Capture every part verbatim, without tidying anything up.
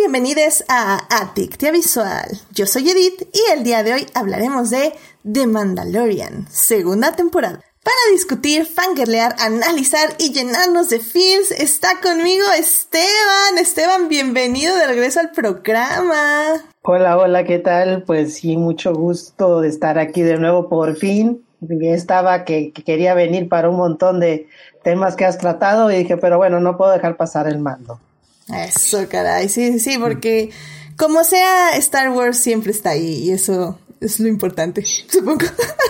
bienvenidos a Adictia Visual. Yo soy Edith y el día de hoy hablaremos de The Mandalorian, segunda temporada. Para discutir, fangirlear, analizar y llenarnos de feels, está conmigo Esteban. Esteban, bienvenido de regreso al programa. Hola, hola, ¿qué tal? Pues sí, mucho gusto de estar aquí de nuevo por fin. Estaba que, que quería venir para un montón de temas que has tratado y dije, pero bueno, no puedo dejar pasar el mando. Eso, caray, sí, sí, porque como sea, Star Wars siempre está ahí y eso es lo importante, supongo.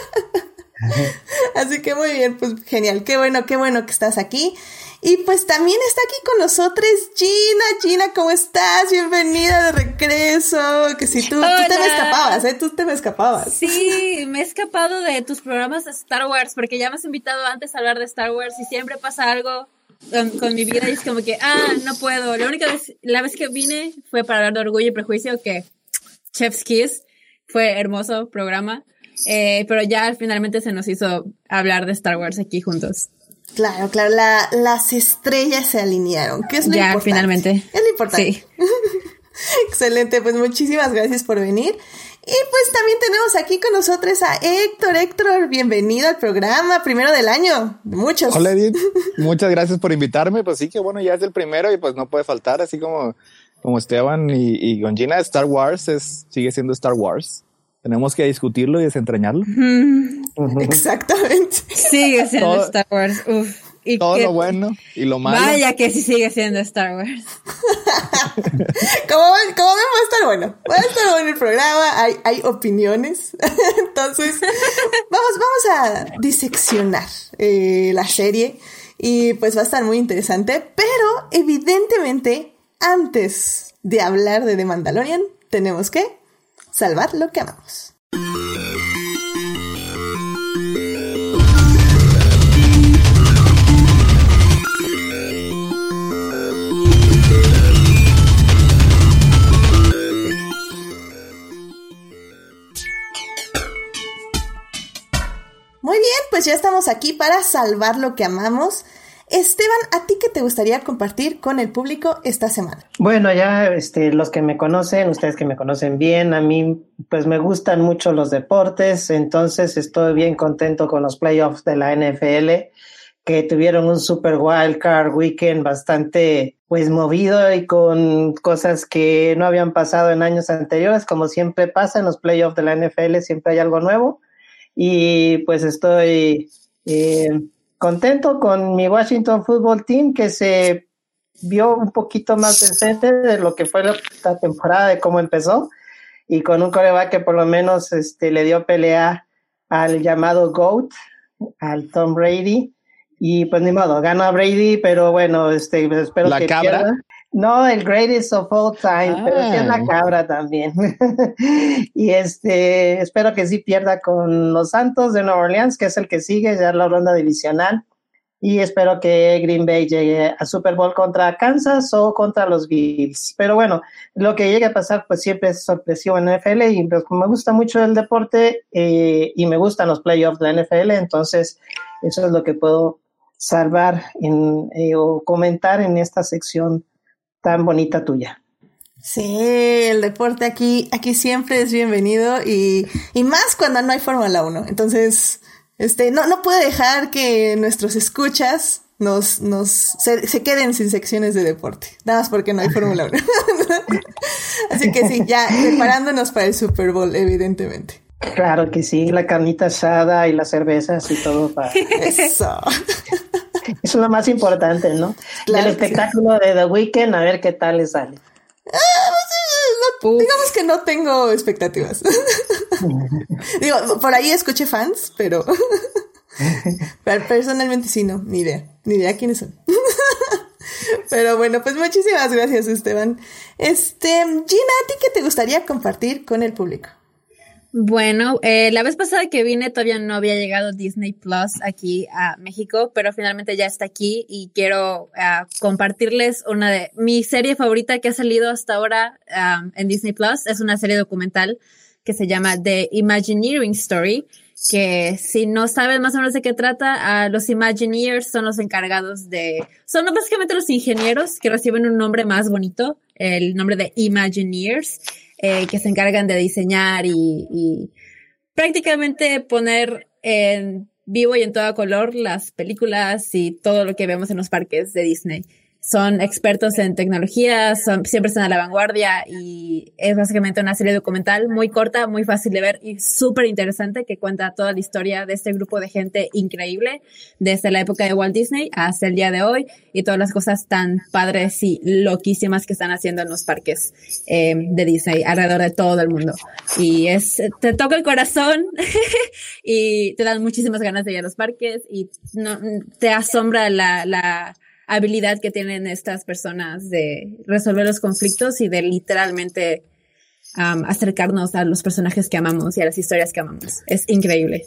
Así que muy bien, pues genial, qué bueno, qué bueno que estás aquí. Y pues también está aquí con nosotros Gina. Gina, ¿cómo estás? Bienvenida de regreso. Que si tú, tú te me escapabas, ¿eh? Tú te me escapabas. Sí, me he escapado de tus programas de Star Wars porque ya me has invitado antes a hablar de Star Wars y siempre pasa algo con, con mi vida y es como que, ah, no puedo. La única vez, la vez que vine fue para hablar de Orgullo y Prejuicio, que Chef's Kiss fue hermoso programa, eh, pero ya finalmente se nos hizo hablar de Star Wars aquí juntos. Claro, claro, la, las estrellas se alinearon, que es lo ya, importante. Finalmente. Es lo importante. Sí. Excelente, pues muchísimas gracias por venir. Y pues también tenemos aquí con nosotros a Héctor. Héctor, bienvenido al programa, primero del año, muchos. Hola Edith, muchas gracias por invitarme, pues sí que bueno, ya es el primero y pues no puede faltar, así como, como Esteban y, y con Gina, Star Wars es, sigue siendo Star Wars. Tenemos que discutirlo y desentrañarlo. Mm, uh-huh. Exactamente. Sigue siendo todo, Star Wars. Uf. Y todo que, lo bueno y lo malo. Vaya que sí sigue siendo Star Wars. como, como ven, va a estar bueno. Va a estar bueno el programa. Hay, hay opiniones. Entonces, vamos, vamos a diseccionar eh, la serie. Y pues va a estar muy interesante. Pero, evidentemente, antes de hablar de The Mandalorian, tenemos que salvar lo que amamos. Muy bien, pues ya estamos aquí para salvar lo que amamos. Esteban, ¿a ti qué te gustaría compartir con el público esta semana? Bueno, ya este, los que me conocen, ustedes que me conocen bien, a mí pues me gustan mucho los deportes, entonces estoy bien contento con los playoffs de la N F L, que tuvieron un super wild card weekend bastante pues movido y con cosas que no habían pasado en años anteriores, como siempre pasa en los playoffs de la N F L, siempre hay algo nuevo, y pues estoy eh, contento con mi Washington Football Team, que se vio un poquito más decente de lo que fue la, la temporada, de cómo empezó, y con un quarterback que por lo menos este, le dio pelea al llamado GOAT, al Tom Brady, y pues ni modo, ganó a Brady, pero bueno, este, espero ¿La que cabra? pierda. No, el greatest of all time, ah. pero sí es la cabra también. Y este, espero que sí pierda con los Santos de Nueva Orleans, que es el que sigue ya la ronda divisional. Y espero que Green Bay llegue a Super Bowl contra Kansas o contra los Bills. Pero bueno, lo que llegue a pasar pues siempre es sorpresivo en la N F L y pues como me gusta mucho el deporte eh, y me gustan los playoffs de la N F L, entonces eso es lo que puedo salvar en, eh, o comentar en esta sección tan bonita tuya. Sí, el deporte aquí, aquí siempre es bienvenido y, y más cuando no hay Fórmula uno. Entonces, este, no, no puedo dejar que nuestros escuchas nos, nos, se, se queden sin secciones de deporte. Nada más porque no hay Fórmula uno. Así que sí, ya preparándonos para el Super Bowl, evidentemente. Claro que sí, la carnita asada y las cervezas y todo para... Eso. Eso es lo más importante, ¿no? Claro, el espectáculo sí. De The Weeknd, a ver qué tal le sale. Ah, no, digamos que no tengo expectativas. Digo, por ahí escuché fans, pero, pero personalmente sí, no, ni idea, ni idea quiénes son. Pero bueno, pues muchísimas gracias, Esteban. Este, Gina, ¿a ti qué te gustaría compartir con el público? Bueno, eh, la vez pasada que vine todavía no había llegado Disney Plus aquí a México, pero finalmente ya está aquí y quiero uh, compartirles una de mi serie favorita que ha salido hasta ahora um, en Disney Plus. Es una serie documental que se llama The Imagineering Story, que si no saben más o menos de qué trata, uh, los Imagineers son los encargados de, son básicamente los ingenieros que reciben un nombre más bonito el nombre de Imagineers, eh, que se encargan de diseñar y, y prácticamente poner en vivo y en todo color las películas y todo lo que vemos en los parques de Disney. Son expertos en tecnología, son, siempre están a la vanguardia y es básicamente una serie documental muy corta, muy fácil de ver y súper interesante que cuenta toda la historia de este grupo de gente increíble desde la época de Walt Disney hasta el día de hoy y todas las cosas tan padres y loquísimas que están haciendo en los parques eh, de Disney alrededor de todo el mundo. Y es, te toca el corazón y te dan muchísimas ganas de ir a los parques y no, te asombra la, la habilidad que tienen estas personas de resolver los conflictos y de literalmente um, acercarnos a los personajes que amamos y a las historias que amamos. Es increíble.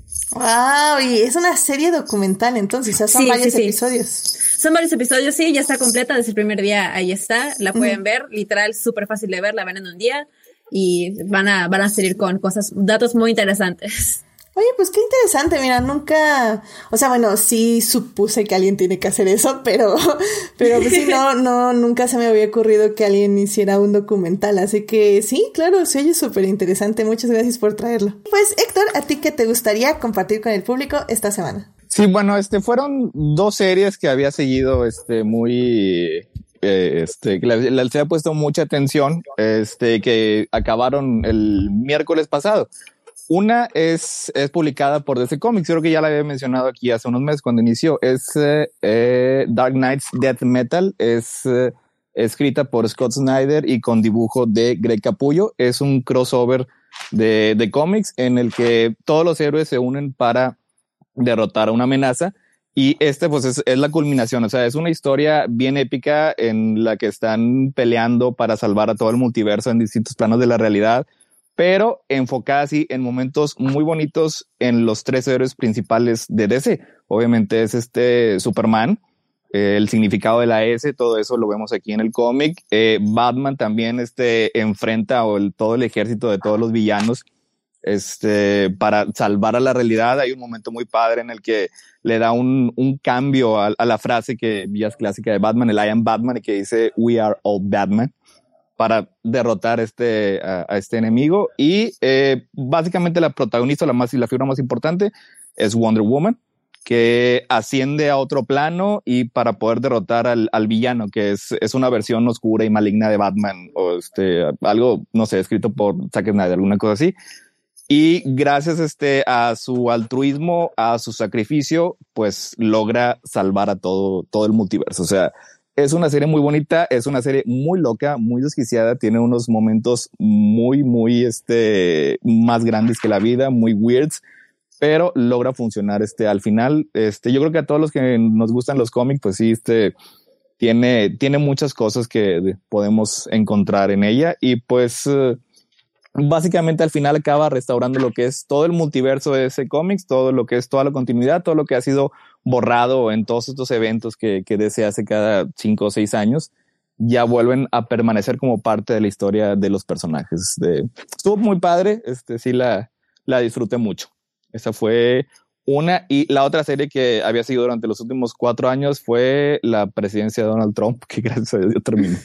Wow, y es una serie documental entonces, o sea, son sí, varios sí, sí. episodios. Son varios episodios, sí, ya está completa desde el primer día, ahí está, la pueden uh-huh. ver, literal, súper fácil de ver, la ven en un día y van a, van a salir con cosas, datos muy interesantes. Oye, pues qué interesante, mira, nunca, o sea, bueno, sí supuse que alguien tiene que hacer eso, pero, pero pues sí, no, no, nunca se me había ocurrido que alguien hiciera un documental, así que sí, claro, se oye súper interesante, muchas gracias por traerlo. Pues Héctor, ¿a ti qué te gustaría compartir con el público esta semana? Sí, bueno, este, fueron dos series que había seguido, este, muy, eh, este, que les había puesto mucha atención, este, que acabaron el miércoles pasado. Una es, es publicada por D C Comics, creo que ya la había mencionado aquí hace unos meses cuando inició, es eh, eh, Dark Knight's Death Metal, es eh, escrita por Scott Snyder y con dibujo de Greg Capullo, es un crossover de, de cómics en el que todos los héroes se unen para derrotar a una amenaza y este pues es, es la culminación, o sea, es una historia bien épica en la que están peleando para salvar a todo el multiverso en distintos planos de la realidad, pero enfocada así en momentos muy bonitos en los tres héroes principales de D C. Obviamente es este Superman, eh, el significado de la S, todo eso lo vemos aquí en el cómic. Eh, Batman también este, enfrenta o el, todo el ejército de todos los villanos este, para salvar a la realidad. Hay un momento muy padre en el que le da un, un cambio a, a la frase que ya es clásica de Batman, el I am Batman, y que dice We are all Batman, para derrotar este, a, a este enemigo. Y eh, básicamente la protagonista, la más y la figura más importante es Wonder Woman, que asciende a otro plano y para poder derrotar al, al villano, que es, es una versión oscura y maligna de Batman, o este, algo, no sé, escrito por Zack Snyder, alguna cosa así. Y gracias este, a su altruismo, a su sacrificio, pues logra salvar a todo, todo el multiverso. O sea, es una serie muy bonita, es una serie muy loca, muy desquiciada, tiene unos momentos muy, muy, este, más grandes que la vida, muy weirds, pero logra funcionar, este, al final, este, yo creo que a todos los que nos gustan los cómics, pues sí, este, tiene, tiene muchas cosas que podemos encontrar en ella y pues, uh, básicamente al final acaba restaurando lo que es todo el multiverso de ese cómics, todo lo que es toda la continuidad, todo lo que ha sido borrado en todos estos eventos que, que D C hace cada cinco o seis años, ya vuelven a permanecer como parte de la historia de los personajes. De, estuvo muy padre, este, sí la, la disfruté mucho. Esa fue una, y la otra serie que había seguido durante los últimos cuatro años fue la presidencia de Donald Trump, que gracias a Dios ya terminó.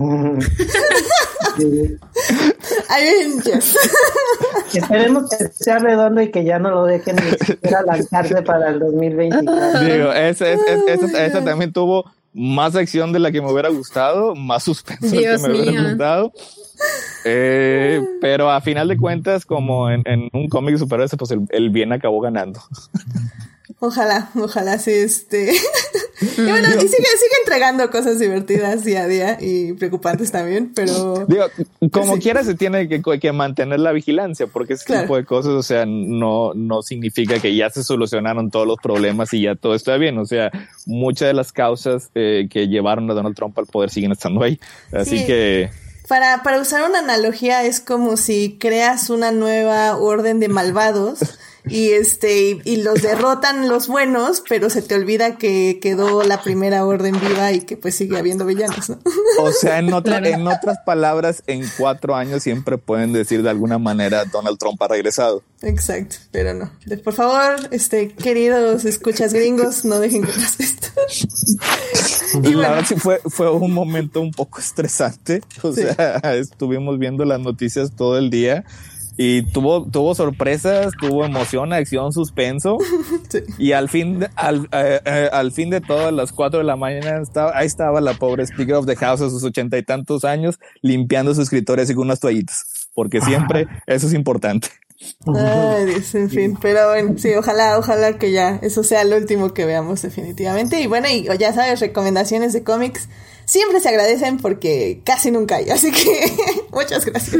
Avengers. Esperemos que sea redondo y que ya no lo dejen ni siquiera lanzarse para el dos mil veinticuatro. Digo, esa, esa, esa, esa también tuvo más acción de la que me hubiera gustado, más suspenso de la que me mío. hubiera gustado. Eh, pero a final de cuentas, como en, en un cómic de superhéroes, pues el, el bien acabó ganando. Ojalá, ojalá sí, este. Y bueno, y sigue, sigue entregando cosas divertidas día a día y preocupantes también, pero. Digo, como sí. quiera se tiene que, que mantener la vigilancia, porque ese claro. tipo de cosas, o sea, no, no significa que ya se solucionaron todos los problemas y ya todo está bien. O sea, muchas de las causas eh, que llevaron a Donald Trump al poder siguen estando ahí. Así sí. que. Para, para usar una analogía, es como si creas una nueva orden de malvados. Y este, y, y los derrotan los buenos, pero se te olvida que quedó la primera orden viva y que pues sigue habiendo villanos, ¿no? O sea, en, otra, en otras palabras, en cuatro años siempre pueden decir de alguna manera Donald Trump ha regresado. Exacto, pero no. Por favor, este, queridos escuchas gringos, no dejen que pase esto. Y bueno, la verdad sí fue, fue un momento un poco estresante. O sí. sea, estuvimos viendo las noticias todo el día y tuvo, tuvo sorpresas, tuvo emoción, acción, suspenso. Sí. Y al fin, al, eh, eh, al fin de todo, a las cuatro de la mañana, estaba, ahí estaba la pobre Speaker of the House a sus ochenta y tantos años, limpiando su escritorio así con unas toallitas, porque siempre eso es importante. Ay, Dios, en fin, pero bueno, sí, ojalá, ojalá que ya eso sea lo último que veamos definitivamente. Y bueno, y ya sabes, recomendaciones de cómics siempre se agradecen porque casi nunca hay, así que muchas gracias.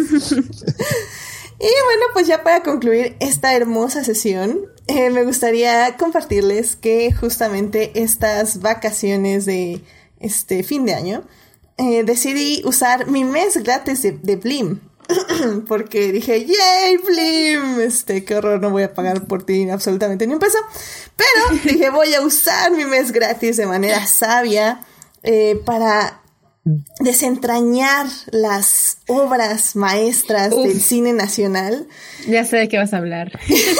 Y bueno, pues ya para concluir esta hermosa sesión, eh, me gustaría compartirles que justamente estas vacaciones de este fin de año, eh, decidí usar mi mes gratis de, de Blim. Porque dije, ¡yay, Blim! Este, qué horror, no voy a pagar por ti absolutamente ni un peso. Pero dije, voy a usar mi mes gratis de manera sabia eh, para desentrañar las obras maestras Uf. del cine nacional. Ya sé de qué vas a hablar.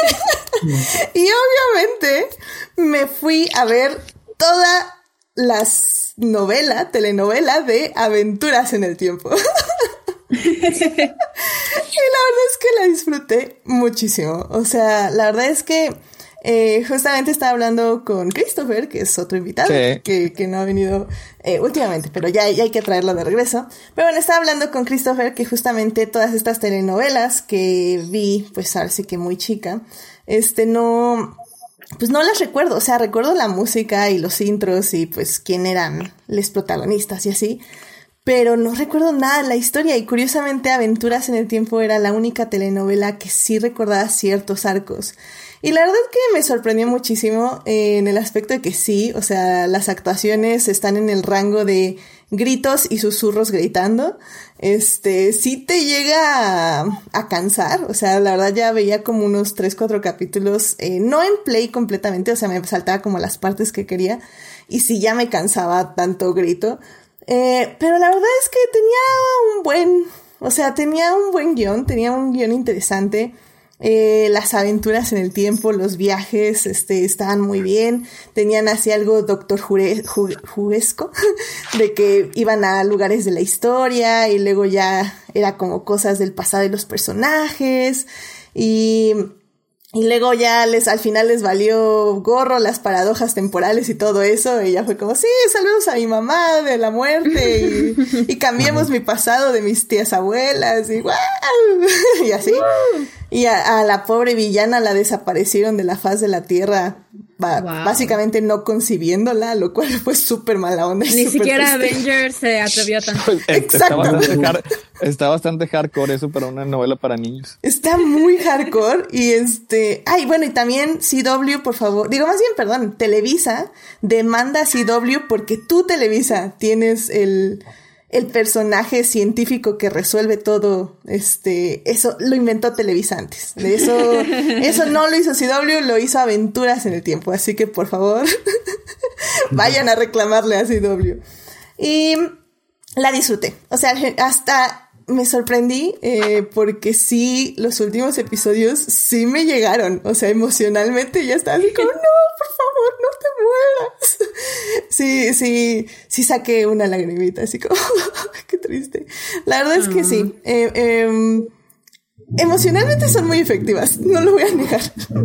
Y obviamente me fui a ver toda las novela, telenovela de Aventuras en el Tiempo. Y la verdad es que la disfruté muchísimo. O sea, la verdad es que eh, justamente estaba hablando con Christopher, que es otro invitado, sí. que, que no ha venido eh, últimamente, pero ya, ya hay que traerlo de regreso. Pero bueno, estaba hablando con Christopher que justamente todas estas telenovelas que vi, pues ahora sí que muy chica, este no... pues no las recuerdo, o sea, recuerdo la música y los intros y pues quién eran los protagonistas y así, pero no recuerdo nada de la historia. Y curiosamente Aventuras en el Tiempo era la única telenovela que sí recordaba ciertos arcos. Y la verdad es que me sorprendió muchísimo eh, en el aspecto de que sí, o sea, las actuaciones están en el rango de gritos y susurros gritando. Este, sí te llega a, a cansar, o sea, la verdad ya veía como unos tres, cuatro capítulos, eh, no en play completamente, o sea, me saltaba como las partes que quería, y sí ya me cansaba tanto grito. Eh, pero la verdad es que tenía un buen, o sea, tenía un buen guión, tenía un guión interesante. Eh, las aventuras en el tiempo, los viajes, este, estaban muy bien. Tenían así algo Doctor Jure, Ju, Juguesco, de que iban a lugares de la historia y luego ya era como cosas del pasado de los personajes. Y... Y luego ya les, al final les valió gorro las paradojas temporales y todo eso, y ya fue como, sí, saludos a mi mamá de la muerte, y, y cambiemos mi pasado de mis tías abuelas, y ¡guau! Y así. Y a, a la pobre villana la desaparecieron de la faz de la tierra, ba- wow. básicamente no concibiéndola, lo cual fue súper mala onda. Ni siquiera Avengers se atrevió a tanto. Pues, Exacto. Está bastante, hard, está bastante hardcore eso para una novela para niños. Está muy hardcore y este... Ay, bueno, y también C W, por favor, digo más bien, perdón, Televisa demanda a C W porque tú, Televisa, tienes el... el personaje científico que resuelve todo, este, eso lo inventó Televisa antes. De eso, eso no lo hizo C W, lo hizo Aventuras en el Tiempo. Así que, por favor, vayan a reclamarle a C W. Y la disfruté. O sea, hasta me sorprendí, eh, porque sí, los últimos episodios sí me llegaron. O sea, emocionalmente ya estaba así como, no, por favor, no te mueras. Sí, sí, sí saqué una lagrimita, así como, qué triste. La verdad es que sí. Eh, eh, emocionalmente son muy efectivas, no lo voy a negar.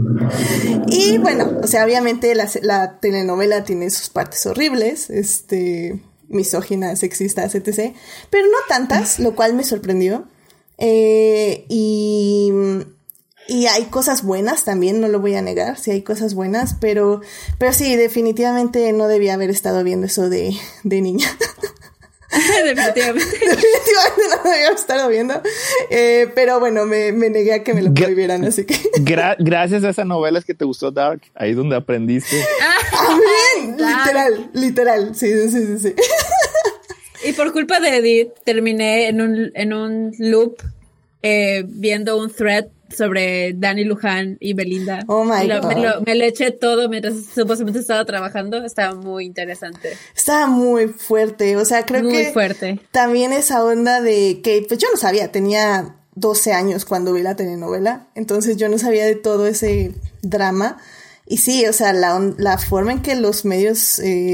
Y bueno, o sea, obviamente la, la telenovela tiene sus partes horribles, este... misóginas, sexistas, etcétera. Pero no tantas, lo cual me sorprendió. Eh, y, y hay cosas buenas también, no lo voy a negar, sí hay cosas buenas, pero, pero sí, definitivamente no debía haber estado viendo eso de, de niña. Definitivamente. Definitivamente no debía haber estado viendo. Eh, pero bueno, me, me negué a que me lo prohibieran, así que. Gra- gracias a esa novela es que te gustó Dark, ahí es donde aprendiste. Ah, bien, literal, literal, sí, sí, sí, sí. Y por culpa de Edith terminé en un, en un loop eh, viendo un thread sobre Dani Luján y Belinda. Oh my lo, God. Me lo, me lo eché todo mientras supuestamente estaba trabajando. Estaba muy interesante. Estaba muy fuerte. O sea, creo muy que. Muy fuerte. También esa onda de que, pues yo no sabía, tenía doce años cuando vi la telenovela. Entonces yo no sabía de todo ese drama. Y sí, o sea, la, la forma en que los medios, eh,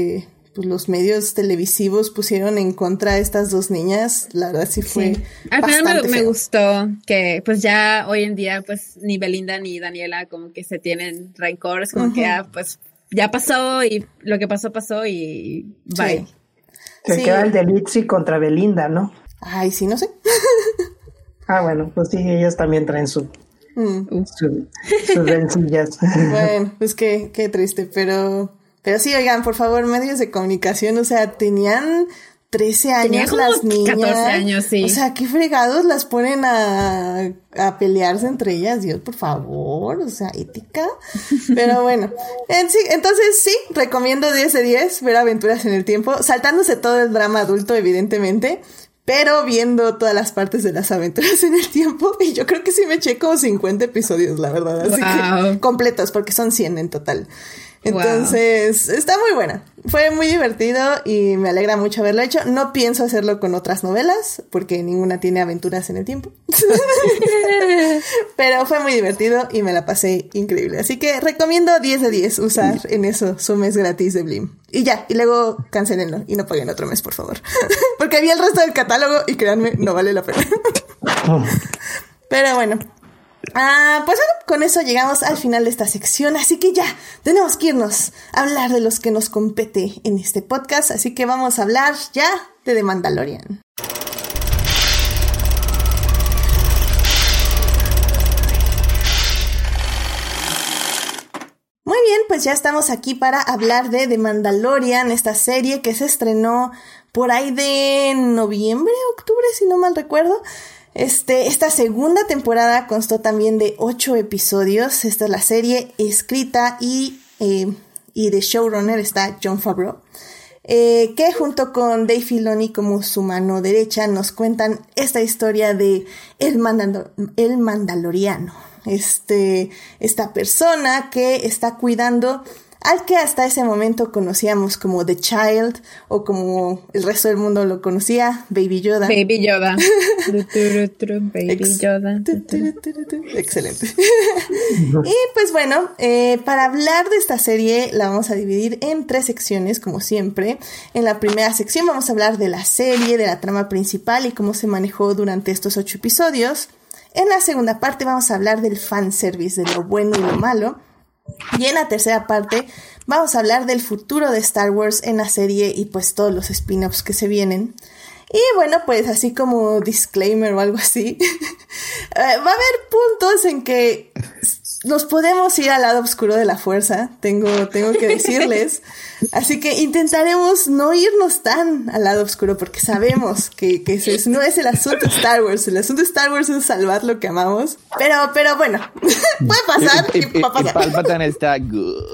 pues los medios televisivos pusieron en contra a estas dos niñas, la verdad sí fue sí. Al final me, me gustó que pues ya hoy en día pues ni Belinda ni Daniela como que se tienen rencores, como uh-huh. que ah, pues ya pasó y lo que pasó pasó y bye. Sí. Se sí. queda el de Litzy contra Belinda, ¿no? Ay, sí, no sé. Ah, bueno, pues sí, ellos también traen su mm. su, sus rencillas. Bueno, pues qué, qué triste, pero pero sí, oigan, por favor, medios de comunicación, o sea, tenían trece años Tenía las niñas. catorce años, sí. O sea, qué fregados las ponen a, a pelearse entre ellas, Dios, por favor, o sea, ética. Pero bueno, en sí, entonces sí, recomiendo diez de diez, ver Aventuras en el Tiempo, saltándose todo el drama adulto, evidentemente, pero viendo todas las partes de las Aventuras en el Tiempo, y yo creo que sí me eché como cincuenta episodios, la verdad, así wow. que completos, porque son cien en total. Entonces, wow. está muy buena. Fue muy divertido y me alegra mucho haberlo hecho. No pienso hacerlo con otras novelas, porque ninguna tiene aventuras en el tiempo. Pero fue muy divertido y me la pasé increíble. Así que recomiendo diez de diez usar en eso su mes gratis de Blim. Y ya, y luego cancelenlo y no paguen otro mes, por favor. Porque vi el resto del catálogo y créanme, no vale la pena. Pero bueno. Ah, pues bueno, con eso llegamos al final de esta sección, así que ya, tenemos que irnos a hablar de los que nos compete en este podcast, así que vamos a hablar ya de The Mandalorian. Muy bien, pues ya estamos aquí para hablar de The Mandalorian, esta serie que se estrenó por ahí de noviembre, octubre, si no mal recuerdo. Este, esta segunda temporada constó también de ocho episodios. Esta es la serie escrita y, eh, y de showrunner está Jon Favreau, eh, que junto con Dave Filoni como su mano derecha nos cuentan esta historia de el, Mandalo- el Mandaloriano. Este, esta persona que está cuidando al que hasta ese momento conocíamos como The Child, o como el resto del mundo lo conocía, Baby Yoda. Baby Yoda. Baby Yoda. Excelente. Y pues bueno, eh, para hablar de esta serie la vamos a dividir en tres secciones, como siempre. En la primera sección vamos a hablar de la serie, de la trama principal y cómo se manejó durante estos ocho episodios. En la segunda parte vamos a hablar del fanservice, de lo bueno y lo malo. Y en la tercera parte vamos a hablar del futuro de Star Wars en la serie y pues todos los spin-offs que se vienen. Y bueno, pues así como disclaimer o algo así, va a haber puntos en que nos podemos ir al lado oscuro de la fuerza, tengo, tengo que decirles. Así que intentaremos no irnos tan al lado oscuro porque sabemos que, que ese no es el asunto de Star Wars. El asunto de Star Wars es salvar lo que amamos. Pero, pero bueno, puede pasar y, y, y va a pasar. Y Palpatine está good.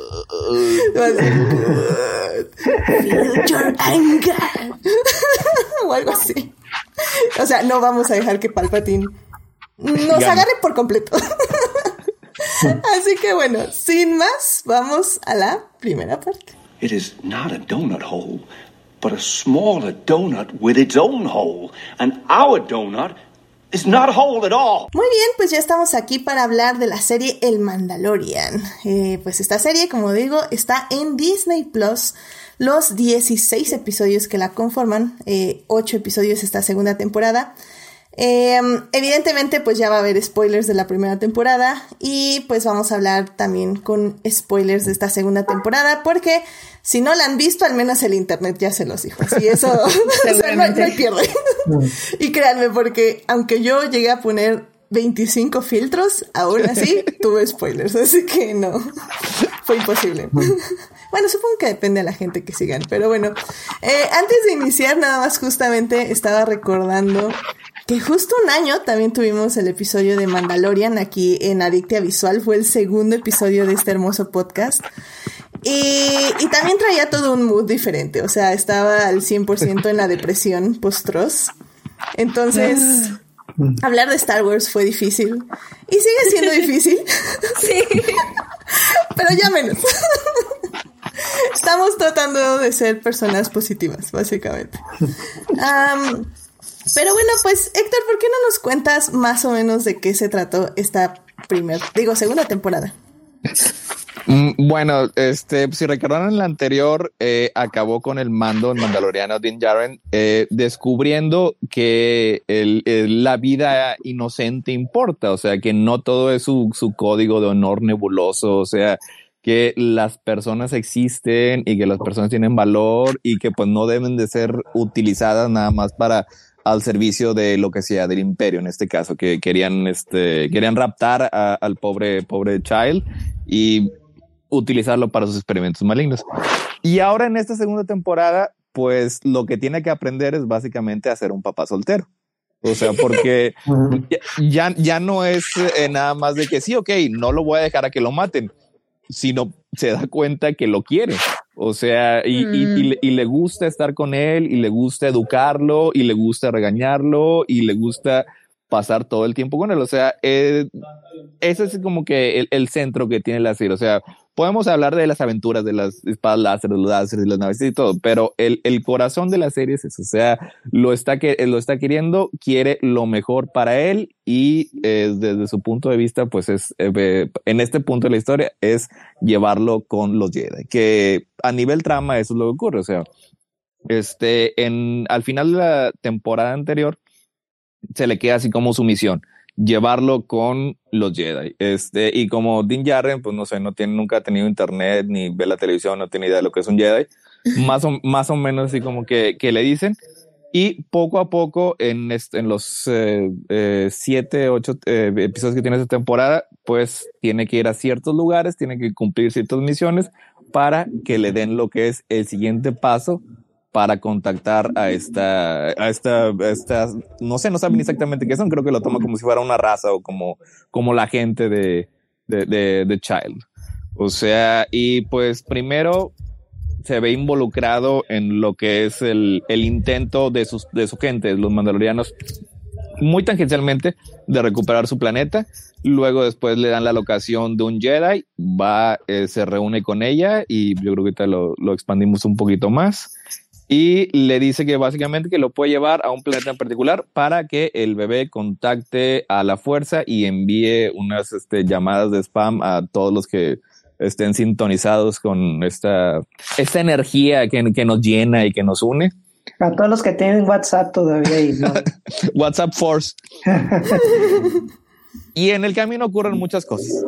Future anger. O algo así. O sea, no vamos a dejar que Palpatine nos agarre por completo. Así que bueno, sin más, vamos a la primera parte. It is not a donut hole, but a smaller donut with its own hole. And our donut is not a hole at all. Muy bien, pues ya estamos aquí para hablar de la serie El Mandalorian. Eh, pues esta serie, como digo, está en Disney Plus. Los dieciséis episodios que la conforman, eh, ocho episodios esta segunda temporada. Eh, evidentemente pues ya va a haber spoilers de la primera temporada y pues vamos a hablar también con spoilers de esta segunda temporada porque si no la han visto al menos el internet ya se los dijo, así eso o sea, no, no hay pierde. Y créanme, porque aunque yo llegué a poner veinticinco filtros, aún así tuve spoilers, así que no, fue imposible. Bueno, supongo que depende de la gente que sigan, pero bueno, eh, antes de iniciar nada más justamente estaba recordando que justo un año también tuvimos el episodio de Mandalorian aquí en Adictia Visual, fue el segundo episodio de este hermoso podcast. Y, y también traía todo un mood diferente, o sea, estaba al cien por ciento en la depresión post-Tross. Entonces, hablar de Star Wars fue difícil. Y sigue siendo difícil. Sí. Pero ya menos. Estamos tratando de ser personas positivas, básicamente. Um, pero bueno, pues, Héctor, ¿por qué no nos cuentas más o menos de qué se trató esta primera, digo, segunda temporada? Bueno, este, si recordaron en la anterior, eh, acabó con el mando el mandaloriano Din Djarin, eh, descubriendo que el, el, la vida inocente importa, o sea, que no todo es su, su código de honor nebuloso, o sea, que las personas existen y que las personas tienen valor y que pues no deben de ser utilizadas nada más para al servicio de lo que sea del imperio, en este caso, que querían, este, querían raptar a, al pobre, pobre Child y utilizarlo para sus experimentos malignos. Y ahora en esta segunda temporada, pues lo que tiene que aprender es básicamente a ser un papá soltero. O sea, porque ya, ya no es eh, nada más de que sí, ok, no lo voy a dejar a que lo maten, sino se da cuenta que lo quiere. O sea, y, mm. y, y, le, y le gusta estar con él, y le gusta educarlo, y le gusta regañarlo, y le gusta pasar todo el tiempo con él. O sea, eh, ese es como que el, el centro que tiene la serie. O sea, podemos hablar de las aventuras de las espadas láser, de los láseres, de las naves y todo, pero el, el corazón de la serie es eso. O sea, lo está, que, lo está queriendo, quiere lo mejor para él y eh, desde su punto de vista, pues es, eh, en este punto de la historia, es llevarlo con los Jedi. Que a nivel trama eso es lo que ocurre. O sea, este, en, al final de la temporada anterior, se le queda así como su misión, llevarlo con los Jedi. Este, y como Din Djarin, pues no sé, no tiene, nunca ha tenido internet, ni ve la televisión, no tiene idea de lo que es un Jedi, más o, más o menos así como que, que le dicen, y poco a poco, en, este, en los eh, eh, siete, ocho eh, episodios que tiene esta temporada, pues tiene que ir a ciertos lugares, tiene que cumplir ciertas misiones para que le den lo que es el siguiente paso para contactar a esta, a esta, a esta, no sé, no saben exactamente qué son, creo que lo toma como si fuera una raza o como, como la gente de, de, de, de Child. O sea, y pues primero se ve involucrado en lo que es el, el intento de sus, de su gente, los mandalorianos, muy tangencialmente, de recuperar su planeta. Luego después le dan la locación de un Jedi, va, eh, se reúne con ella y yo creo que ahorita lo, lo expandimos un poquito más. Y le dice que básicamente que lo puede llevar a un planeta en particular para que el bebé contacte a la fuerza y envíe unas este, llamadas de spam a todos los que estén sintonizados con esta, esta energía que, que nos llena y que nos une. A todos los que tienen WhatsApp todavía. Y no. WhatsApp Force. Y en el camino ocurren muchas cosas.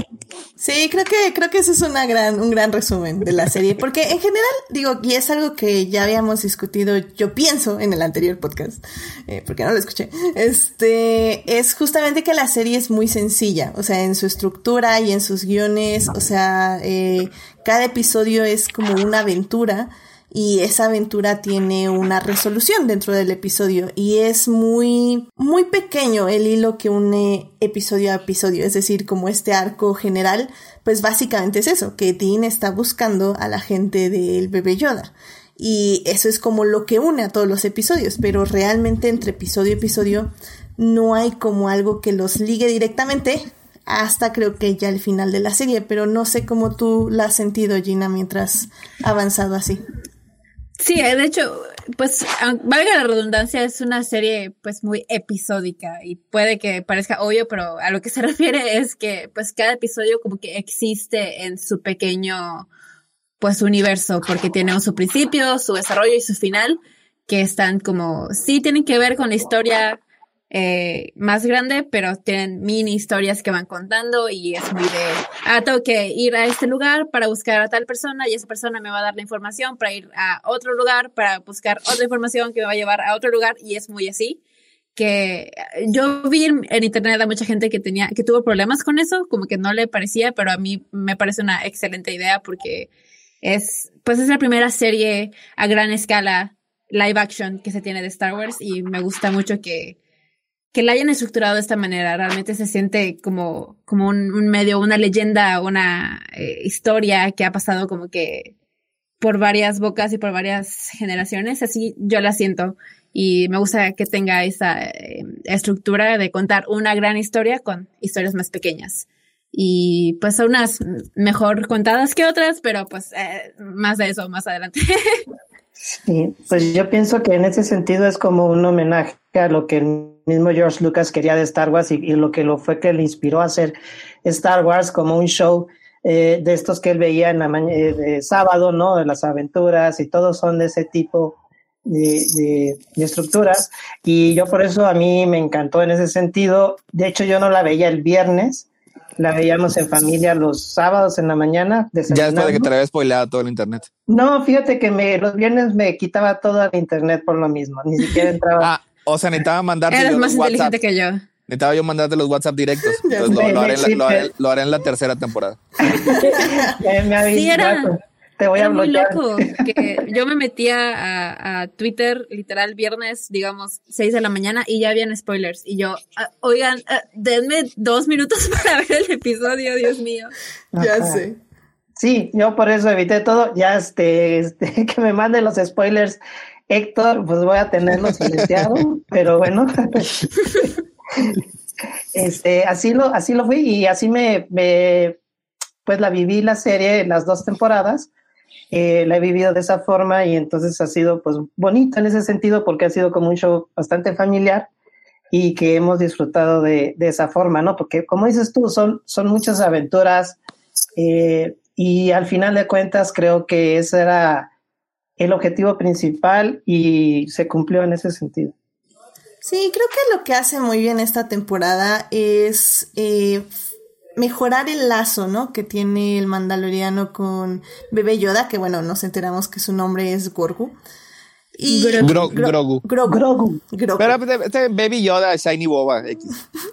Sí, creo que, creo que eso es una gran, un gran resumen de la serie, porque en general, digo, y es algo que ya habíamos discutido, yo pienso, en el anterior podcast, eh, porque no lo escuché, este, es justamente que la serie es muy sencilla, o sea, en su estructura y en sus guiones, o sea, eh, cada episodio es como una aventura, y esa aventura tiene una resolución dentro del episodio y es muy, muy pequeño el hilo que une episodio a episodio, es decir, como este arco general, pues básicamente es eso, que Din está buscando a la gente del bebé Yoda y eso es como lo que une a todos los episodios, pero realmente entre episodio y episodio no hay como algo que los ligue directamente hasta creo que ya el final de la serie, pero no sé cómo tú la has sentido, Gina, mientras ha avanzado así. Sí, de hecho, pues, valga la redundancia, es una serie, pues, muy episódica y puede que parezca obvio, pero a lo que se refiere es que, pues, cada episodio como que existe en su pequeño, pues, universo, porque tiene su principio, su desarrollo y su final, que están como, sí tienen que ver con la historia eh, más grande, pero tienen mini historias que van contando y es muy de, ah, tengo que ir a este lugar para buscar a tal persona y esa persona me va a dar la información para ir a otro lugar para buscar otra información que me va a llevar a otro lugar y es muy así, que yo vi en, en internet a mucha gente que tenía, que tuvo problemas con eso, como que no le parecía, pero a mí me parece una excelente idea porque es, pues es la primera serie a gran escala live action que se tiene de Star Wars y me gusta mucho que que la hayan estructurado de esta manera. Realmente se siente como, como un, un medio, una leyenda, una eh, historia que ha pasado como que por varias bocas y por varias generaciones. Así yo la siento. Y me gusta que tenga esa eh, estructura de contar una gran historia con historias más pequeñas. Y pues son unas mejor contadas que otras, pero pues eh, más de eso más adelante. Sí, pues yo pienso que en ese sentido es como un homenaje a lo que el mismo George Lucas quería de Star Wars y, y lo que lo fue que le inspiró a hacer Star Wars como un show eh, de estos que él veía en la ma- eh, de sábado, ¿no? De las aventuras, y todos son de ese tipo de, de, de estructuras, y yo por eso a mí me encantó en ese sentido. De hecho, yo no la veía el viernes, la veíamos en familia los sábados en la mañana, Ya después de que desayunando. te la había spoileado todo el internet. No, fíjate que me, los viernes me quitaba todo el internet por lo mismo, ni siquiera entraba. Ah, o sea, necesitaba mandarte Eres yo más los WhatsApp. inteligente que yo. Necesitaba yo mandarte los WhatsApp directos. Ya Entonces lo, sé. lo haré en la, Sí, lo, haré, pero- lo haré en la tercera temporada. Eh, me avisó, Sí, era- te voy a Era muy bloquear. loco que yo me metía a, a Twitter literal viernes, digamos, seis de la mañana y ya habían spoilers. Y yo, ah, oigan, ah, denme dos minutos para ver el episodio, Dios mío. Ya Ajá. sé. Sí, yo por eso evité todo. Ya este, este que me manden los spoilers, Héctor, pues voy a tenerlo silenciado, pero bueno. Este, así lo, así lo fui, y así me, me pues la viví la serie, las dos temporadas. Eh, la he vivido de esa forma, y entonces ha sido pues bonito en ese sentido, porque ha sido como un show bastante familiar y que hemos disfrutado de, de esa forma, ¿no? Porque como dices tú, son, son muchas aventuras, eh, y al final de cuentas creo que ese era el objetivo principal y se cumplió en ese sentido. Sí, creo que lo que hace muy bien esta temporada es eh, mejorar el lazo, ¿no? Que tiene el Mandaloriano con Bebé Yoda, que bueno, nos enteramos que su nombre es Grogu. Y Gro- Grogu. Grogu. Grogu. Grogu. Pero este, este Baby Yoda, Shiny Boba X.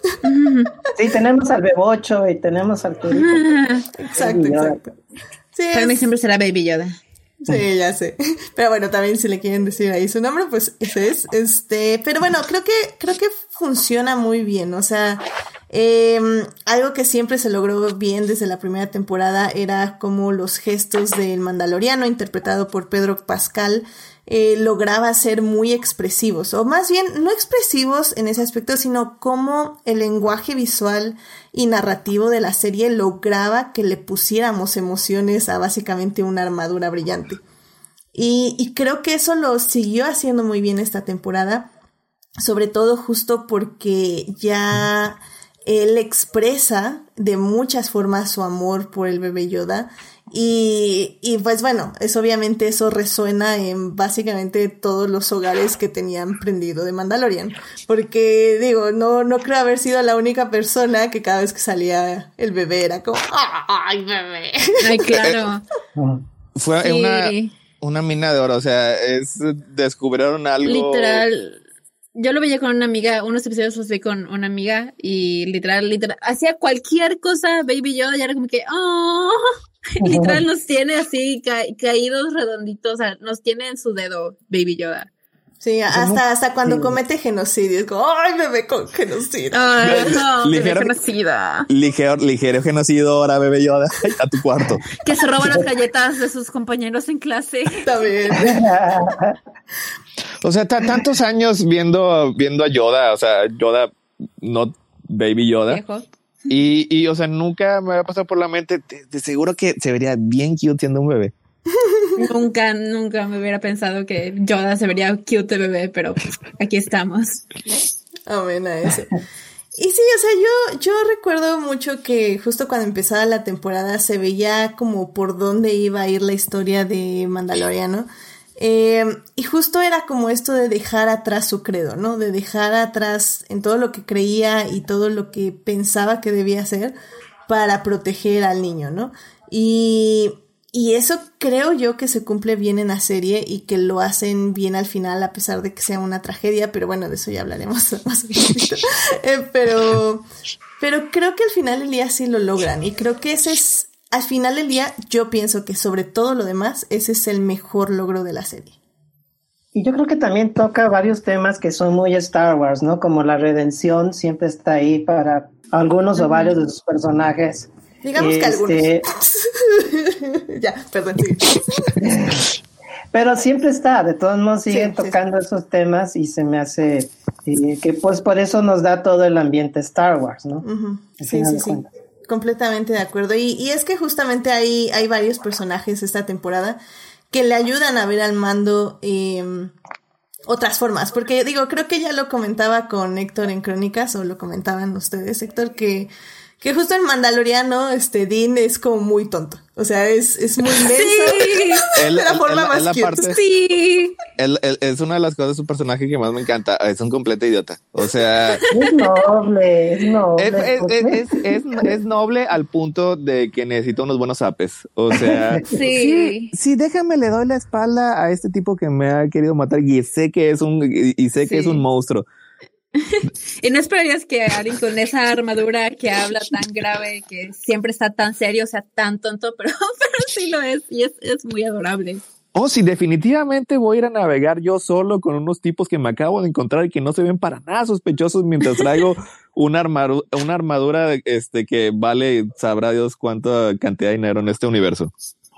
Sí, tenemos al Bebocho y tenemos al Turito. Exacto, Baby Yoda. exacto. Sí, Para mí es- siempre será Baby Yoda. Sí, ya sé. Pero bueno, también si le quieren decir ahí su nombre, pues ese es. Este, pero bueno, creo que, creo que funciona muy bien. O sea, eh, algo que siempre se logró bien desde la primera temporada era como los gestos del Mandaloriano, interpretado por Pedro Pascal, eh, lograba ser muy expresivos, o más bien no expresivos en ese aspecto, sino cómo el lenguaje visual y narrativo de la serie lograba que le pusiéramos emociones a básicamente una armadura brillante. Y, y creo que eso lo siguió haciendo muy bien esta temporada, sobre todo justo porque ya él expresa de muchas formas su amor por el bebé Yoda. Y, y pues bueno, es obviamente eso resuena en básicamente todos los hogares que tenían prendido de Mandalorian. Porque digo, no, no creo haber sido la única persona que cada vez que salía el bebé era como ¡ay, bebé! Ay, claro. Fue Sí. una, una mina de oro. O sea, es descubrieron algo. Literal. Yo lo veía con una amiga, unos episodios los vi con una amiga y literal, literal, hacía cualquier cosa, Baby Yoda, ya era como que, oh, literal nos tiene así ca- caídos redonditos, o sea, nos tiene en su dedo Baby Yoda. Sí, hasta, hasta cuando comete genocidio, es como ¡ay, bebé con genocidio! Ay, no, Ligero- bebé genocida. Ligero, ligero genocidio ahora, Bebé Yoda. A tu cuarto. Que se roba las galletas de sus compañeros en clase. También. O sea, ta- tantos años viendo, viendo a Yoda, o sea, Yoda, no Baby Yoda. Viejo. Y, y, o sea, nunca me había pasado por la mente, de, de seguro que se vería bien cute siendo un bebé. Nunca, nunca me hubiera pensado que Yoda se vería cute de bebé, pero aquí estamos. Amén a eso. Y sí, o sea, yo, yo recuerdo mucho que justo cuando empezaba la temporada se veía como por dónde iba a ir la historia de Mandaloriano. Eh, y justo era como esto de dejar atrás su credo, ¿no? De dejar atrás en todo lo que creía y todo lo que pensaba que debía hacer para proteger al niño, ¿no? Y, y eso creo yo que se cumple bien en la serie y que lo hacen bien al final a pesar de que sea una tragedia, pero bueno, de eso ya hablaremos más un poquito. Eh, pero, pero creo que al final del día sí lo logran y creo que ese es... Al final del día, yo pienso que sobre todo lo demás, ese es el mejor logro de la serie. Y yo creo que también toca varios temas que son muy Star Wars, ¿no? Como la redención siempre está ahí para algunos o varios de sus personajes. Digamos que Este, algunos. Ya, perdón. Sí. Pero siempre está, de todos modos siguen Sí, sí, tocando esos temas y se me hace eh, que pues por eso nos da todo el ambiente Star Wars, ¿no? Uh-huh. Al Sí, final sí, de sí. cuentas. Completamente de acuerdo. Y, y es que justamente hay, hay varios personajes esta temporada que le ayudan a ver al Mando eh, otras formas. Porque digo, creo que ya lo comentaba con Héctor en Crónicas, o lo comentaban ustedes, Héctor, que, que justo en Mandaloriano, este, Din es como muy tonto. O sea, es, es muy menso. Sí. de la el, forma el, más el, la cute. parte, Sí. el, el, es una de las cosas de su personaje que más me encanta. Es un completo idiota. O sea, Es noble, es noble. es, es, es, es, es, es noble al punto de que necesita unos buenos apes. O sea, Sí. sí, sí, déjame, le doy la espalda a este tipo que me ha querido matar y sé que es un, y, y sé que Sí. es un monstruo. Y no esperarías que alguien con esa armadura que habla tan grave, que siempre está tan serio, sea tan tonto, pero, pero sí lo es, y es, es muy adorable. Oh, sí, definitivamente voy a ir a navegar yo solo con unos tipos que me acabo de encontrar y que no se ven para nada sospechosos mientras traigo una armadura, una armadura este, que vale, sabrá Dios cuánta cantidad de dinero en este universo.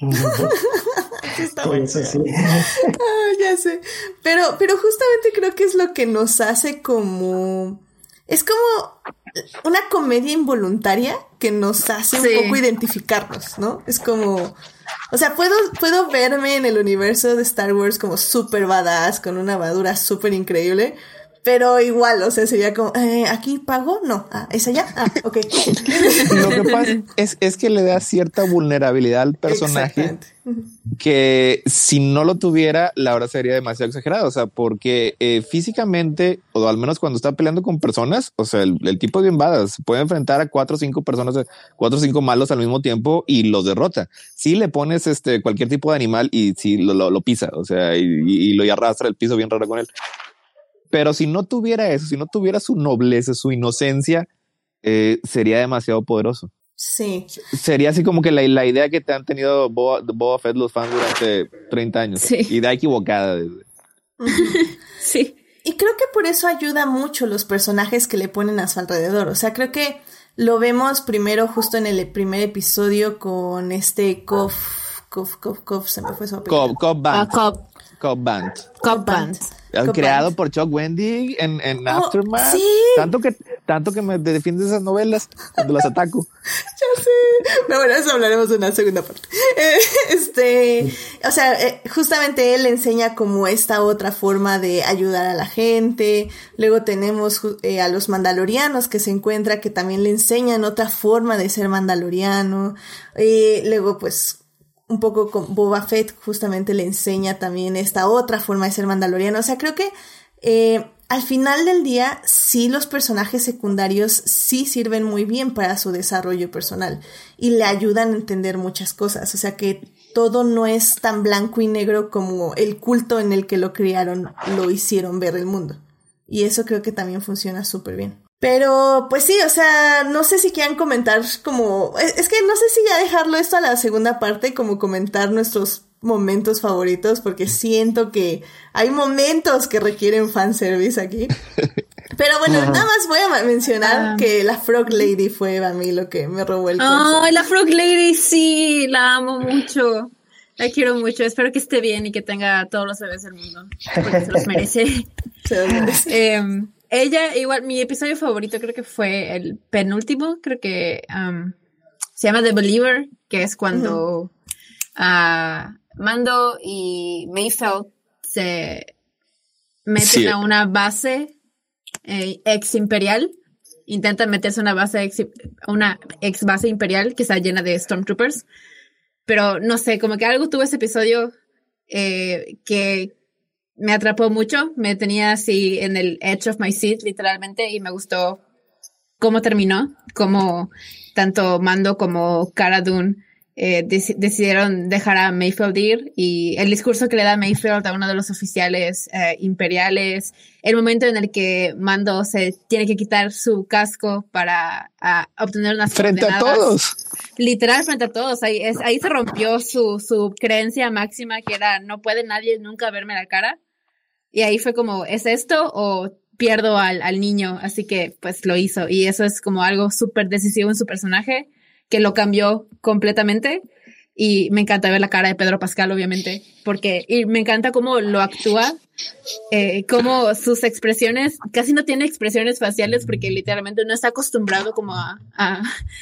Está Sí, bueno. sí, sí. Ah, ya sé. Pero, pero justamente creo que es lo que nos hace como... Es como una comedia involuntaria que nos hace Sí. un poco identificarnos, ¿no? Es como... O sea, puedo, puedo verme en el universo de Star Wars como súper badass, con una armadura súper increíble, pero igual, o sea, sería como, eh, ¿aquí pago? No. Ah, ¿es allá? Ah, ok. Lo que pasa es, es que le da cierta vulnerabilidad al personaje Exactamente. que si no lo tuviera, la verdad sería demasiado exagerado. O sea, porque eh, físicamente, o al menos cuando está peleando con personas, o sea, el, el tipo es bien badass, puede enfrentar a cuatro o cinco personas, cuatro o cinco malos al mismo tiempo y los derrota. Si le pones este cualquier tipo de animal y si lo, lo, lo pisa, o sea, y, y, y lo arrastra el piso bien raro con él. Pero si no tuviera eso, si no tuviera su nobleza, su inocencia, eh, sería demasiado poderoso. Sí. Sería así como que la, la idea que te han tenido Boba, Boba Fett los fans durante treinta años. Sí. Idea equivocada. Sí. Y creo que por eso ayuda mucho los personajes que le ponen a su alrededor. O sea, creo que lo vemos primero justo en el primer episodio con este Cobb, Cobb, Cobb, Cobb, se me fue su apellido. Cobb, Cobb Band. Uh, Cobb, Cobb Band. Cobb Band. Cobb Creado Band. por Chuck Wendig en, en Oh, Aftermath. sí. Tanto que, tanto que me defiendes esas novelas cuando las ataco. Ya sé. Pero bueno, eso hablaremos en una segunda parte. Eh, este, o sea, eh, justamente él enseña como esta otra forma de ayudar a la gente. Luego tenemos eh, a los mandalorianos que se encuentra que también le enseñan otra forma de ser mandaloriano. Eh, luego, pues, un poco con Boba Fett justamente le enseña también esta otra forma de ser mandaloriano. O sea, creo que eh, al final del día, sí, los personajes secundarios sí sirven muy bien para su desarrollo personal y le ayudan a entender muchas cosas. O sea, que todo no es tan blanco y negro como el culto en el que lo criaron lo hicieron ver el mundo. Y eso creo que también funciona súper bien. Pero, pues sí, o sea, no sé si quieran comentar como... Es, es que no sé si ya dejarlo esto a la segunda parte, como comentar nuestros momentos favoritos, porque siento que hay momentos que requieren fanservice aquí. Pero bueno, nada más voy a mencionar Ah. que la Frog Lady fue a mí lo que me robó el corazón. Ay, la Frog Lady, sí, la amo mucho. La quiero mucho. Espero que esté bien y que tenga todos los bebés del mundo, porque se los merece. Se lo merece. Eh, ella, igual, mi episodio favorito creo que fue el penúltimo, creo que um, se llama The Believer, que es cuando uh-huh. uh, Mando y Mayfeld se meten sí. a una base eh, ex imperial, intentan meterse a una base ex, una ex base imperial que está llena de Stormtroopers, pero no sé, como que algo tuvo ese episodio eh, que me atrapó mucho, me tenía así en el edge of my seat, literalmente, y me gustó cómo terminó, cómo tanto Mando como Cara Dune eh, dec- decidieron dejar a Mayfeld ir, y el discurso que le da Mayfeld a uno de los oficiales eh, imperiales, el momento en el que Mando se tiene que quitar su casco para a, obtener unas frente coordenadas. a todos. Literal, frente a todos. Ahí, es, ahí se rompió su, su creencia máxima, que era, no puede nadie nunca verme la cara. Y ahí fue como, ¿es esto o pierdo al, al niño? Así que, pues, lo hizo. Y eso es como algo súper decisivo en su personaje, que lo cambió completamente. Y me encanta ver la cara de Pedro Pascal, obviamente, porque y me encanta cómo lo actúa, eh, cómo sus expresiones, casi no tiene expresiones faciales, porque literalmente no está acostumbrado como a... a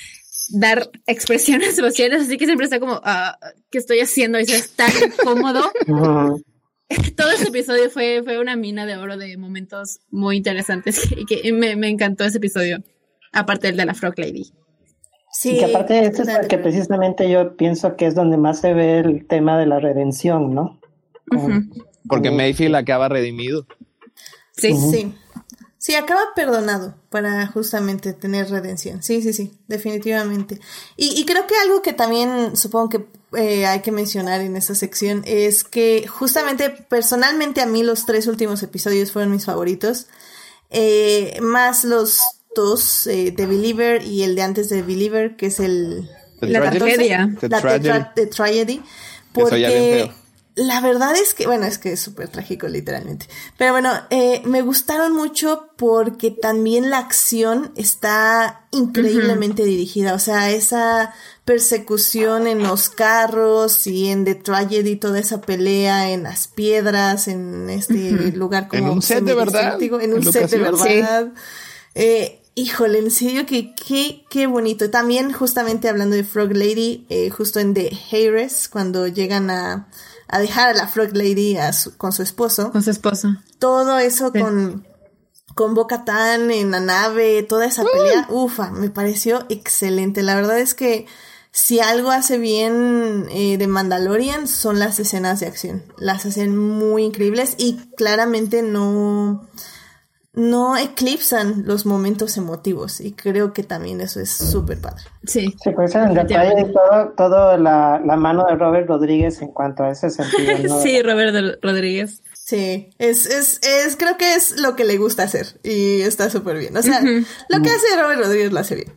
dar expresiones faciales, así que siempre está como, uh, ¿qué estoy haciendo? Y es tan cómodo. Uh-huh. Todo ese episodio fue, fue una mina de oro de momentos muy interesantes y que y me, me encantó ese episodio, aparte del de la Frog Lady. Sí, y que aparte de esto es claro. porque precisamente yo pienso que es donde más se ve el tema de la redención, ¿no? Uh-huh. Porque Mayfield acaba redimido. Sí. Uh-huh. Sí. Sí, acaba perdonado para justamente tener redención. Sí, sí, sí, definitivamente. Y, y creo que algo que también supongo que eh, hay que mencionar en esta sección es que justamente personalmente a mí los tres últimos episodios fueron mis favoritos. Eh, más los dos, eh, The Believer y el de antes de Believer, que es el... The la Tragedy. tragedia. The La Tragedy. tra- The Tragedy. Eso ya bien Porque... feo. La verdad es que, bueno, es que es súper trágico literalmente. Pero bueno, eh, me gustaron mucho porque también la acción está increíblemente uh-huh. dirigida. O sea, esa persecución en los carros y en The Tragedy, toda esa pelea en las piedras, en este uh-huh. lugar como... En un set de verdad. En un en set de verdad. Sí. Eh, híjole, en serio que qué, qué bonito. También justamente hablando de Frog Lady, eh, justo en The Heiress, cuando llegan a... a dejar a la Frog Lady a su, con su esposo. Con su esposo. Todo eso sí. con, con Bo-Katan en la nave, toda esa uh. pelea, ufa, me pareció excelente. La verdad es que si algo hace bien eh, de Mandalorian son las escenas de acción. Las hacen muy increíbles y claramente no... no eclipsan los momentos emotivos y creo que también eso es súper padre. Sí. Sí, pues en detalle de todo, todo la, la mano de Robert Rodríguez en cuanto a ese sentido, ¿no? Sí, Robert Rodríguez. Sí, es, es, es, creo que es lo que le gusta hacer y está súper bien. O sea, uh-huh. lo que hace Robert Rodríguez lo hace bien.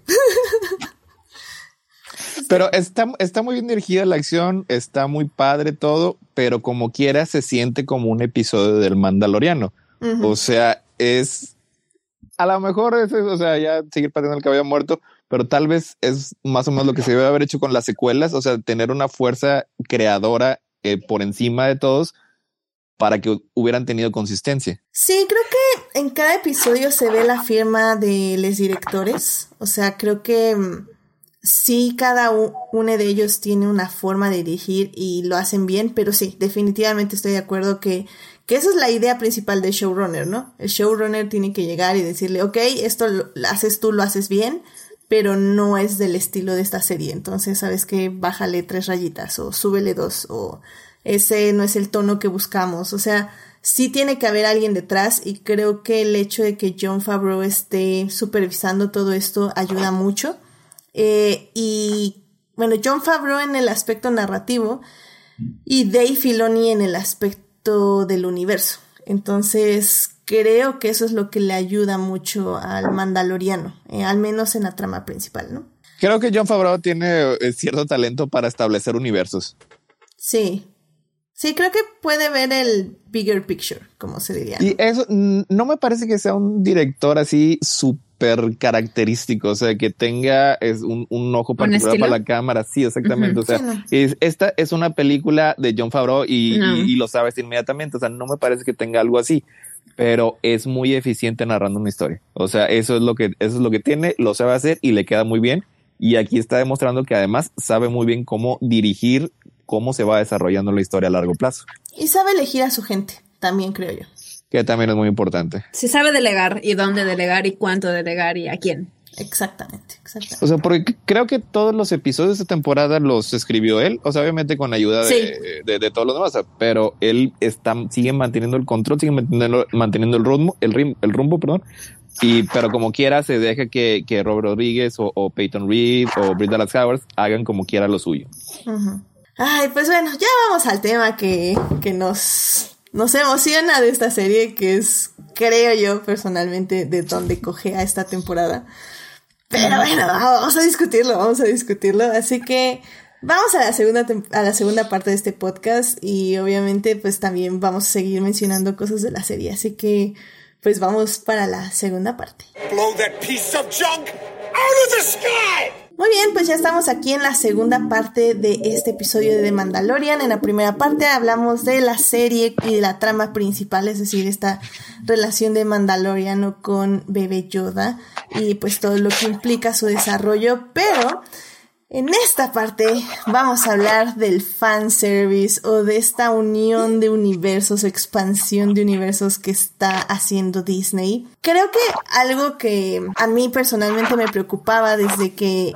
Pero está, está muy bien dirigida la acción, está muy padre todo, pero como quiera se siente como un episodio del Mandaloriano. Uh-huh. O sea, es a lo mejor es, o sea, ya seguir pateando el cabello muerto, pero tal vez es más o menos lo que se debe haber hecho con las secuelas, o sea, tener una fuerza creadora eh, por encima de todos para que hubieran tenido consistencia. Sí, creo que en cada episodio se ve la firma de los directores, o sea, creo que sí, cada uno de ellos tiene una forma de dirigir y lo hacen bien, pero sí, definitivamente estoy de acuerdo que Que esa es la idea principal del showrunner, ¿no? El showrunner tiene que llegar y decirle, ok, esto lo haces tú, lo haces bien, pero no es del estilo de esta serie. Entonces, ¿sabes qué? Bájale tres rayitas o súbele dos o ese no es el tono que buscamos. O sea, sí tiene que haber alguien detrás y creo que el hecho de que Jon Favreau esté supervisando todo esto ayuda mucho. Eh, y, bueno, Jon Favreau en el aspecto narrativo y Dave Filoni en el aspecto del universo. Entonces creo que eso es lo que le ayuda mucho al Mandaloriano, eh, al menos en la trama principal, ¿no? Creo que Jon Favreau tiene eh, cierto talento para establecer universos. Sí, sí, creo que puede ver el bigger picture, como se diría. Y eso no me parece que sea un director así súper característico, o sea, que tenga es un, un ojo particular ¿Un para la cámara. Sí, exactamente. Uh-huh. O sea, sí, no. es, esta es una película de Jon Favreau y, no. y, y lo sabes inmediatamente. O sea, no me parece que tenga algo así, pero es muy eficiente narrando una historia. O sea, eso es lo que, eso es lo que tiene, lo sabe hacer y le queda muy bien. Y aquí está demostrando que además sabe muy bien cómo dirigir, cómo se va desarrollando la historia a largo plazo. Y sabe elegir a su gente, también creo yo. Que también es muy importante. Sí sabe delegar y dónde delegar y cuánto delegar y a quién. Exactamente, exactamente. O sea, porque creo que todos los episodios de esta temporada los escribió él, o sea, obviamente con ayuda de, sí. de, de todos los demás, pero él está, sigue manteniendo el control, sigue manteniendo, manteniendo el rumbo, el, rim, el rumbo, perdón, y pero como quiera se deja que, que Robert Rodríguez o, o Peyton Reed o Brit Dallas Howard hagan como quiera lo suyo. Uh-huh. Ay, pues bueno, ya vamos al tema que, que nos... Nos emociona de esta serie, que es, creo yo, personalmente, de donde cojea esta temporada. Pero bueno, vamos a discutirlo, vamos a discutirlo. Así que vamos a la segunda a la segunda parte de este podcast y obviamente pues también vamos a seguir mencionando cosas de la serie. Así que pues vamos para la segunda parte. Blow that piece of junk out of the sky. Muy bien, pues ya estamos aquí en la segunda parte de este episodio de The Mandalorian. En la primera parte hablamos de la serie y de la trama principal, es decir, esta relación de Mandaloriano con Bebé Yoda y pues todo lo que implica su desarrollo, pero en esta parte vamos a hablar del fanservice o de esta unión de universos, expansión de universos que está haciendo Disney. Creo que algo que a mí personalmente me preocupaba desde que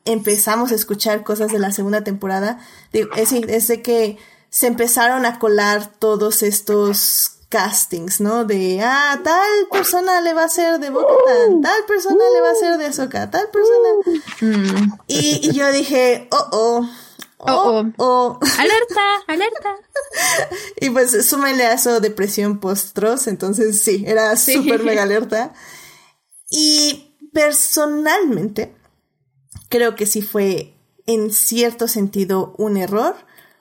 empezamos a escuchar cosas de la segunda temporada, digo, es, es de que se empezaron a colar todos estos castings, ¿no? De, ah, tal persona le va a ser de Bo-Katan, tal persona uh, le va a ser de Ahsoka, tal persona. Mm. Y, y yo dije, oh, oh. Oh, oh, oh. Alerta, alerta. Y pues súmenle a eso depresión post-Tross, entonces sí, era sí. súper mega alerta. Y personalmente, creo que sí fue en cierto sentido un error,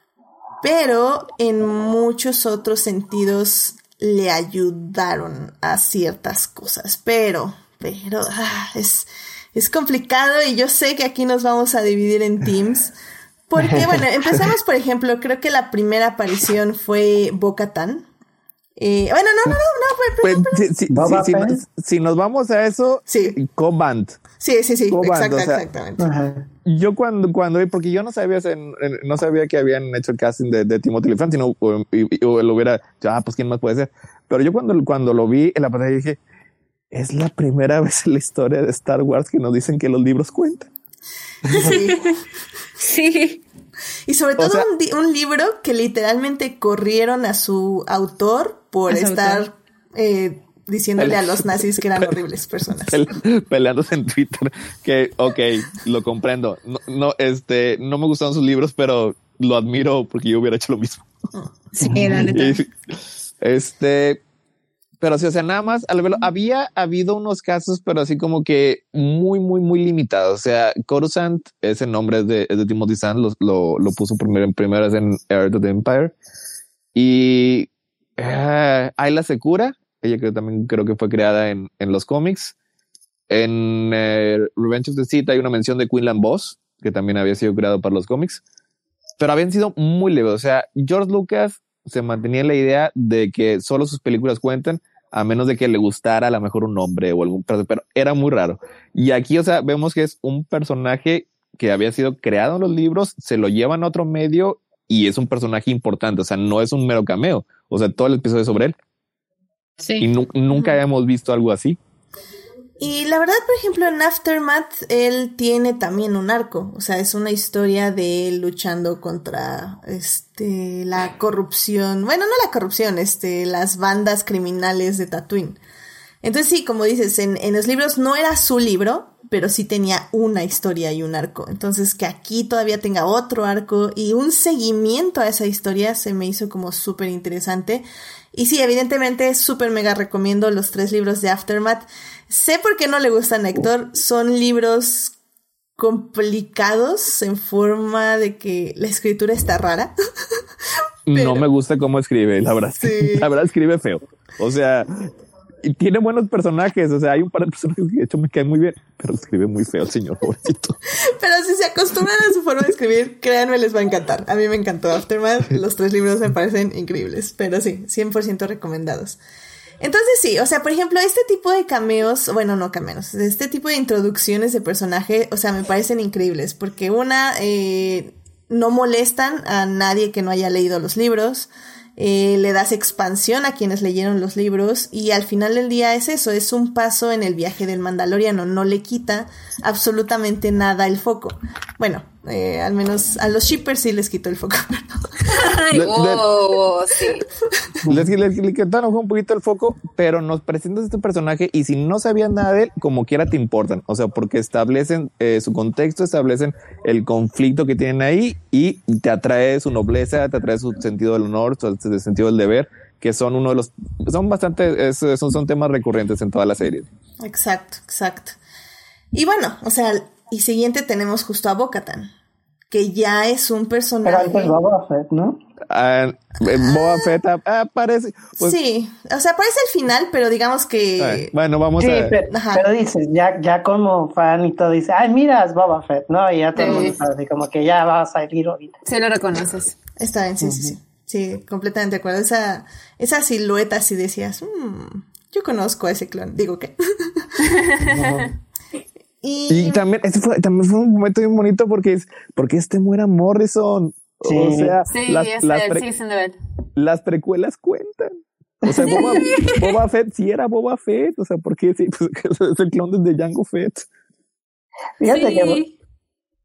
pero en muchos otros sentidos le ayudaron a ciertas cosas. Pero, pero, ah, es, es complicado y yo sé que aquí nos vamos a dividir en teams. Porque, bueno, empezamos, por ejemplo, creo que la primera aparición fue Bo-Katan. Eh, bueno, no, no, no, no, fue pues, si, si, si, si, si nos vamos a eso, sí. Coband. Sí, sí, sí, exacto, o sea, exactamente. Ajá. Yo cuando, cuando, porque yo no sabía, no sabía que habían hecho el casting de, de Timothy Olyphant, sino o, y, o lo hubiera, ah, pues quién más puede ser. Pero yo cuando, cuando lo vi en la pantalla dije, es la primera vez en la historia de Star Wars que nos dicen que los libros cuentan. Sí. Sí. Y sobre todo o sea, un, un libro que literalmente corrieron a su autor por estar autor. Eh, diciéndole a los nazis que eran horribles personas. Peleándose en Twitter. Que, ok, lo comprendo. No, no, este, no me gustaron sus libros, pero lo admiro porque yo hubiera hecho lo mismo. Sí, la neta. Este... Pero sí, o sea, nada más, al verlo, había habido unos casos, pero así como que muy, muy, muy limitados. O sea, Coruscant, ese nombre es de, es de Timothy Zahn, lo, lo, lo puso primero en primeras en Heir to the Empire. Y uh, Ayla Secura, ella que también creo que fue creada en, en los cómics. En uh, Revenge of the Sith hay una mención de Quinlan Vos, que también había sido creado para los cómics. Pero habían sido muy leves. O sea, George Lucas se mantenía en la idea de que solo sus películas cuentan, a menos de que le gustara a lo mejor un nombre o algún personaje, pero era muy raro. Y aquí, o sea, vemos que es un personaje que había sido creado en los libros, se lo llevan a otro medio y es un personaje importante, o sea, no es un mero cameo, o sea, todo el episodio es sobre él. Sí. Y nu- nunca habíamos visto algo así. Y la verdad, por ejemplo, en Aftermath, él tiene también un arco. O sea, es una historia de él luchando contra este la corrupción. Bueno, no la corrupción, este, las bandas criminales de Tatooine. Entonces sí, como dices, en, en los libros no era su libro, pero sí tenía una historia y un arco. Entonces que aquí todavía tenga otro arco y un seguimiento a esa historia se me hizo como súper interesante. Y sí, evidentemente súper mega recomiendo los tres libros de Aftermath. Sé por qué no le gustan a Héctor. Son libros complicados en forma de que la escritura está rara. Pero... no me gusta cómo escribe, la verdad. Sí. La verdad escribe feo. O sea, y tiene buenos personajes. O sea, hay un par de personajes que de hecho me caen muy bien, pero escribe muy feo el señor, pobrecito. Pero si se acostumbran a su forma de escribir, créanme, les va a encantar. A mí me encantó Aftermath. Los tres libros me parecen increíbles. Pero sí, cien por ciento recomendados. Entonces sí, o sea, por ejemplo, este tipo de cameos, bueno, no cameos, este tipo de introducciones de personaje, o sea, me parecen increíbles, porque una, eh, no molestan a nadie que no haya leído los libros, eh, le das expansión a quienes leyeron los libros, y al final del día es eso, es un paso en el viaje del Mandaloriano, no le quita absolutamente nada el foco. Bueno, eh, al menos a los shippers sí les quitó el foco. Ay, wow, sí. Les, les, les quitaron un poquito el foco, pero nos presentas este personaje y si no sabían nada de él, como quiera te importan. O sea, porque establecen eh, su contexto, establecen el conflicto que tienen ahí y te atrae su nobleza, te atrae su sentido del honor, su, su sentido del deber, que son uno de los, son bastante, es, son, son temas recurrentes en toda la serie. Exacto, exacto. Y bueno, o sea, y siguiente tenemos justo a Bo-Katan, que ya es un personaje. Pero antes Boba Fett, ¿no? Uh, Boba Fett aparece. Pues, sí, o sea, aparece al final, pero digamos que. Ay, bueno, vamos sí, a. Pero, pero dices, ya, ya como fan y todo, dice, ay, mira, es Boba Fett, ¿no? Y ya todo el mundo sabe, así como que ya va a salir ahorita. Sí, lo reconoces. Está bien, sí, uh-huh. sí, sí. Sí, completamente de acuerdo. Esa, esa silueta, así decías, mmm, yo conozco a ese clon. Digo que. Uh-huh. Y, y también, este fue, también fue un momento bien bonito porque es, porque este muera Morrison. Sí. O sea, sí, las, es las, el, pre- sí, es las precuelas cuentan. O sea, Boba, Boba Fett sí era Boba Fett. O sea, ¿por qué? Sí, pues es el clon de Jango Fett. Fíjate sí. que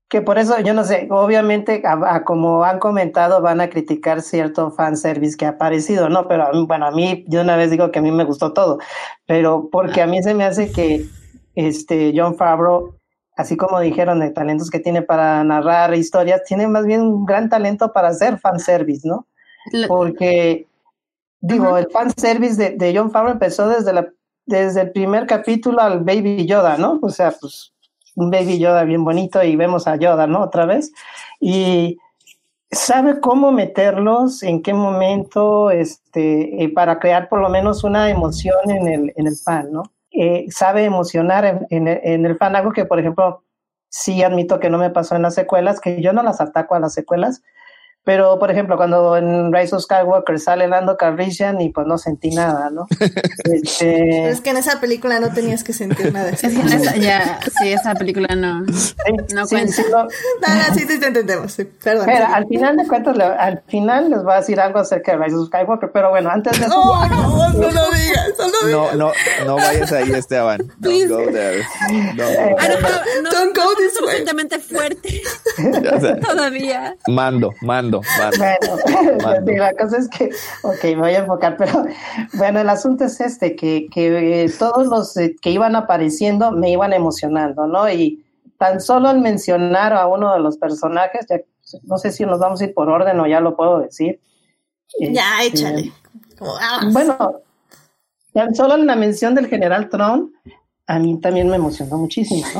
que por eso, yo no sé, obviamente, a, a como han comentado, van a criticar cierto fanservice que ha aparecido, ¿no? Pero, a mí, bueno, a mí, yo una vez digo que a mí me gustó todo, pero porque a mí se me hace que este Jon Favreau, así como dijeron de talentos que tiene para narrar historias, tiene más bien un gran talento para hacer fanservice, ¿no? Porque, digo, uh-huh. el fanservice de, de Jon Favreau empezó desde, la, desde el primer capítulo al Baby Yoda, ¿no? O sea, pues un Baby Yoda bien bonito y vemos a Yoda, ¿no? Otra vez. Y sabe cómo meterlos, en qué momento, este, eh, para crear por lo menos una emoción en el, en el fan, ¿no? Eh, sabe emocionar en, en, en el fan, algo que, por ejemplo, sí admito que no me pasó en las secuelas, que yo no las ataco a las secuelas, pero, por ejemplo, cuando en Rise of Skywalker sale Lando Calrissian y pues no sentí nada, ¿no? este... Pero es que en esa película no tenías que sentir nada. Es que en esa, ya, sí, esa película no, no sí, cuenta. Sí, no, no, sí, sí, te entendemos, sí, perdón. Pero al final de cuentas, al final les voy a decir algo acerca de Rise of Skywalker, pero bueno, antes de... No, no, no, no lo digas, no lo digas. No, no, no vayas ahí, Esteban. Don't go there. Don't go there. Ah, no, no, Don't no, go no, this way. suficientemente fuerte. O sea, todavía. Mando, mando, mando. Bueno, mando. la cosa es que, ok, me voy a enfocar, pero bueno, el asunto es este, que, que eh, todos los eh, que iban apareciendo me iban emocionando, ¿no? Y tan solo al mencionar a uno de los personajes, ya, no sé si nos vamos a ir por orden o ya lo puedo decir. Ya, este, échale. Bueno, tan solo en la mención del general Tron, a mí también me emocionó muchísimo, ¿no?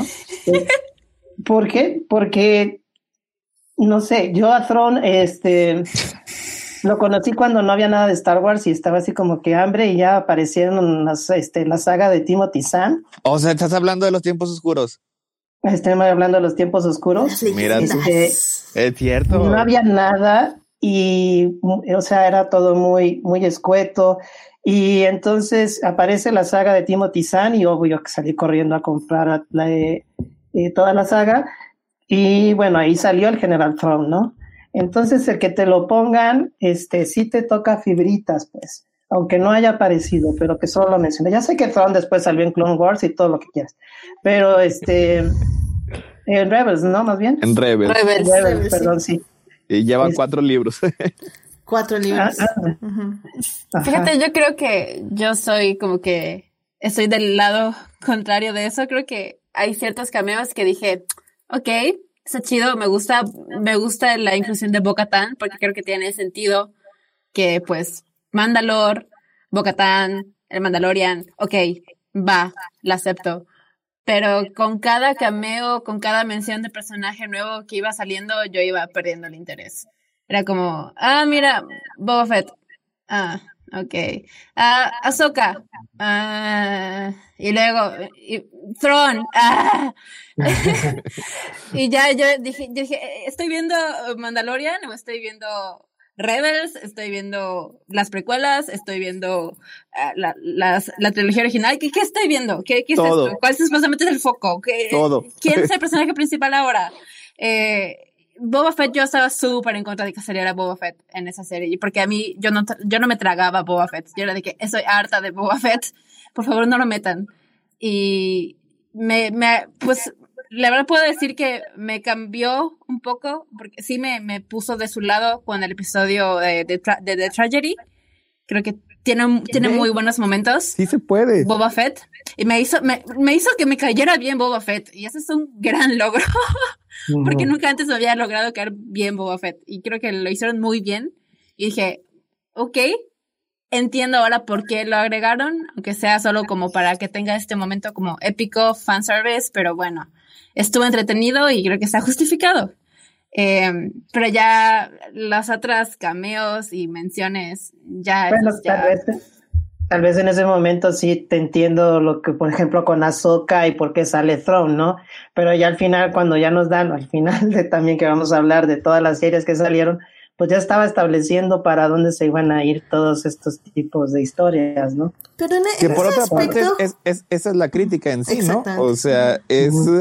¿Por qué? Porque, no sé, yo a Tron, este, lo conocí cuando no había nada de Star Wars y estaba así como que hambre y ya aparecieron las, este, la saga de Timothy Zahn. O sea, estás hablando de los tiempos oscuros. Estoy hablando de los tiempos oscuros. Mira, este, es cierto. No había nada y, o sea, era todo muy, muy escueto. Y entonces aparece la saga de Timothy Zahn y obvio que salí corriendo a comprar la, eh, eh, toda la saga. Y bueno, ahí salió el General Thrawn, ¿no? Entonces el que te lo pongan, este, sí te toca fibritas, pues, aunque no haya aparecido, pero que solo lo mencioné. Ya sé que Thrawn después salió en Clone Wars y todo lo que quieras, pero este, en Rebels, ¿no? Más bien. En Rebels. Rebels, Rebels, Rebels perdón, sí. sí. Y lleva Es... cuatro libros. Cuatro libros. Ah, ah. Uh-huh. Fíjate, yo creo que yo soy como que estoy del lado contrario de eso. Creo que hay ciertos cameos que dije, ok, está chido, me gusta, me gusta la inclusión de Bo-Katan, porque creo que tiene sentido que, pues, Mandalore, Bo-Katan, el Mandalorian, ok, va, la acepto. Pero con cada cameo, con cada mención de personaje nuevo que iba saliendo, yo iba perdiendo el interés. Era como, ah, mira, Boba Fett, ah, ok, ah, Ahsoka, ah, y luego, y, Thrawn, ah, y ya yo dije, yo dije, estoy viendo Mandalorian o estoy viendo Rebels, estoy viendo las precuelas, estoy viendo uh, la, las, la trilogía original. ¿Qué, qué estoy viendo? ¿Qué, qué es Todo. esto? ¿Cuál es supuestamente el foco? ¿Qué, Todo. ¿Quién es el personaje principal ahora? Eh, Boba Fett, yo estaba súper en contra de que saliera Boba Fett en esa serie, porque a mí, yo no, yo no me tragaba Boba Fett. Yo era de que estoy harta de Boba Fett, por favor no lo metan. Y me, me, pues, la verdad puedo decir que me cambió un poco, porque sí me, me puso de su lado con el episodio de, de, de The Tragedy. Creo que tiene, tiene muy buenos momentos. Sí se puede. Boba Fett. Y me hizo, me, me hizo que me cayera bien Boba Fett. Y ese es un gran logro. Uh-huh. Porque nunca antes me había logrado caer bien Boba Fett. Y creo que lo hicieron muy bien. Y dije, ok, entiendo ahora por qué lo agregaron. Aunque sea solo como para que tenga este momento como épico, fanservice. Pero bueno, estuvo entretenido y creo que está justificado. Eh, pero ya las otras cameos y menciones, ya... Bueno, ya... Tal, vez, tal vez en ese momento sí te entiendo lo que, por ejemplo, con Ahsoka y por qué sale Thrawn, ¿no? Pero ya al final, cuando ya nos dan, al final de también que vamos a hablar de todas las series que salieron, pues ya estaba estableciendo para dónde se iban a ir todos estos tipos de historias, ¿no? Pero en, que en por ese otra aspecto... parte, es, es, esa es la crítica en sí, ¿no? O sea, es... Uh-huh.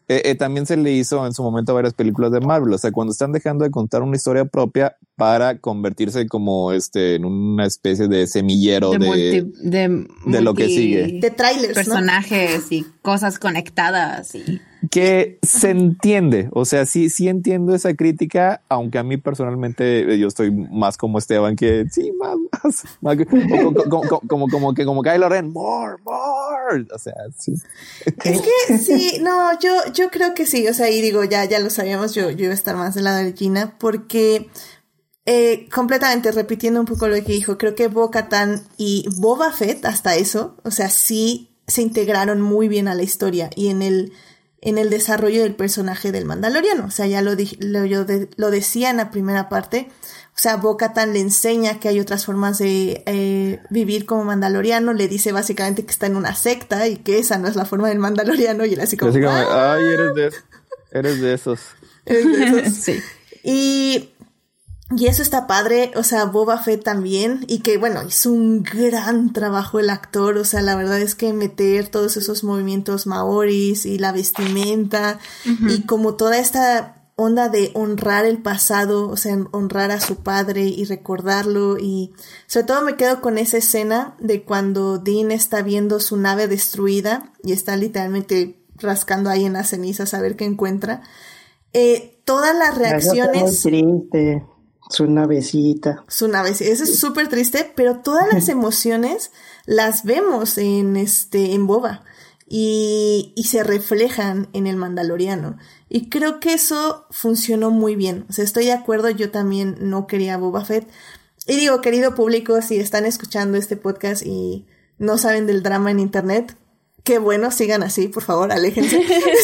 eh, eh, también se le hizo en su momento varias películas de Marvel. O sea, cuando están dejando de contar una historia propia para convertirse como este en una especie de semillero de, de, multi, de, de multi, lo que sigue. De trailers, personajes, ¿no? Y cosas conectadas y... Que se entiende, o sea, sí, sí entiendo esa crítica, aunque a mí personalmente yo estoy más como Esteban, que sí, más, más, más como, como, como, como, como que como Kylo Ren, more, more, o sea, sí. Es que sí, no, yo, yo creo que sí, o sea, y digo, ya, ya lo sabíamos, yo, yo iba a estar más del lado de Gina, porque eh, completamente repitiendo un poco lo que dijo, creo que Bo-Katan y Boba Fett, hasta eso, o sea, sí se integraron muy bien a la historia y en el en el desarrollo del personaje del Mandaloriano. O sea, ya lo, di- lo, yo de- lo decía en la primera parte. O sea, Bo-Katan le enseña que hay otras formas de eh, vivir como mandaloriano. Le dice básicamente que está en una secta y que esa no es la forma del mandaloriano. Y él así como... Así como, ¡ah! ay, eres de, eres de esos. Eres de esos. Sí. Y... Y eso está padre, o sea, Boba Fett también, y que bueno, hizo un gran trabajo el actor, o sea, la verdad es que meter todos esos movimientos maoris y la vestimenta, uh-huh. y como toda esta onda de honrar el pasado, o sea, honrar a su padre y recordarlo, y sobre todo me quedo con esa escena de cuando Dean está viendo su nave destruida y está literalmente rascando ahí en las cenizas a ver qué encuentra. Eh, todas las reacciones... Muy triste. Su navecita. Su navecita. Eso es súper triste, pero todas las emociones las vemos en este, en Boba. Y, y se reflejan en el Mandaloriano. Y creo que eso funcionó muy bien. O sea, estoy de acuerdo, yo también no quería Boba Fett. Y digo, querido público, si están escuchando este podcast y no saben del drama en internet, qué bueno, sigan así, por favor, aléjense.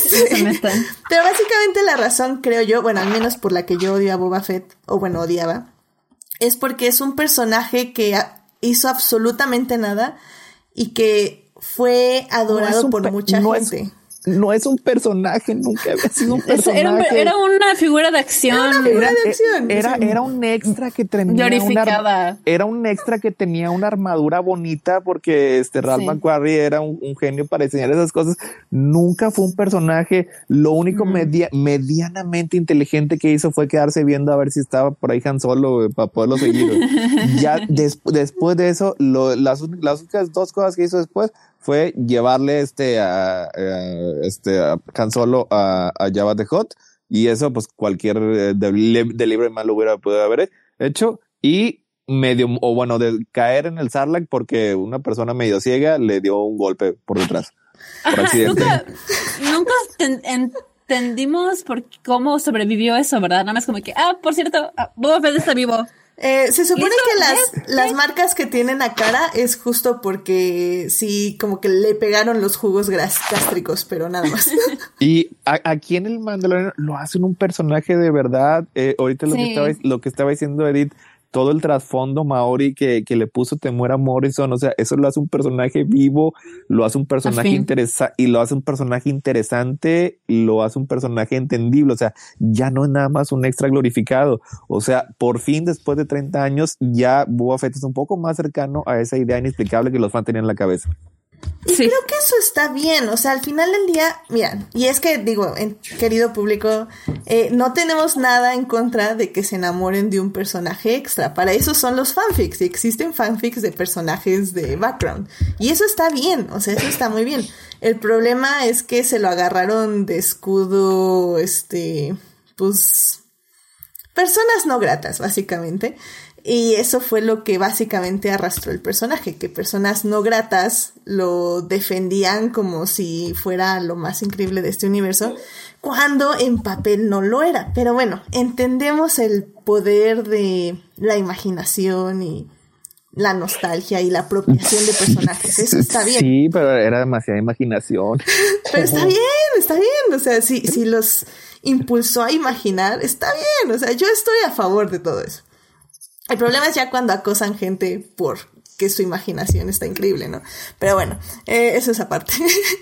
Pero básicamente la razón, creo yo, bueno, al menos por la que yo odio a Boba Fett, o bueno, odiaba, es porque es un personaje que hizo absolutamente nada y que fue adorado no por pe- mucha no gente. Es, no es un personaje, nunca había sido un personaje. Era, era una figura de acción. Era una figura era, de acción. Era, Sí. era un extra que tenía glorificada. Una, era un extra que tenía una armadura bonita porque este Ralph sí. McQuarrie era un, un genio para diseñar esas cosas. Nunca fue un personaje. Lo único mm. media, medianamente inteligente que hizo fue quedarse viendo a ver si estaba por ahí Han Solo para poderlo seguir. Ya des, después de eso, lo, las, las únicas dos cosas que hizo después fue llevarle este a, a este a Han Solo a, a Jabba the Hutt, y eso pues cualquier eh, delivery man lo hubiera podido haber hecho, y medio, o bueno, de caer en el Sarlacc porque una persona medio ciega le dio un golpe por detrás, por accidente. Nunca, nunca ten, entendimos por cómo sobrevivió eso, ¿verdad? Nada más como que, ah, por cierto, Boba Fett está vivo. Eh, se supone que las, las marcas que tiene en la cara es justo porque sí, como que le pegaron los jugos gástricos, pero nada más. Y a, aquí en el Mandaloriano lo hacen un personaje de verdad. Eh, ahorita lo, sí. que estaba, lo que estaba diciendo Edith, todo el trasfondo maori que, que le puso Temuera Morrison, o sea, eso lo hace un personaje vivo, lo hace un personaje interesante, y lo hace un personaje interesante, lo hace un personaje entendible, o sea, ya no es nada más un extra glorificado, o sea, por fin después de treinta años ya Boba Fett es un poco más cercano a esa idea inexplicable que los fans tenían en la cabeza. Y sí. creo que eso está bien, o sea, al final del día, mira, y es que digo, en, querido público, eh, no tenemos nada en contra de que se enamoren de un personaje extra, para eso son los fanfics, y existen fanfics de personajes de background, y eso está bien, o sea, eso está muy bien. El problema es que se lo agarraron de escudo, este, pues, personas no gratas, básicamente. Y eso fue lo que básicamente arrastró el personaje, que personas no gratas lo defendían como si fuera lo más increíble de este universo, cuando en papel no lo era. Pero bueno, entendemos el poder de la imaginación y la nostalgia y la apropiación de personajes. Eso está bien. Sí, pero era demasiada imaginación. Pero está bien, está bien. O sea, si, si los impulsó a imaginar, está bien. O sea, yo estoy a favor de todo eso. El problema es ya cuando acosan gente por que su imaginación está increíble, ¿no? Pero bueno, eh, eso es aparte.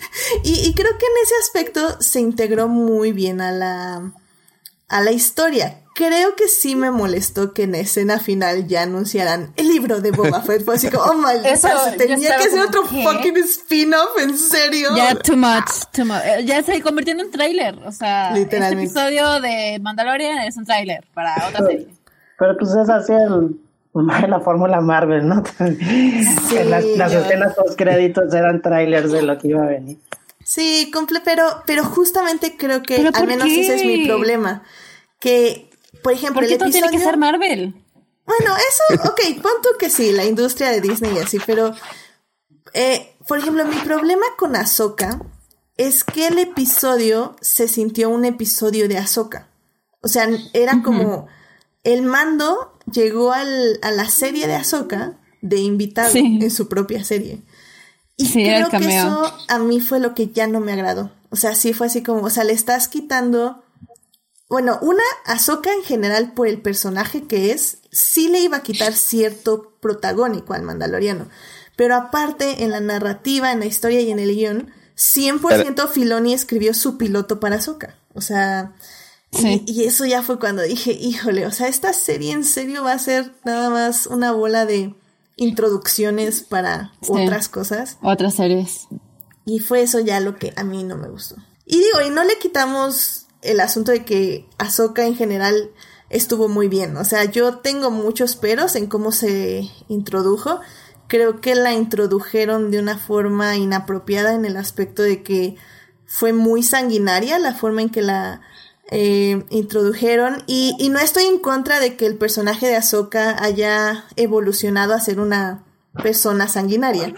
y, y creo que en ese aspecto se integró muy bien a la, a la historia, creo que sí me molestó que en la escena final ya anunciaran el libro de Boba Fett. Fue así como, oh my god, tenía que ser otro ¿qué? fucking spin-off, ¿en serio? Ya, yeah, too much, too much. Ya se convirtió en un tráiler, o sea, este episodio de Mandalorian es un tráiler para otra pero, serie. Pero pues es así el, la fórmula Marvel, ¿no? Sí, las las yo... escenas post créditos eran trailers de lo que iba a venir. Sí, cumple, pero, pero justamente creo que al menos qué? ese es mi problema. Que, por ejemplo, ¿por qué el todo episodio... tiene que ser Marvel? Bueno, eso, ok, pon tú que sí, la industria de Disney y así, pero, eh, por ejemplo, mi problema con Ahsoka es que el episodio se sintió un episodio de Ahsoka. O sea, era uh-huh. como, el Mando llegó al, a la serie de Ahsoka de invitado sí. en su propia serie. Y sí, creo que eso a mí fue lo que ya no me agradó. O sea, sí fue así como, o sea, le estás quitando... Bueno, una, Ahsoka en general por el personaje que es, sí le iba a quitar cierto protagónico al Mandaloriano. Pero aparte, en la narrativa, en la historia y en el guión, cien por ciento pero... Filoni escribió su piloto para Ahsoka. O sea, sí. y, y eso ya fue cuando dije, híjole, o sea, esta serie en serio va a ser nada más una bola de introducciones para sí. otras cosas. Otras series. Y fue eso ya lo que a mí no me gustó. Y digo, y no le quitamos... el asunto de que Ahsoka en general estuvo muy bien. O sea, yo tengo muchos peros en cómo se introdujo. Creo que la introdujeron de una forma inapropiada en el aspecto de que fue muy sanguinaria la forma en que la eh, introdujeron. Y, y no estoy en contra de que el personaje de Ahsoka haya evolucionado a ser una persona sanguinaria,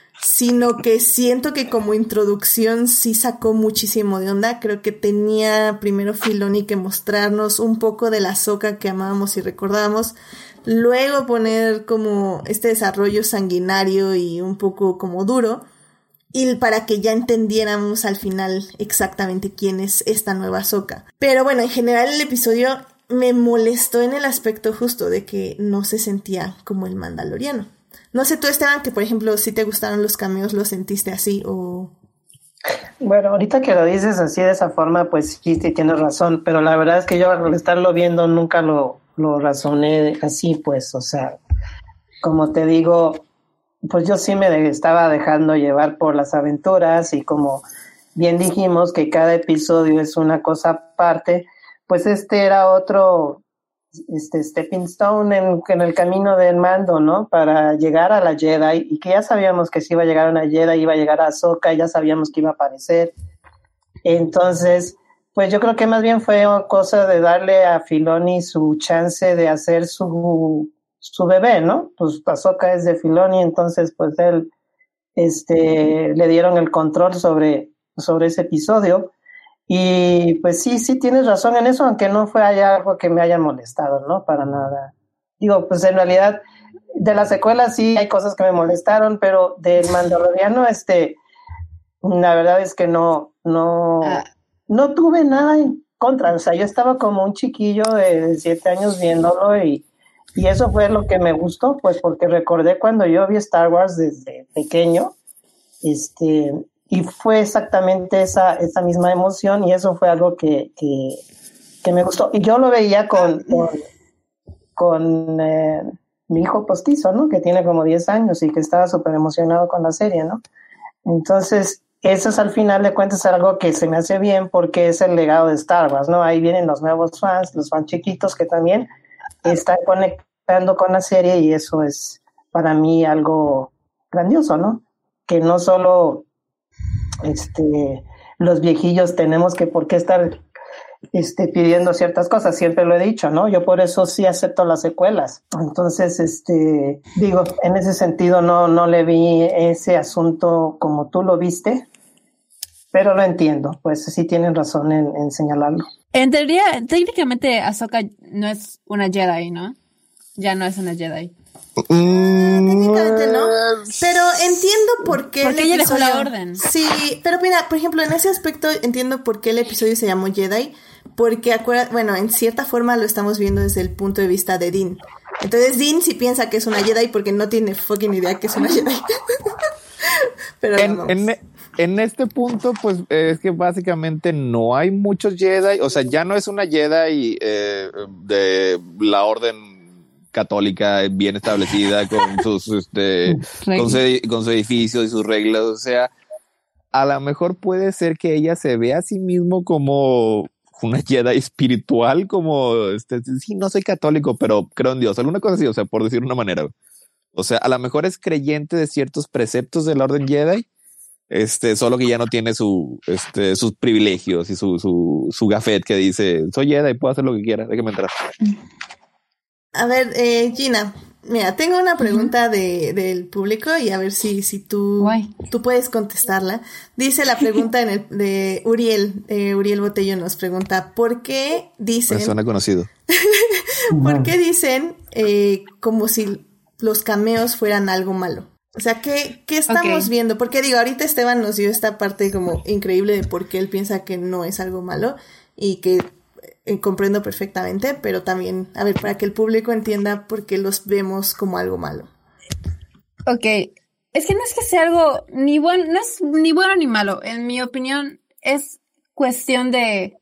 sino que siento que como introducción sí sacó muchísimo de onda. Creo que tenía primero Filoni que mostrarnos un poco de la Ahsoka que amábamos y recordábamos, luego poner como este desarrollo sanguinario y un poco como duro, y para que ya entendiéramos al final exactamente quién es esta nueva Ahsoka. Pero bueno, en general el episodio me molestó en el aspecto justo de que no se sentía como el Mandaloriano. No sé tú, Esteban, que por ejemplo, si te gustaron los cameos, ¿lo sentiste así o...? Bueno, ahorita que lo dices así de esa forma, pues sí, sí tienes razón, pero la verdad es que yo al estarlo viendo nunca lo, lo razoné así, pues, o sea, como te digo, pues yo sí me de, estaba dejando llevar por las aventuras y como bien dijimos que cada episodio es una cosa aparte, pues este era otro... este stepping stone en, en el camino del Mando, ¿no? Para llegar a la Jedi, y que ya sabíamos que si iba a llegar a una Jedi, iba a llegar a Ahsoka, ya sabíamos que iba a aparecer. Entonces, pues yo creo que más bien fue cosa de darle a Filoni su chance de hacer su, su bebé, ¿no? Pues Ahsoka es de Filoni, entonces pues él, este, le dieron el control sobre, sobre ese episodio. Y pues sí, sí tienes razón en eso, aunque no fue allá algo que me haya molestado, ¿no? Para nada. Digo, pues en realidad, de la secuela sí hay cosas que me molestaron, pero del Mandaloriano, este, la verdad es que no, no, no tuve nada en contra. O sea, yo estaba como un chiquillo de siete años viéndolo y, y eso fue lo que me gustó, pues porque recordé cuando yo vi Star Wars desde pequeño, este... y fue exactamente esa, esa misma emoción, y eso fue algo que, que, que me gustó. Y yo lo veía con, con, con eh, mi hijo postizo, ¿no? Que tiene como diez años y que estaba súper emocionado con la serie, ¿no? Entonces, eso es al final de cuentas algo que se me hace bien porque es el legado de Star Wars, ¿no? Ahí vienen los nuevos fans, los fans chiquitos que también están conectando con la serie, y eso es para mí algo grandioso, ¿no? Que no solo... este los viejillos tenemos que por qué estar este pidiendo ciertas cosas, siempre lo he dicho, ¿no? Yo por eso sí acepto las secuelas. Entonces, este digo, en ese sentido no, no le vi ese asunto como tú lo viste, pero lo entiendo, pues sí tienen razón en, en señalarlo. En teoría, técnicamente Ahsoka no es una Jedi, ¿no? Ya no es una Jedi. Mm, técnicamente no, pero entiendo por qué porque ella dejó la orden. Sí, pero mira, por ejemplo, en ese aspecto entiendo por qué el episodio se llamó Jedi, porque acuerda, bueno, en cierta forma lo estamos viendo desde el punto de vista de Din. Entonces Din sí piensa que es una Jedi porque no tiene fucking idea que es una Jedi. Pero en, en, en este punto, pues es que básicamente no hay muchos Jedi, o sea, ya no es una Jedi eh, de la orden católica bien establecida con sus, este, con su, con su edificio y sus reglas, o sea, a lo mejor puede ser que ella se vea a sí mismo como una Jedi espiritual, como, este, sí, no soy católico, pero creo en Dios, alguna cosa así, o sea, por decir una manera. O sea, a lo mejor es creyente de ciertos preceptos de la orden Jedi, este, solo que ya no tiene su, este, sus privilegios y su, su, su gafet que dice, soy Jedi, puedo hacer lo que quiera, déjame entrar. A ver, eh, Gina, mira, tengo una pregunta de, del público y a ver si, si tú, tú puedes contestarla. Dice la pregunta en el, de Uriel, eh, Uriel Botello nos pregunta, ¿por qué dicen... Me suena conocido. ¿Por qué dicen eh, como si los cameos fueran algo malo? O sea, ¿qué, qué estamos okay. viendo? Porque digo, ahorita Esteban nos dio esta parte como increíble de por qué él piensa que no es algo malo y que eh, comprendo perfectamente, pero también, a ver, para que el público entienda por qué los vemos como algo malo. Ok, es que no es que sea algo ni bueno, no es ni bueno ni malo. En mi opinión, es cuestión de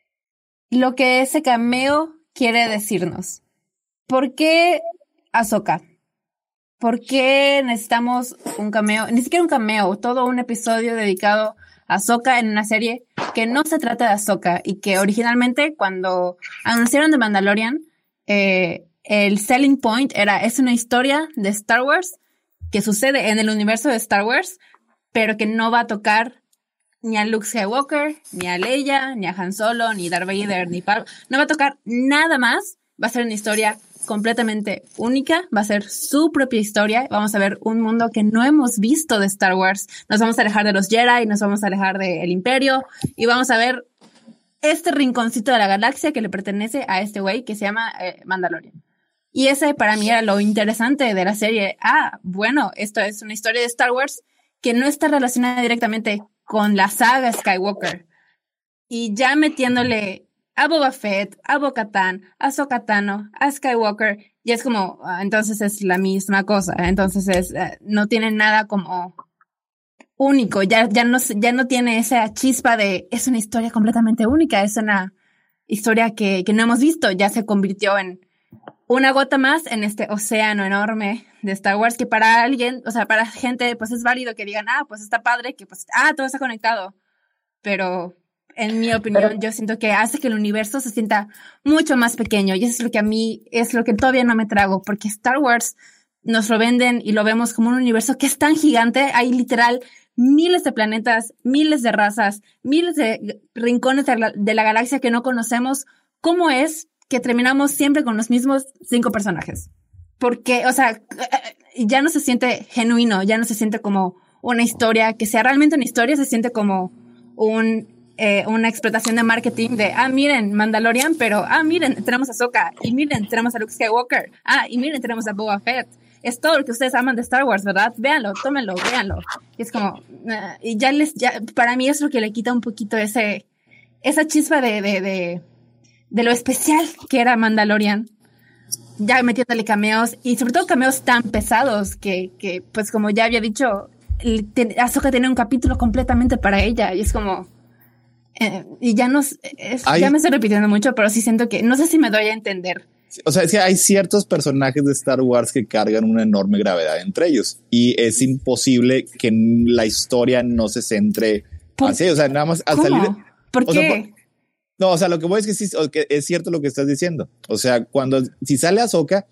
lo que ese cameo quiere decirnos. ¿Por qué Ahsoka? ¿Por qué necesitamos un cameo? Ni siquiera un cameo, todo un episodio dedicado a Ahsoka en una serie que no se trata de Ahsoka y que originalmente cuando anunciaron The Mandalorian, eh, el selling point era, es una historia de Star Wars que sucede en el universo de Star Wars, pero que no va a tocar ni a Luke Skywalker, ni a Leia, ni a Han Solo, ni Darth Vader, ni Pablo. No va a tocar nada más, va a ser una historia completamente única, va a ser su propia historia, vamos a ver un mundo que no hemos visto de Star Wars, nos vamos a alejar de los Jedi, nos vamos a alejar del Imperio y vamos a ver este rinconcito de la galaxia que le pertenece a este güey que se llama eh, Mandalorian. Y ese para mí era lo interesante de la serie. Ah, bueno, esto es una historia de Star Wars que no está relacionada directamente con la saga Skywalker y ya metiéndole a Boba Fett, a Bo-Katan, a Ahsoka Tano, a Skywalker, y es como, uh, entonces es la misma cosa, entonces es, uh, no tiene nada como único, ya, ya, no, ya no tiene esa chispa de, es una historia completamente única, es una historia que, que no hemos visto, ya se convirtió en una gota más en este océano enorme de Star Wars, que para alguien, o sea, para gente, pues es válido que digan, ah, pues está padre, que pues, ah, todo está conectado, pero... En mi opinión, Pero, yo siento que hace que el universo se sienta mucho más pequeño y eso es lo que a mí, es lo que todavía no me trago, porque Star Wars nos lo venden y lo vemos como un universo que es tan gigante, hay literal miles de planetas, miles de razas, miles de rincones de la, de la galaxia que no conocemos. ¿Cómo es que terminamos siempre con los mismos cinco personajes? Porque, o sea, ya no se siente genuino, ya no se siente como una historia, que sea realmente una historia, se siente como un... Eh, una explotación de marketing de, ah, miren, Mandalorian, pero, ah, miren, tenemos a Ahsoka, y miren, tenemos a Luke Skywalker, ah, y miren, tenemos a Boba Fett. Es todo lo que ustedes aman de Star Wars, ¿verdad? Véanlo, tómenlo, véanlo. Y es como, uh, y ya les, ya, para mí es lo que le quita un poquito ese, esa chispa de, de, de, de lo especial que era Mandalorian. Ya metiéndole cameos, y sobre todo cameos tan pesados que, que pues como ya había dicho, el, te, Ahsoka tiene un capítulo completamente para ella, y es como, Eh, y ya nos es, hay, ya me estoy repitiendo mucho, pero sí siento que no sé si me doy a entender. O sea, es que hay ciertos personajes de Star Wars que cargan una enorme gravedad entre ellos y es imposible que la historia no se centre así. O sea, nada más al ¿Cómo? salir. ¿Por qué? Sea, por, no, o sea, lo que voy es que sí, que es cierto lo que estás diciendo. O sea, cuando si sale Ahsoka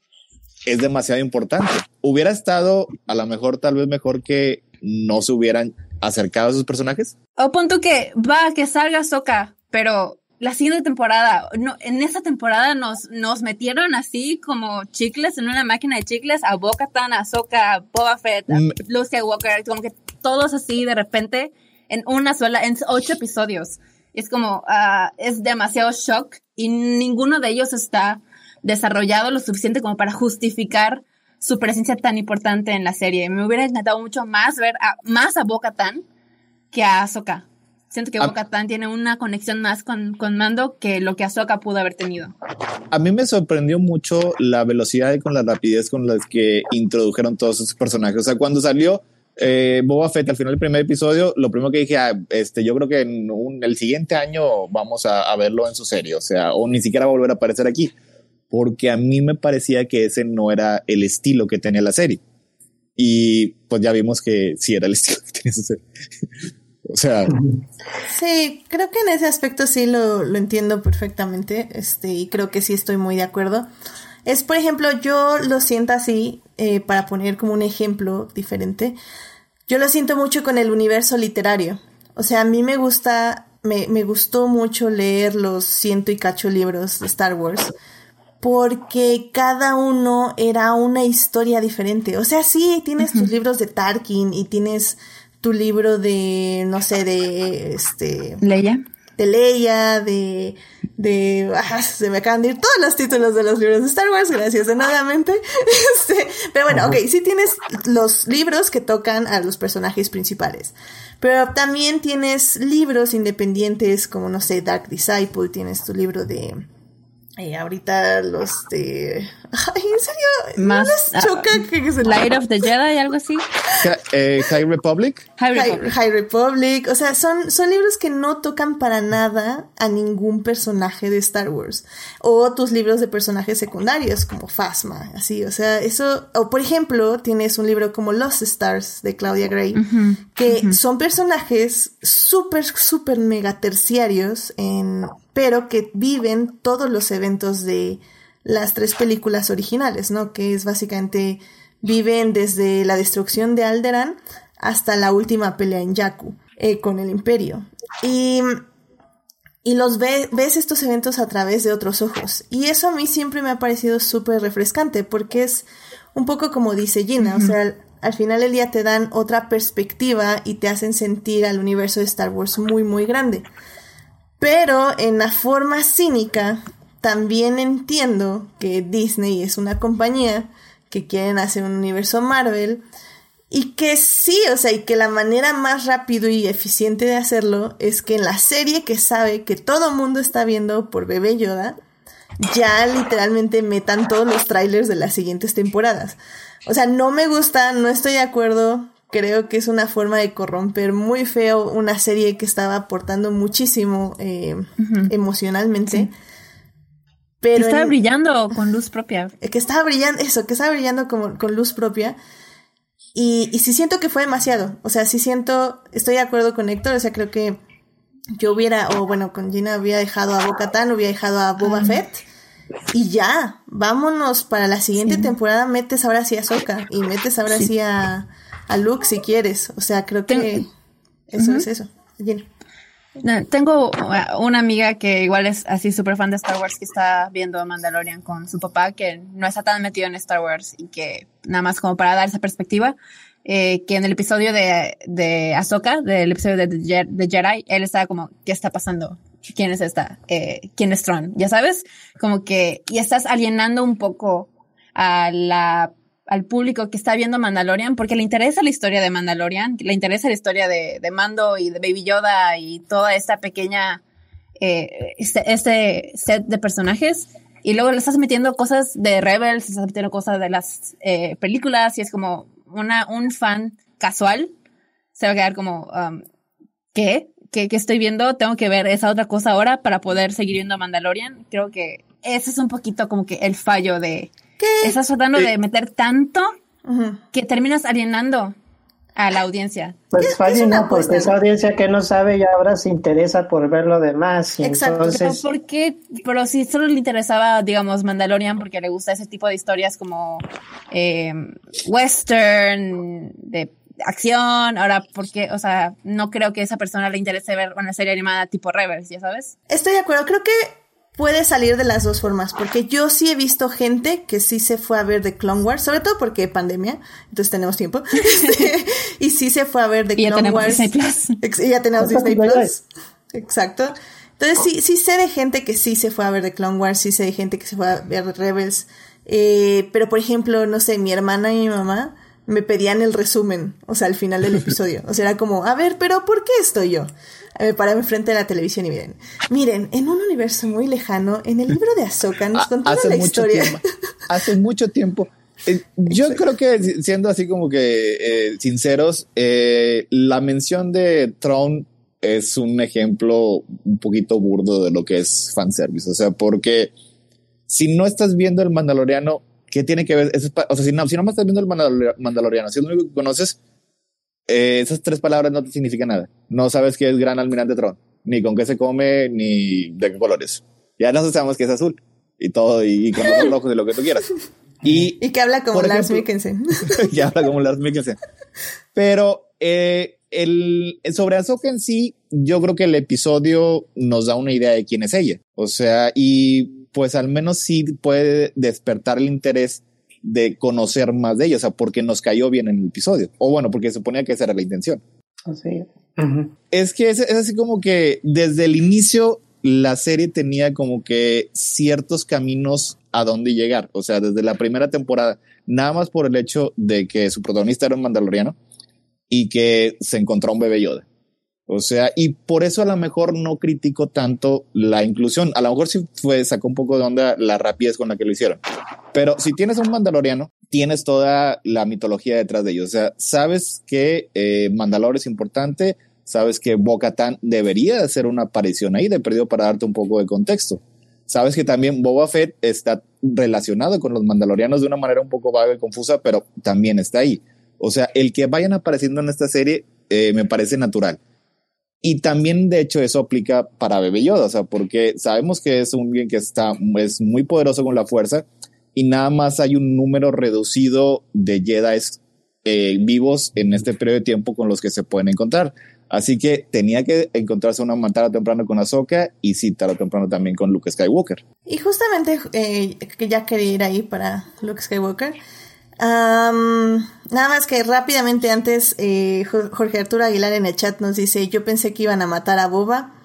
es demasiado importante. Hubiera estado a lo mejor, tal vez mejor que no se hubieran acercado a esos personajes. O punto que va, que salga Ahsoka, pero la siguiente temporada, no, en esa temporada nos, nos metieron así como chicles en una máquina de chicles a Bo-Katan, a Ahsoka, a Boba Fett, a mm. Luke Skywalker, como que todos así de repente en una sola, en ocho episodios. Es como, uh, es demasiado shock y ninguno de ellos está desarrollado lo suficiente como para justificar su presencia tan importante en la serie. Me hubiera encantado mucho más ver a, más a Bo-Katan que a Ahsoka. Siento que a, Bo-Katan tiene una conexión más con, con Mando que lo que Ahsoka pudo haber tenido. A mí me sorprendió mucho la velocidad y con la rapidez con las que introdujeron todos esos personajes. O sea, cuando salió eh, Boba Fett al final del primer episodio, lo primero que dije, ah, este, yo creo que en un, el siguiente año vamos a, a verlo en su serie, o sea, o ni siquiera va a volver a aparecer aquí, porque a mí me parecía que ese no era el estilo que tenía la serie. Y pues ya vimos que sí era el estilo que tenía esa serie. O sea, sí, creo que en ese aspecto sí lo, lo entiendo perfectamente, este, y creo que sí estoy muy de acuerdo. Es, por ejemplo, yo lo siento así, eh, para poner como un ejemplo diferente, yo lo siento mucho con el universo literario. O sea, a mí me gusta, me, me gustó mucho leer los ciento y cacho libros de Star Wars, porque cada uno era una historia diferente. O sea, sí, tienes uh-huh. tus libros de Tarkin y tienes tu libro de, no sé, de, este... Leia. De Leia, de... de ah, se me acaban de ir todos los títulos de los libros de Star Wars, gracias de nuevamente. Este, pero bueno, ok, sí tienes los libros que tocan a los personajes principales. Pero también tienes libros independientes como, no sé, Dark Disciple, tienes tu libro de... Eh, ahorita los de... Ay, ¿en serio? Más, ¿No les choca uh, que se... Light of the Jedi, algo así? Eh, High Republic. High Republic. High, High Republic. O sea, son, son libros que no tocan para nada a ningún personaje de Star Wars. O tus libros de personajes secundarios, como Phasma, así. O sea, eso... O, por ejemplo, tienes un libro como Lost Stars, de Claudia Gray, uh-huh, que uh-huh. son personajes súper, súper mega terciarios en... pero que viven todos los eventos de las tres películas originales, ¿no? Que es básicamente, viven desde la destrucción de Alderaan hasta la última pelea en Jakku, eh, con el Imperio. Y, y los ve, ves estos eventos a través de otros ojos. Y eso a mí siempre me ha parecido súper refrescante, porque es un poco como dice Gina, uh-huh. o sea, al final del día te dan otra perspectiva y te hacen sentir al universo de Star Wars muy, muy grande. Pero en la forma cínica, también entiendo que Disney es una compañía que quieren hacer un universo Marvel y que sí, o sea, y que la manera más rápido y eficiente de hacerlo es que en la serie que sabe que todo mundo está viendo por Bebé Yoda, ya literalmente metan todos los trailers de las siguientes temporadas. O sea, no me gusta, no estoy de acuerdo. Creo que es una forma de corromper muy feo una serie que estaba aportando muchísimo eh, uh-huh. emocionalmente. Sí. Pero que estaba en, brillando con luz propia. Que estaba brillando, eso, que estaba brillando como, con luz propia. Y, y sí siento que fue demasiado. O sea, sí siento, estoy de acuerdo con Héctor, o sea, creo que yo hubiera, o bueno, con Gina hubiera dejado a Bo-Katan, hubiera dejado a Boba uh-huh. Fett. Y ya, vámonos para la siguiente sí. temporada, metes ahora sí a Ahsoka y metes ahora sí, sí a... a Luke si quieres, o sea, creo que Ten- eso uh-huh. es eso. Gina. Tengo una amiga que igual es así súper fan de Star Wars, que está viendo Mandalorian con su papá, que no está tan metido en Star Wars y que nada más como para dar esa perspectiva, eh, que en el episodio de, de Ahsoka, del episodio de, de, de Jedi, él estaba como, ¿qué está pasando? ¿Quién es esta? Eh, ¿Quién es Thrawn? Ya sabes, como que, y estás alienando un poco a la al público que está viendo Mandalorian, porque le interesa la historia de Mandalorian, le interesa la historia de, de Mando y de Baby Yoda y toda esta pequeña, eh, este, este set de personajes, y luego le estás metiendo cosas de Rebels, le estás metiendo cosas de las eh, películas, y es como una, un fan casual se va a quedar como, um, ¿qué? ¿Qué, ¿Qué estoy viendo? Tengo que ver esa otra cosa ahora para poder seguir viendo Mandalorian. Creo que ese es un poquito como que el fallo de... ¿Qué? Estás tratando eh. de meter tanto uh-huh. que terminas alienando a la audiencia. Pues fallo no, porque esa audiencia que no sabe ya ahora se interesa por ver lo demás. Y exacto. Entonces... Pero ¿por qué? Pero si solo le interesaba, digamos, Mandalorian porque le gusta ese tipo de historias como eh, western, de acción, ahora, porque, o sea, no creo que a esa persona le interese ver una serie animada tipo Rebels, ¿ya sabes? Estoy de acuerdo, creo que puede salir de las dos formas, porque yo sí he visto gente que sí se fue a ver The Clone Wars, sobre todo porque pandemia, entonces tenemos tiempo, este, y sí se fue a ver The y Clone ya Wars. Disney Plus. Ex- y ya tenemos Disney Plus. Exacto. Entonces sí, sí sé de gente que sí se fue a ver The Clone Wars, sí sé de gente que se fue a ver Rebels, eh, pero por ejemplo, no sé, mi hermana y mi mamá me pedían el resumen, o sea, al final del episodio. O sea, era como, a ver, pero ¿por qué estoy yo? Me paré enfrente de la televisión y miren, miren, en un universo muy lejano, en el libro de Ahsoka nos contaron la historia. Tiempo, hace mucho tiempo, Eh, yo creo que, siendo así como que eh, sinceros, eh, la mención de Thrawn es un ejemplo un poquito burdo de lo que es fanservice. O sea, porque si no estás viendo el Mandaloriano, ¿qué tiene que ver? Eso es pa- o sea, si no, si no más estás viendo el Mandalor- Mandaloriano, si es lo único que conoces, eh, esas tres palabras no te significan nada. No sabes qué es Gran Almirante Thrawn, ni con qué se come, ni de qué colores. Ya nosotros sabemos que es azul y todo, y, y con ojos rojos y lo que tú quieras. Y, y que habla como Lars Mikkelsen. que habla como Lars Mikkelsen. Pero eh, el, sobre Ahsoka en sí, yo creo que el episodio nos da una idea de quién es ella. O sea, y pues al menos sí puede despertar el interés de conocer más de ella, o sea, porque nos cayó bien en el episodio. O bueno, porque se suponía que esa era la intención. Así. Uh-huh. Es que es, es así como que desde el inicio la serie tenía como que ciertos caminos a dónde llegar. O sea, desde la primera temporada, nada más por el hecho de que su protagonista era un mandaloriano y que se encontró un bebé Yoda. O sea, y por eso a lo mejor no critico tanto la inclusión. A lo mejor sí fue, sacó un poco de onda la rapidez con la que lo hicieron. Pero si tienes a un mandaloriano, tienes toda la mitología detrás de ellos. O sea, sabes que eh, Mandalore es importante, sabes que Bo-Katan debería de hacer una aparición ahí, de perdido, para darte un poco de contexto. Sabes que también Boba Fett está relacionado con los mandalorianos de una manera un poco vaga y confusa, pero también está ahí. O sea, el que vayan apareciendo en esta serie eh, me parece natural. Y también, de hecho, eso aplica para Bebé Yoda, o sea, porque sabemos que es un bien que está, es muy poderoso con la fuerza y nada más hay un número reducido de Jedi eh, vivos en este periodo de tiempo con los que se pueden encontrar. Así que tenía que encontrarse una tarde o temprano con Ahsoka y sí, tarde o temprano también con Luke Skywalker. Y justamente, eh, que ya quería ir ahí para Luke Skywalker. Um, nada más que rápidamente antes, eh, Jorge Arturo Aguilar en el chat nos dice: yo pensé que iban a matar a Boba.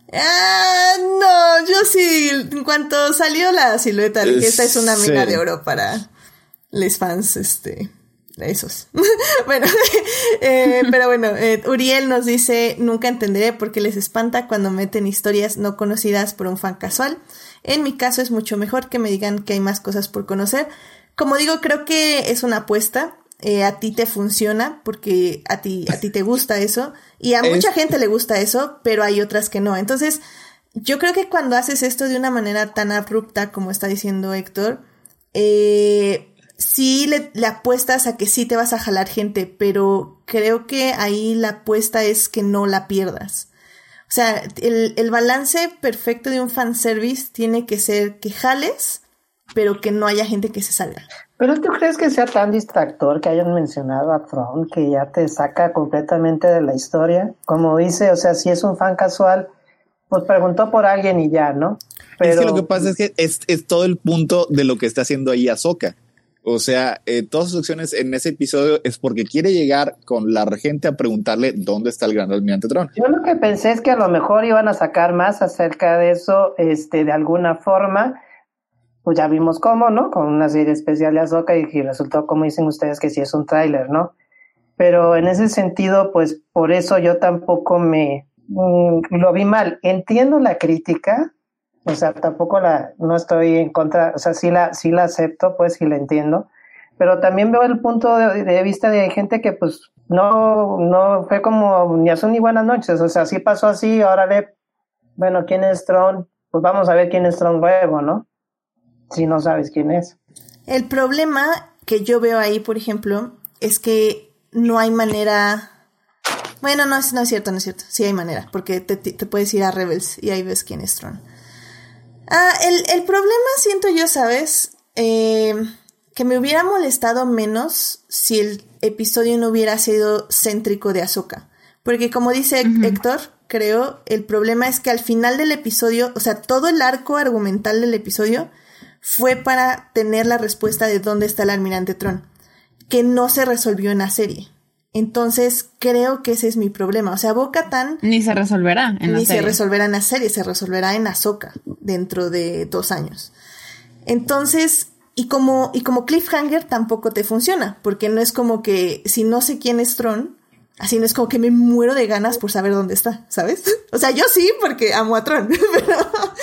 Ah, no, yo sí, en cuanto salió la silueta, dije, esta es una mina sí. de oro para los fans, este, esos. Bueno, eh, pero bueno, eh, Uriel nos dice: nunca entenderé por qué les espanta cuando meten historias no conocidas por un fan casual. En mi caso es mucho mejor que me digan que hay más cosas por conocer. Como digo, creo que es una apuesta. Eh, a ti te funciona porque a ti, a ti te gusta eso. Y a es... mucha gente le gusta eso, pero hay otras que no. Entonces, yo creo que cuando haces esto de una manera tan abrupta, como está diciendo Héctor, eh, sí le, le apuestas a que sí te vas a jalar gente, pero creo que ahí la apuesta es que no la pierdas. O sea, el, el balance perfecto de un fanservice tiene que ser que jales, pero que no haya gente que se salga. ¿Pero tú crees que sea tan distractor que hayan mencionado a Thrawn que ya te saca completamente de la historia? Como dice, o sea, si es un fan casual, pues preguntó por alguien y ya, ¿no? Pero... Es que lo que pasa es que es, es todo el punto de lo que está haciendo ahí Ahsoka. O sea, eh, todas sus acciones en ese episodio es porque quiere llegar con la gente a preguntarle dónde está el gran almirante Thrawn. Yo lo que pensé es que a lo mejor iban a sacar más acerca de eso, este, de alguna forma. Pues ya vimos cómo, ¿no? Con una serie especial de Ahsoka y, y resultó, como dicen ustedes, que sí es un tráiler, ¿no? Pero en ese sentido, pues por eso yo tampoco me mmm, lo vi mal. Entiendo la crítica, o sea, tampoco la, no estoy en contra, o sea, sí la, sí la acepto, pues sí la entiendo, pero también veo el punto de, de vista de gente que pues no, no fue como ni azul ni buenas noches, o sea, sí pasó así, órale, bueno, ¿quién es Thrawn? Pues vamos a ver quién es Thrawn luego, ¿no? Si no sabes quién es. El problema que yo veo ahí, por ejemplo, es que no hay manera... Bueno, no es, no es cierto, no es cierto. Sí hay manera, porque te, te puedes ir a Rebels y ahí ves quién es Thrawn. Ah, el, el problema, siento yo, ¿sabes? Eh, que me hubiera molestado menos si el episodio no hubiera sido céntrico de Ahsoka. Porque como dice uh-huh. Héctor, creo, el problema es que al final del episodio, o sea, todo el arco argumental del episodio fue para tener la respuesta de dónde está el almirante Thrawn, que no se resolvió en la serie. Entonces, creo que ese es mi problema. O sea, Bo-Katan... Ni se resolverá en la ni serie. se resolverá en la serie, se resolverá en Ahsoka dentro de dos años. Entonces, y como, y como cliffhanger tampoco te funciona, porque no es como que si no sé quién es Thrawn, Así no es como que me muero de ganas por saber dónde está, ¿sabes? O sea, yo sí, porque amo a Tron, pero...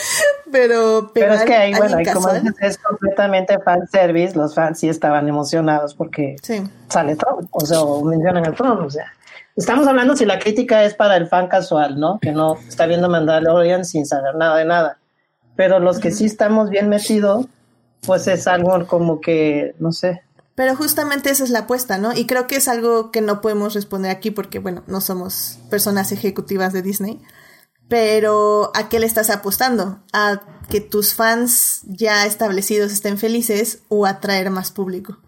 Pero, pero, pero es que ahí, bueno, y como dices, es completamente fanservice, los fans sí estaban emocionados porque sí. sale Tron, o sea, o mencionan el Tron, o sea. Estamos hablando si la crítica es para el fan casual, ¿no? Que no está viendo Mandalorian sin saber nada de nada. Pero los que sí estamos bien metidos, pues es algo como que, no sé. Pero justamente esa es la apuesta, ¿no? Y creo que es algo que no podemos responder aquí porque, bueno, no somos personas ejecutivas de Disney. Pero ¿a qué le estás apostando? ¿A que tus fans ya establecidos estén felices o a atraer más público?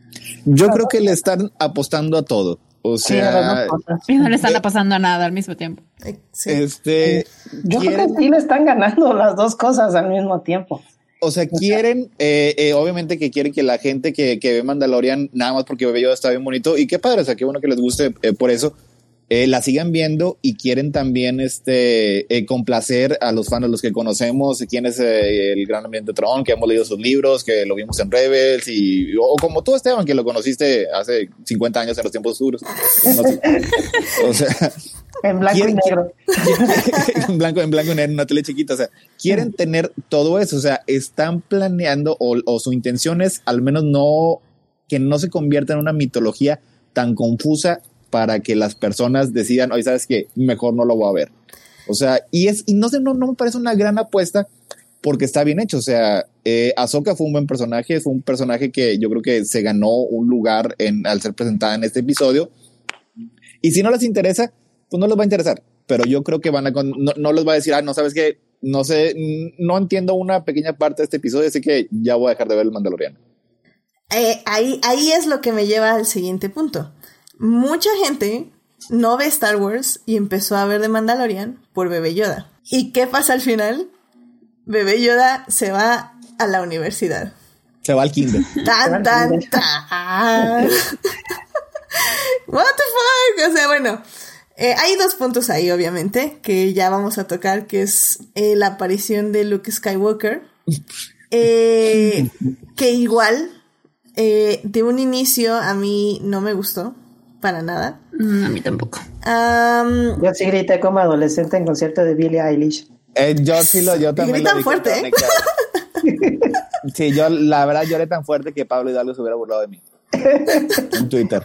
Yo creo que le están apostando a todo. O sea, sí, no le están eh, apostando a nada al mismo tiempo. Sí. Este, yo quieren, creo que sí le están ganando las dos cosas al mismo tiempo. O sea, quieren, eh, eh, obviamente que quieren que la gente que, que ve Mandalorian, nada más porque Bebe Yoda está bien bonito, y qué padre, o sea, qué bueno que les guste eh, por eso, eh, la sigan viendo y quieren también este eh, complacer a los fans, a los que conocemos, quién es eh, el gran ambiente de Tron, que hemos leído sus libros, que lo vimos en Rebels, y, o como tú, Esteban, que lo conociste hace cincuenta años en los tiempos oscuros. No sé. O sea... En blanco y negro. en, blanco, en blanco y negro, en una tele chiquita. O sea, quieren tener todo eso. O sea, están planeando o, o su intención es al menos no que no se convierta en una mitología tan confusa para que las personas decidan, oye, ¿sabes qué? Mejor no lo voy a ver. O sea, y es y no sé, no, no me parece una gran apuesta porque está bien hecho. O sea, eh, Ahsoka fue un buen personaje, fue un personaje que yo creo que se ganó un lugar en, al ser presentada en este episodio. Y si no les interesa, pues no les va a interesar, pero yo creo que van a, no, no les va a decir, ah, no, sabes qué, no sé, no entiendo una pequeña parte de este episodio, así que ya voy a dejar de ver el Mandaloriano. Eh, ahí, ahí es lo que me lleva al siguiente punto. Mucha gente no ve Star Wars y empezó a ver The Mandalorian por Bebe Yoda. ¿Y qué pasa al final? Bebe Yoda se va a la universidad. Se va al kinder. Tan, tan, tan. What the fuck? O sea, bueno... Eh, hay dos puntos ahí, obviamente, que ya vamos a tocar, que es eh, la aparición de Luke Skywalker, eh, que igual, eh, de un inicio a mí no me gustó, para nada. Mm, a mí tampoco. Um, yo sí grité como adolescente en concierto de Billie Eilish. Eh, yo sí lo, yo también gritan lo fuerte, ¿eh? Sí, yo la verdad lloré tan fuerte que Pablo Hidalgo se hubiera burlado de mí. En Twitter.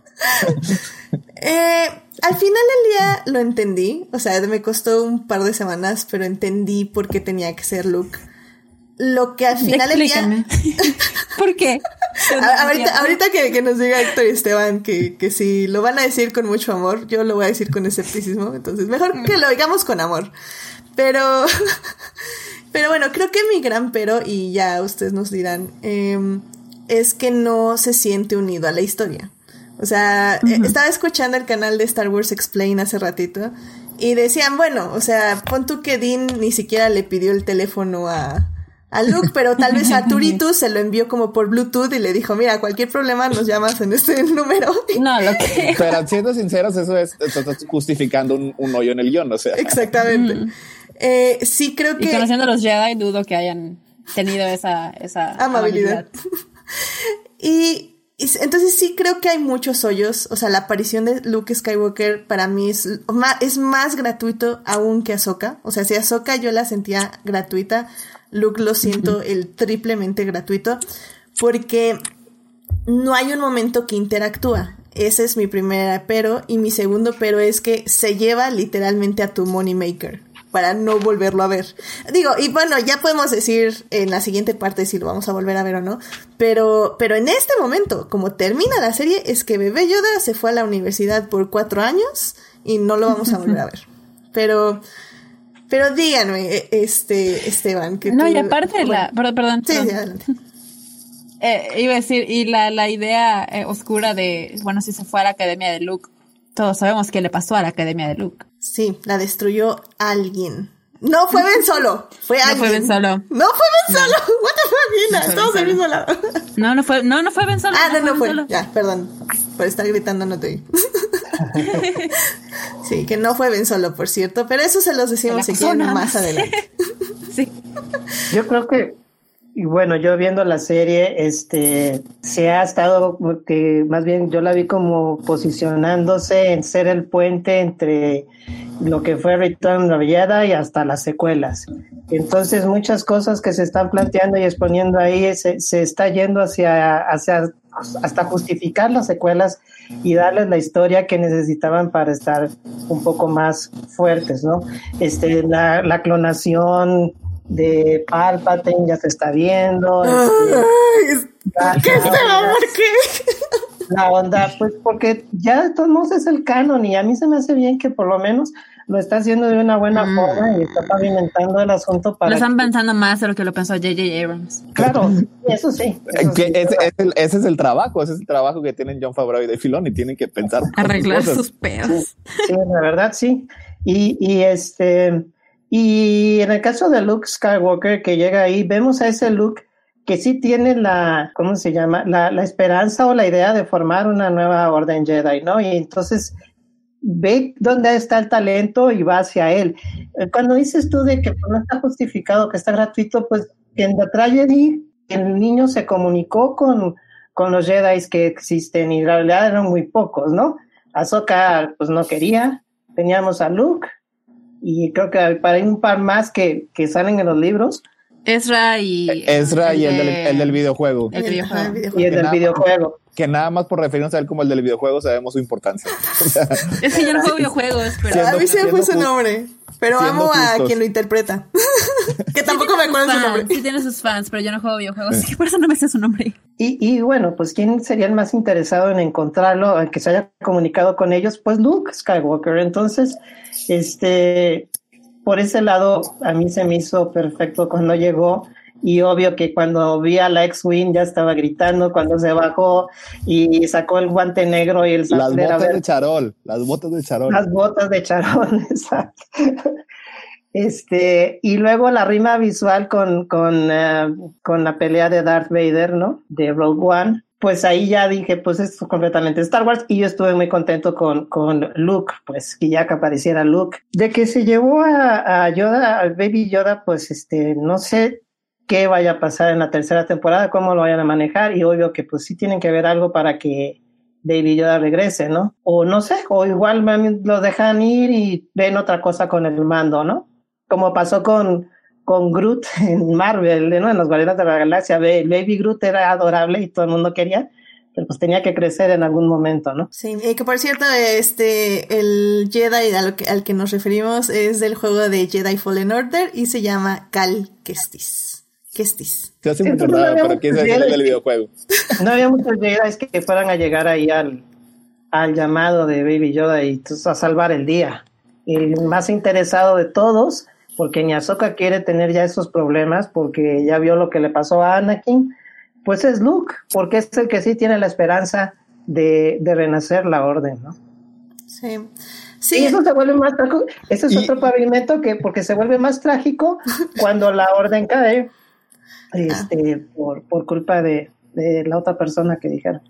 Eh, al final del día lo entendí, o sea, me costó un par de semanas, pero entendí por qué tenía que ser Luke. Lo que al final del día... ¿Por qué? A, ahorita ahorita que, que nos diga Héctor y Esteban que, que si lo van a decir con mucho amor, yo lo voy a decir con escepticismo, entonces mejor que lo digamos con amor. Pero, pero bueno, creo que mi gran pero, y ya ustedes nos dirán, eh, es que no se siente unido a la historia. O sea, uh-huh. estaba escuchando el canal de Star Wars Explain hace ratito y decían, bueno, o sea, pon tú que Dean ni siquiera le pidió el teléfono a, a Luke, pero tal vez a Turitu se lo envió como por Bluetooth y le dijo, mira, cualquier problema nos llamas en este número. No, lo que... Pero siendo sinceros, eso es, estás justificando un, un hoyo en el guión, o sea. Exactamente. Mm. Eh, sí creo que... Y conociendo a los Jedi, dudo que hayan tenido esa, esa amabilidad. amabilidad. y... Entonces sí creo que hay muchos hoyos, o sea, la aparición de Luke Skywalker para mí es, es más gratuito aún que Ahsoka, o sea, si Ahsoka yo la sentía gratuita, Luke lo siento uh-huh. el triplemente gratuito, porque no hay un momento que interactúa, ese es mi primer pero, y mi segundo pero es que se lleva literalmente a tu money maker, para no volverlo a ver. Digo, y bueno, ya podemos decir en la siguiente parte si lo vamos a volver a ver o no, pero, pero en este momento, como termina la serie, es que Bebe Yoda se fue a la universidad por cuatro años y no lo vamos a volver a ver. Pero, pero díganme, este, Esteban, que no, tú, y aparte bueno, la, perdón, perdón. Sí, perdón. sí, adelante. Eh, iba a decir, y la, la idea eh, oscura de, bueno, si se fue a la academia de Luke, todos sabemos qué le pasó a la academia de Luke. Sí, la destruyó alguien. No fue Ben Solo, fue no alguien. No fue Ben Solo. No fue Ben Solo. No. What the fuck, Nina, no todos del mismo lado. No, no fue, no, no fue Ben Solo. Ah, no, no, no fue. Solo. Ya, perdón. Por estar gritando no te oí. Sí, que no fue Ben Solo, por cierto, pero eso se los decimos si quieren más adelante. Sí. Yo creo que Y bueno, yo viendo la serie, este, se ha estado, que más bien yo la vi como posicionándose en ser el puente entre lo que fue Return of the Jedi y hasta las secuelas. Entonces, muchas cosas que se están planteando y exponiendo ahí se, se está yendo hacia, hacia hasta justificar las secuelas y darles la historia que necesitaban para estar un poco más fuertes, ¿no? Este, la, la clonación de Palpatine ya se está viendo. Este, la, ¿Qué la, onda, ¿Por qué? La onda, pues porque ya de todos modos es el canon y a mí se me hace bien que por lo menos lo está haciendo de una buena mm. forma y está pavimentando el asunto para... Lo están que... pensando más de lo que lo pensó J J Abrams. Claro, eso sí. Eso que sí ese, es el, ese es el trabajo, ese es el trabajo que tienen Jon Favreau y Dave Filoni, tienen que pensar. Arreglar sus pedos. Sí, sí, la verdad sí. Y, y este... Y en el caso de Luke Skywalker, que llega ahí, vemos a ese Luke que sí tiene la, ¿cómo se llama? La, la esperanza o la idea de formar una nueva orden Jedi, ¿no? Y entonces ve dónde está el talento y va hacia él. Cuando dices tú de que no está justificado, que está gratuito, pues en The Tragedy el niño se comunicó con, con los Jedi que existen y en realidad eran muy pocos, ¿no? Ahsoka pues no quería, teníamos a Luke, y creo que hay un par más que, que salen en los libros. Ezra y... Ezra y el, el, del, el del videojuego. El videojuego. Y el del videojuego. Que nada más por referirnos a él como el del videojuego sabemos su importancia. O sea, es que yo no juego videojuegos, pero... Siendo, a mí se me fue su nombre, pero amo justos. A quien lo interpreta. Que tampoco sí me acuerdo su nombre. Sí tiene sus fans, pero yo no juego videojuegos, así que por eso no me sé su nombre. Y, y bueno, pues ¿quién sería el más interesado en encontrarlo, el que se haya comunicado con ellos? Pues Luke Skywalker. Entonces, este... por ese lado, a mí se me hizo perfecto cuando llegó, y obvio que cuando vi a la X-Wing ya estaba gritando cuando se bajó y sacó el guante negro y el las botas de charol, las botas de charol. Las botas de charol, exacto. Este, y luego la rima visual con, con, uh, con la pelea de Darth Vader, ¿no? De Rogue One. Pues ahí ya dije, pues esto es completamente Star Wars, y yo estuve muy contento con, con Luke, pues que ya que apareciera Luke. De que se llevó a, a Yoda, al Baby Yoda, pues este, no sé qué vaya a pasar en la tercera temporada, cómo lo vayan a manejar, y obvio que pues sí tienen que ver algo para que Baby Yoda regrese, ¿no? O no sé, o igual lo dejan ir y ven otra cosa con el mando, ¿no? Como pasó con... con Groot en Marvel, ¿no? En los Guardianes de la Galaxia, Baby Groot era adorable y todo el mundo quería, pero pues tenía que crecer en algún momento, ¿no? Sí, y que por cierto, este, el Jedi al que, al que nos referimos es del juego de Jedi Fallen Order y se llama Cal Kestis. Kestis. Te hace mucho raro, pero ¿quién es el del videojuego? No había muchos Jedi que fueran a llegar ahí al, al llamado de Baby Yoda y pues, a salvar el día. El más interesado de todos, porque ni Ahsoka quiere tener ya esos problemas, porque ya vio lo que le pasó a Anakin, pues es Luke, porque es el que sí tiene la esperanza de, de renacer la orden, ¿no? Sí. Sí. Y eso se vuelve más trágico, ese es y... otro pavimento que, porque se vuelve más trágico cuando la orden cae, este, ah. por, por culpa de, de la otra persona que dijeron.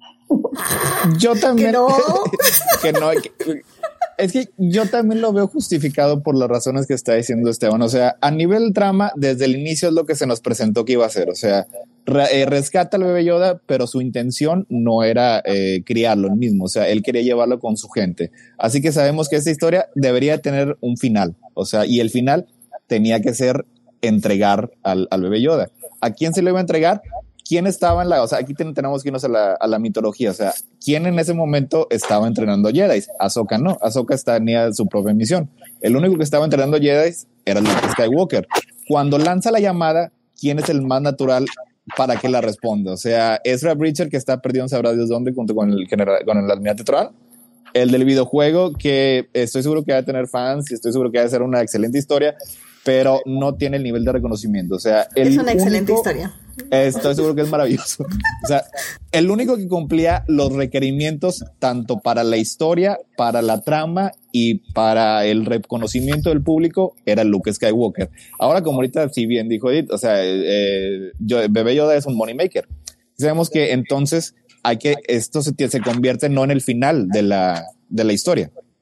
Yo también. ¿Que no? que no, que, es que yo también lo veo justificado por las razones que está diciendo Esteban. O sea, a nivel trama, desde el inicio es lo que se nos presentó que iba a hacer. O sea, re, eh, rescata al bebé Yoda, pero su intención no era eh, criarlo él mismo. O sea, él quería llevarlo con su gente. Así que sabemos que esta historia debería tener un final. O sea, y el final tenía que ser entregar al, al bebé Yoda. ¿A quién se le iba a entregar? ¿Quién estaba en la, o sea, aquí tenemos que irnos a la, a la mitología, o sea, ¿quién en ese momento estaba entrenando Jedi? Ahsoka no, Ahsoka tenía su propia misión. El único que estaba entrenando Jedi era Luke Skywalker. Cuando lanza la llamada, ¿quién es el más natural para que la responda? O sea, Ezra Bridger, que está perdido en sabrá Dios dónde, junto con el general, con el almirante Thrawn. El del videojuego, que estoy seguro que va a tener fans y estoy seguro que va a ser una excelente historia, pero no tiene el nivel de reconocimiento. O sea, el es una único, excelente historia. Estoy seguro que es maravilloso. O sea, el único que cumplía los requerimientos tanto para la historia, para la trama y para el reconocimiento del público era Luke Skywalker. Ahora, como ahorita si bien dijo Edith, o sea, eh, yo, Bebé Yoda es un moneymaker. Sabemos que entonces hay que, esto se, se convierte no en el final de la, de la historia.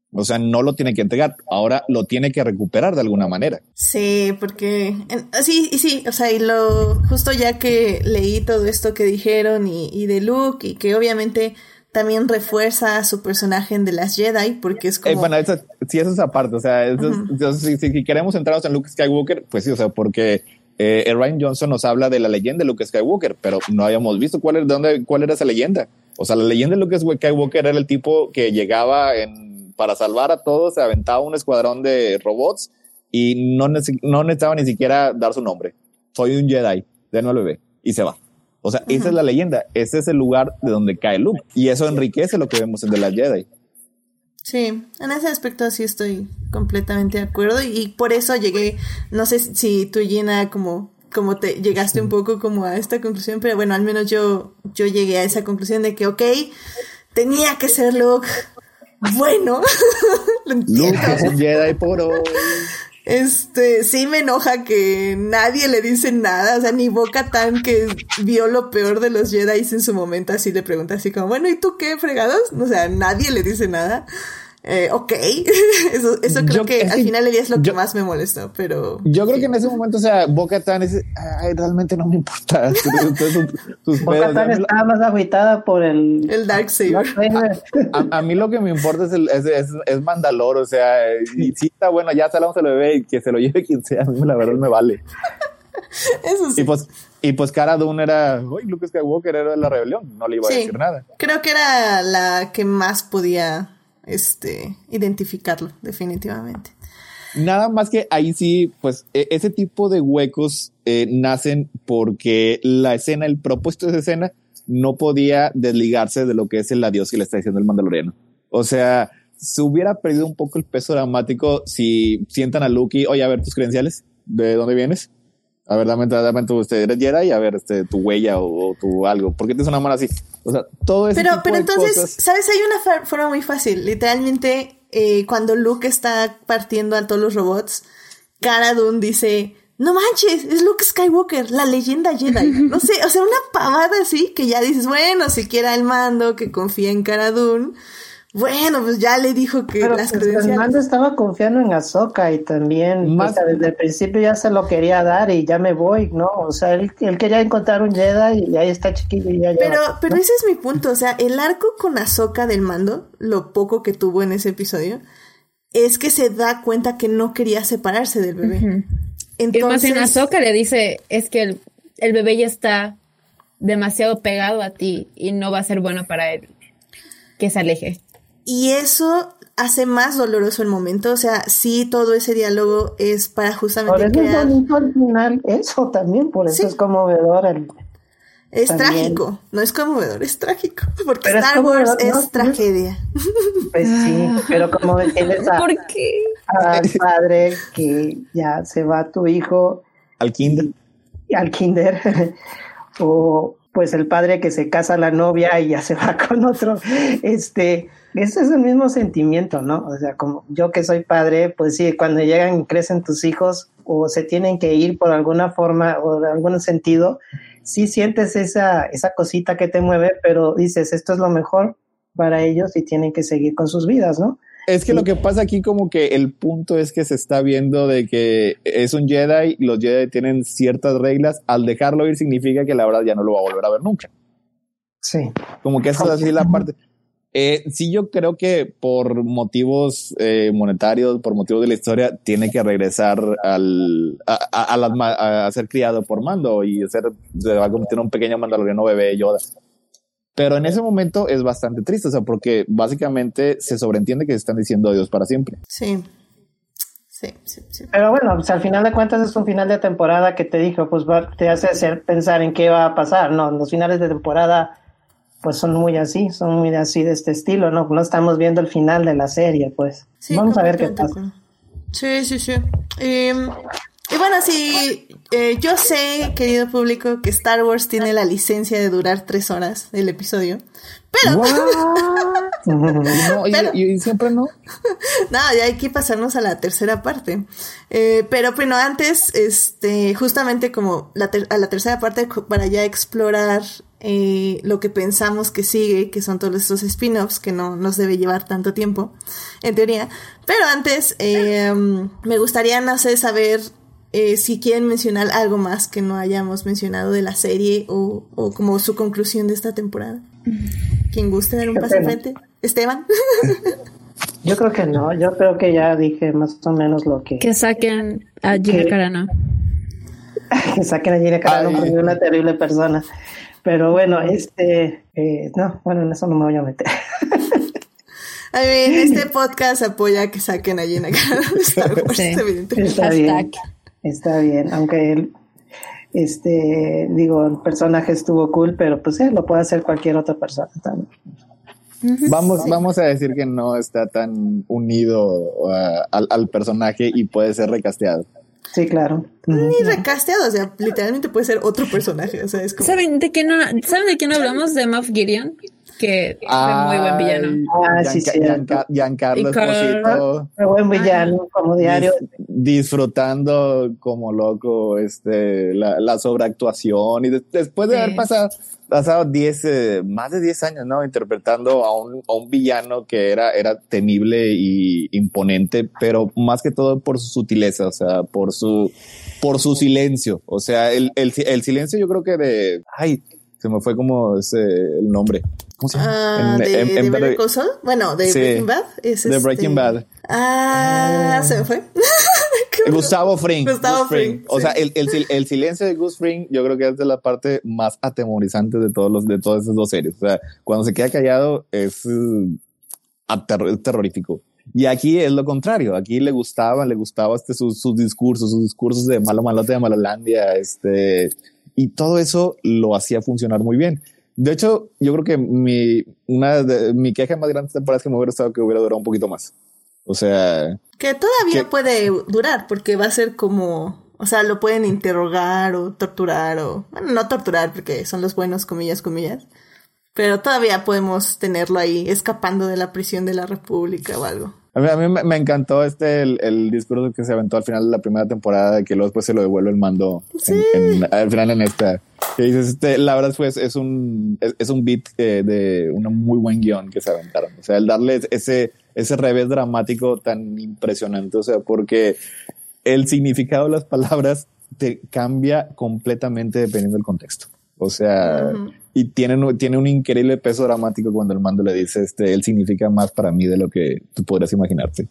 O sea, no lo tiene que entregar, ahora lo tiene que recuperar de alguna manera. Sí, porque en, sí, y sí, o sea, y lo justo ya que leí todo esto que dijeron y, y de Luke, y que obviamente también refuerza a su personaje en The Last Jedi, porque es como... Eh, bueno, eso, sí, eso es aparte, o sea, eso, uh-huh. eso, si, si queremos centrarnos en Luke Skywalker, pues sí, o sea, porque eh, Rian Johnson nos habla de la leyenda de Luke Skywalker, pero no habíamos visto cuál, es, de dónde, cuál era esa leyenda. O sea, la leyenda de Luke Skywalker era el tipo que llegaba en para salvar a todos, se aventaba un escuadrón de robots y no, nece- no necesitaba ni siquiera dar su nombre. Soy un Jedi, denme al bebé, y se va. O sea, uh-huh. esa es la leyenda, ese es el lugar de donde cae Luke, y eso enriquece lo que vemos en The Last Jedi. Sí, en ese aspecto sí estoy completamente de acuerdo, y por eso llegué, no sé si tú, Gina, como, como te llegaste un poco como a esta conclusión, pero bueno, al menos yo, yo llegué a esa conclusión de que, ok, tenía que ser Luke. Bueno, lo entiendo. Luke es un Jedi por hoy. Este, sí me enoja que nadie le dice nada, o sea, ni Bo-Katan, que vio lo peor de los Jedi en su momento, así le pregunta así como, bueno, ¿y tú qué, fregados? O sea, nadie le dice nada. Eh, ok, eso, eso creo yo, que al final del día es lo yo, que más me molestó, pero... Yo creo sí. que en ese momento, o sea, Bo-Katan es, ay, realmente no me importa. Entonces, sus, sus Bo-Katan estaba más agüitada por el... El Darksaber. A, a, a mí lo que me importa es, el, es, es, es Mandalor, o sea, y sí está bueno, ya salamos al bebé y que se lo lleve quien sea, a mí la verdad me vale. Eso sí. Y pues, y pues Cara Dune era, uy, Luke Skywalker era de la rebelión, no le iba sí, a decir nada. Creo que era la que más podía... este identificarlo, definitivamente. Nada más que ahí sí, pues ese tipo de huecos eh, nacen porque la escena, el propósito de esa escena no podía desligarse de lo que es el adiós que le está diciendo el mandaloriano. O sea, se hubiera perdido un poco el peso dramático si sientan a Luke y, oye, a ver tus credenciales, ¿de dónde vienes? A ver, dame, dame tu, este, eres Jedi, a ver, este, tu huella o, o tu algo. ¿Por qué tienes una mano así? O sea, todo eso. Pero, tipo pero de entonces, cosas... ¿sabes? Hay una forma muy fácil. Literalmente, eh, cuando Luke está partiendo a todos los robots, Cara Dune dice, no manches, es Luke Skywalker, la leyenda Jedi. No sé, o sea, una pavada así que ya dices, bueno, siquiera el mando que confía en Cara Dune. Bueno, pues ya le dijo que pero las pues credenciales... El mando estaba confiando en Ahsoka y también, más... o sea, desde el principio ya se lo quería dar y ya me voy, ¿no? O sea, él, él quería encontrar un Jedi y ahí está chiquillo y ya Pero, lleva, pero ¿no? ese es mi punto, o sea, el arco con Ahsoka del mando, lo poco que tuvo en ese episodio, es que se da cuenta que no quería separarse del bebé. Uh-huh. Entonces... Y más en Ahsoka le dice, es que el, el bebé ya está demasiado pegado a ti y no va a ser bueno para él que se aleje. Y eso hace más doloroso el momento, o sea, sí, todo ese diálogo es para justamente por eso crear... es bonito al final, eso también, por eso sí. es conmovedor. El... Es también. Trágico, no es conmovedor, es trágico, porque pero Star es Wars es ¿no? tragedia. Pues sí, pero como tienes a, ¿por qué? al padre que ya se va tu hijo... Al kinder. Y, al kinder, o pues el padre que se casa a la novia y ya se va con otro, este... Ese es el mismo sentimiento, ¿no? O sea, como yo que soy padre, pues sí, cuando llegan y crecen tus hijos o se tienen que ir por alguna forma o de algún sentido, sí sientes esa, esa cosita que te mueve, pero dices, esto es lo mejor para ellos y tienen que seguir con sus vidas, ¿no? Es que sí. Lo que pasa aquí como que el punto es que se está viendo de que es un Jedi, los Jedi tienen ciertas reglas, al dejarlo ir significa que la verdad ya no lo va a volver a ver nunca. Sí. Como que esa es así la parte... Eh, sí, yo creo que por motivos eh, monetarios, por motivos de la historia, tiene que regresar al, a, a, a, las, a ser criado por Mando y ser, se va a convertir en un pequeño mandaloriano bebé Yoda. Pero en ese momento es bastante triste, o sea, porque básicamente se sobreentiende que se están diciendo adiós para siempre. Sí. Sí, sí, sí. Pero bueno, pues al final de cuentas es un final de temporada que te dijo, pues va, te hace hacer pensar en qué va a pasar, ¿no? Los finales de temporada pues son muy así, son muy así de este estilo, ¿no? No estamos viendo el final de la serie, pues. Sí, vamos a ver qué pasa. Sí, sí, sí. Eh, y bueno, sí, eh, yo sé, querido público, que Star Wars tiene la licencia de durar tres horas el episodio, pero... no, y, pero... y, y siempre no. No, ya hay que pasarnos a la tercera parte. Eh, pero bueno, antes, este, justamente como la ter- a la tercera parte para ya explorar eh, lo que pensamos que sigue, que son todos estos spin-offs, que no nos debe llevar tanto tiempo, en teoría. Pero antes, eh, me gustaría, no sé, saber eh, si quieren mencionar algo más que no hayamos mencionado de la serie o, o como su conclusión de esta temporada. ¿Quién guste dar un paso al frente? ¿Esteban? Yo creo que no, yo creo que ya dije más o menos lo que... Que saquen a Gina Carano. Que saquen a Gina Carano porque es una terrible persona. Pero bueno, este... Eh, no, bueno, en eso no me voy a meter. A ver, este podcast apoya que saquen a Gina Carano de Star Wars, Sí. evidentemente. Está bien, está bien, aunque él, este, digo, el personaje estuvo cool, pero pues eh, lo puede hacer cualquier otra persona también. Vamos, vamos a decir que no está tan unido uh, al, al personaje y puede ser recasteado. Sí, claro. Ni recasteado, o sea, literalmente puede ser otro personaje, o sea, es como... ¿Saben de qué no, ¿saben de quién hablamos? De Moff Gideon, que fue muy buen villano. Ah, sí, sí. Gianca- Giancarlo Y Carl- Esposito. Fue buen villano, como diario. Dis- disfrutando como loco este la, la sobreactuación y de- después de Sí. haber pasado pasado diez eh, más de diez años, ¿no? Interpretando a un, a un villano que era, era temible y imponente, pero más que todo por su sutileza, o sea, por su, por su silencio. O sea, el, el, el silencio yo creo que de, ay, se me fue como ese, el nombre. ¿Cómo se llama? Ah, En- de, en- de en- Better Call Saul. Bueno, de Sí. Breaking Bad. Es de este... Breaking Bad. Ah, se me fue. Qué Gustavo Fring. Gustavo Gus Fring. Fring, O sí. sea, el, el, sil- el silencio de Gus Fring, yo creo que es de la parte más atemorizante de todos los, de todas esas dos series. O sea, cuando se queda callado es, uh, aterro- es terrorífico. Y aquí es lo contrario. Aquí le gustaba, le gustaba este, sus, sus discursos, sus discursos de malo malote de Malolandia, este, y todo eso lo hacía funcionar muy bien. De hecho, yo creo que mi, una de, mi queja más grande de esta temporada es que me hubiera gustado que hubiera durado un poquito más. O sea, Que todavía ¿Qué? puede durar, porque va a ser como... O sea, lo pueden interrogar o torturar o... Bueno, no torturar, porque son los buenos, comillas, comillas. Pero todavía podemos tenerlo ahí, escapando de la prisión de la República o algo. A mí, a mí me, me encantó este el, el discurso que se aventó al final de la primera temporada, de que luego después se lo devuelve el mando Sí. en, en- al final en esta. Que dices, este, la verdad pues es un es, es un beat eh, de un muy buen guión que se aventaron. O sea, el darle ese ese revés dramático tan impresionante, o sea, porque el significado de las palabras te cambia completamente dependiendo del contexto. O sea, Ujú. y tiene, un- tiene un increíble peso dramático cuando el mando le dice, este, él significa más para mí de lo que tú podrías imaginarte.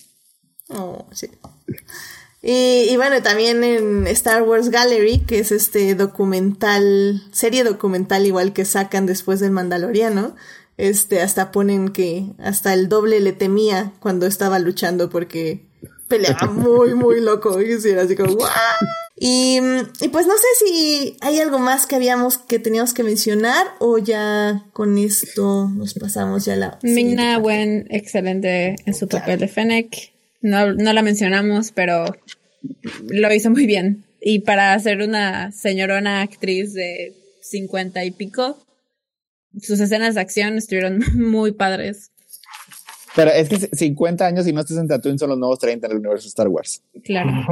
Oh, sí. Y, y bueno, también en Star Wars Gallery, que es este documental, serie documental igual que sacan después del Mandaloriano, este, hasta ponen que hasta el doble le temía cuando estaba luchando porque peleaba muy, muy loco. Y era así como, ¡guau! Y, y pues no sé si hay algo más que habíamos, que teníamos que mencionar o ya con esto nos pasamos ya a la Ming-Na Wen, excelente en su papel de Fennec. No, no la mencionamos, pero lo hizo muy bien. Y para ser una señorona actriz de cincuenta y pico, sus escenas de acción estuvieron muy padres. Pero es que cincuenta años y no estás en Tatooine son los nuevos treinta en el universo de Star Wars. Claro.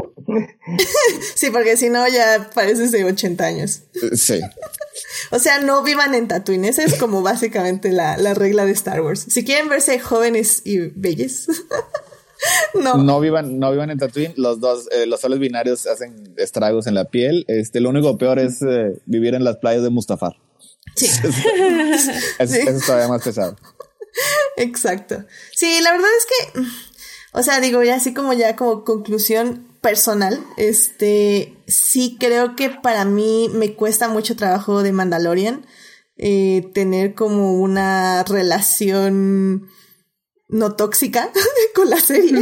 Sí, porque si no ya pareces de ochenta años. Sí. O sea, no vivan en Tatooine. Esa es como básicamente la, la regla de Star Wars. Si quieren verse jóvenes y bellos, no. No vivan, no vivan en Tatooine. Los dos, eh, los soles binarios hacen estragos en la piel. Este, lo único peor es eh, vivir en las playas de Mustafar. Sí. Eso, Sí. eso es todavía más pesado. Exacto. Sí, la verdad es que, o sea, digo, ya así como ya como conclusión personal, este, sí creo que para mí me cuesta mucho trabajo de Mandalorian eh, tener como una relación no tóxica con la serie.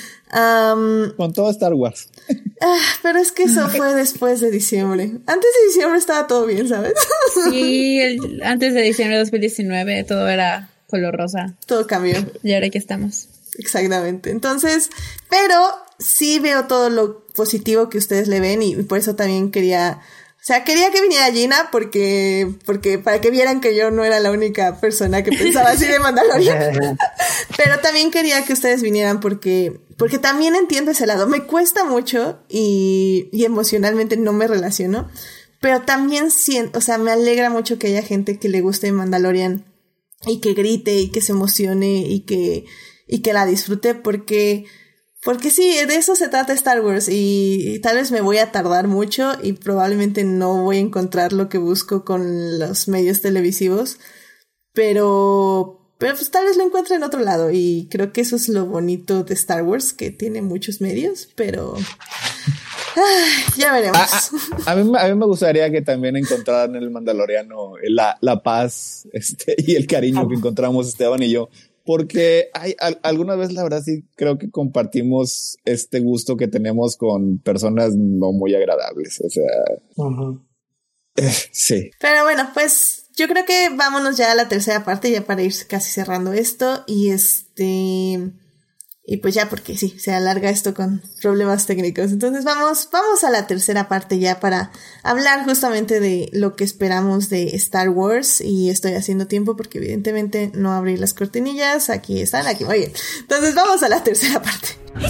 Um, Con todo Star Wars. ah, pero es que eso fue después de diciembre. Antes de diciembre estaba todo bien, ¿sabes? Sí, el- antes de diciembre de dos mil diecinueve todo era color rosa. Todo cambió. Y ahora aquí estamos. Exactamente. Entonces, pero sí veo todo lo positivo que ustedes le ven y por eso también quería, o sea, quería que viniera Gina porque, porque para que vieran que yo no era la única persona que pensaba así de Mandalorian. Pero también quería que ustedes vinieran porque, porque también entiendo ese lado. Me cuesta mucho y, y emocionalmente no me relaciono. pero también siento, o sea, me alegra mucho que haya gente que le guste Mandalorian y que grite y que se emocione y que, y que la disfrute porque, porque sí, de eso se trata Star Wars y, y tal vez me voy a tardar mucho y probablemente no voy a encontrar lo que busco con los medios televisivos, pero... Pero pues tal vez lo encuentre en otro lado y creo que eso es lo bonito de Star Wars, que tiene muchos medios, pero ay, ya veremos. A, a, a, mí, a mí me gustaría que también encontraran en el Mandaloriano la, la paz este, y el cariño que encontramos Esteban y yo, porque hay a, alguna vez la verdad sí creo que compartimos este gusto que tenemos con personas no muy agradables, o sea, uh-huh. eh, sí. Pero bueno, pues... Yo creo que vámonos ya a la tercera parte, ya para ir casi cerrando esto, y este, y pues ya porque sí, se alarga esto con problemas técnicos. Entonces vamos, vamos a la tercera parte ya para hablar justamente de lo que esperamos de Star Wars, y estoy haciendo tiempo porque evidentemente no abrí las cortinillas, aquí están, aquí, muy bien. Entonces vamos a la tercera parte.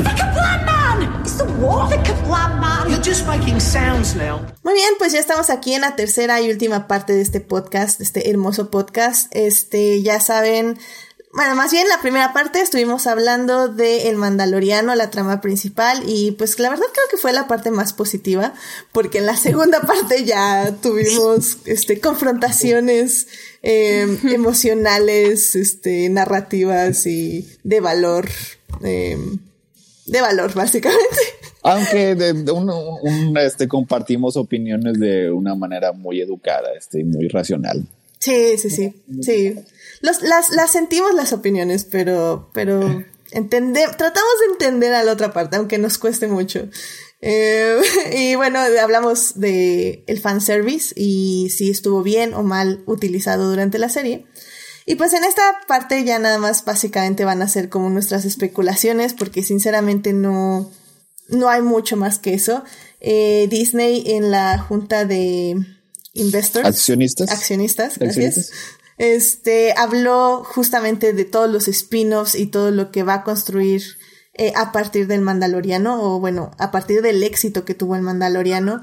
Muy bien, pues ya estamos aquí en la tercera y última parte de este podcast, de este hermoso podcast. Este, ya saben, bueno, más bien la primera parte estuvimos hablando de El Mandaloriano, la trama principal, y pues la verdad creo que fue la parte más positiva, porque en la segunda parte ya tuvimos este confrontaciones eh, emocionales, este, narrativas y de valor, eh, de valor básicamente. Aunque de, de un, un, este, compartimos opiniones de una manera muy educada, este, muy racional. Sí, sí, sí, sí. Los, las, las sentimos las opiniones, pero, pero entende, tratamos de entender a la otra parte, aunque nos cueste mucho. Eh, y bueno, hablamos de el fanservice y si estuvo bien o mal utilizado durante la serie. Y pues en esta parte ya nada más básicamente van a ser como nuestras especulaciones, porque sinceramente no, no hay mucho más que eso. Eh, Disney en la junta de investors. Accionistas. Accionistas, gracias. Accionistas. Este, habló justamente de todos los spin-offs y todo lo que va a construir eh, a partir del Mandaloriano, o bueno, a partir del éxito que tuvo el Mandaloriano.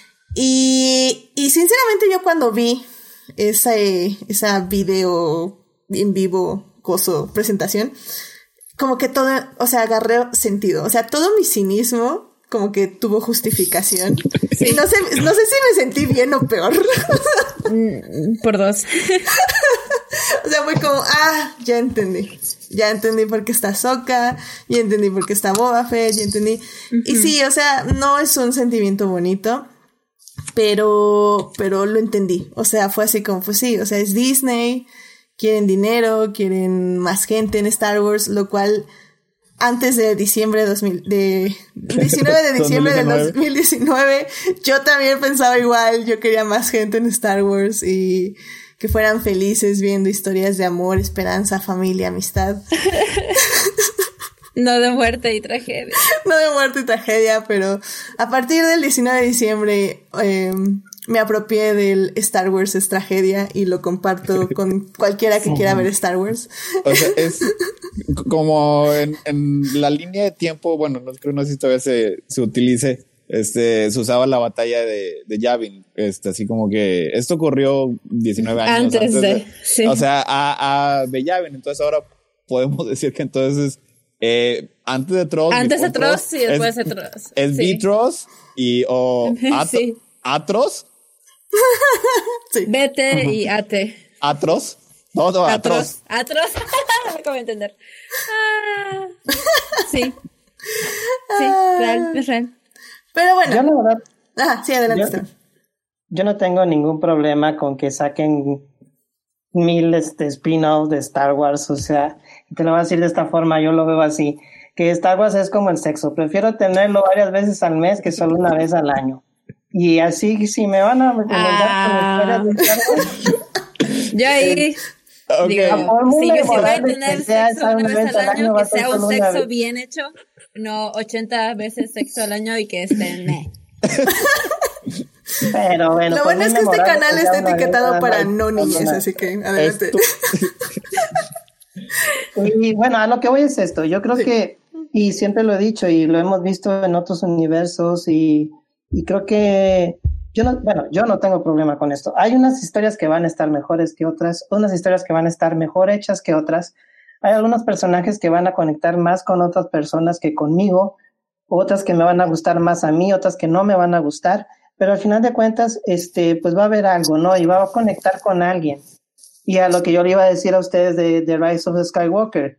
Y, y sinceramente yo cuando vi esa, eh, esa video en vivo, coso, presentación, como que todo, o sea, agarré sentido. O sea, todo mi cinismo como que tuvo justificación. Sí. Y no sé, no sé si me sentí bien o peor. Por dos. O sea, fue como, ah, ya entendí. Ya entendí por qué está Ahsoka, ya entendí por qué está Boba Fett, ya entendí. Uh-huh. Y sí, o sea, no es un sentimiento bonito, pero, pero lo entendí. O sea, fue así como, pues sí, o sea, es Disney, quieren dinero, quieren más gente en Star Wars, lo cual antes de diciembre de dos mil, de diecinueve de diciembre del dos mil diecinueve, yo también pensaba igual, yo quería más gente en Star Wars y que fueran felices viendo historias de amor, esperanza, familia, amistad. No de muerte y tragedia. No de muerte y tragedia, pero a partir del diecinueve de diciembre eh, me apropié del Star Wars es tragedia y lo comparto con cualquiera que quiera ver Star Wars. O sea, es como en, en la línea de tiempo, bueno, no creo, no sé si todavía se, se utilice, este, se usaba la batalla de, de Yavin, este, así como que esto ocurrió diecinueve años antes, antes de, de sí. O sea, a, a de Yavin, entonces ahora podemos decir que entonces eh, antes de Tross, antes de Tross y después de Tross. Es sí. Tross y o At- sí. Atros. Sí. Vete y ate. Atros. No, no, Atros. Atros. No me acabo de entender. Ah, sí. Sí, real, es real. Pero bueno. Yo la verdad. Ajá, sí, adelante. Yo, yo no tengo ningún problema con que saquen mil este, spin-offs de Star Wars. O sea, te lo voy a decir de esta forma, yo lo veo así. Que Star Wars es como el sexo. Prefiero tenerlo varias veces al mes que solo una vez al año. Y así, si me van a recomendar ah. con historias de Star Wars. Yo ahí. Okay. Digo, si yo sí voy a tener sexo una vez al año, que sea un sexo bien hecho, no ochenta veces sexo al año y que esté meh. Pero bueno. Lo bueno es que este canal está etiquetado para no niñes, así que adelante. Y bueno, a lo que voy es esto. Yo creo sí. que, y siempre lo he dicho y lo hemos visto en otros universos y, y creo que yo no, bueno, yo no tengo problema con esto. Hay unas historias que van a estar mejores que otras, unas historias que van a estar mejor hechas que otras. Hay algunos personajes que van a conectar más con otras personas que conmigo, otras que me van a gustar más a mí, otras que no me van a gustar, pero al final de cuentas, este, pues va a haber algo, ¿no? Y va a conectar con alguien. Y a lo que yo le iba a decir a ustedes de, de Rise of the Skywalker,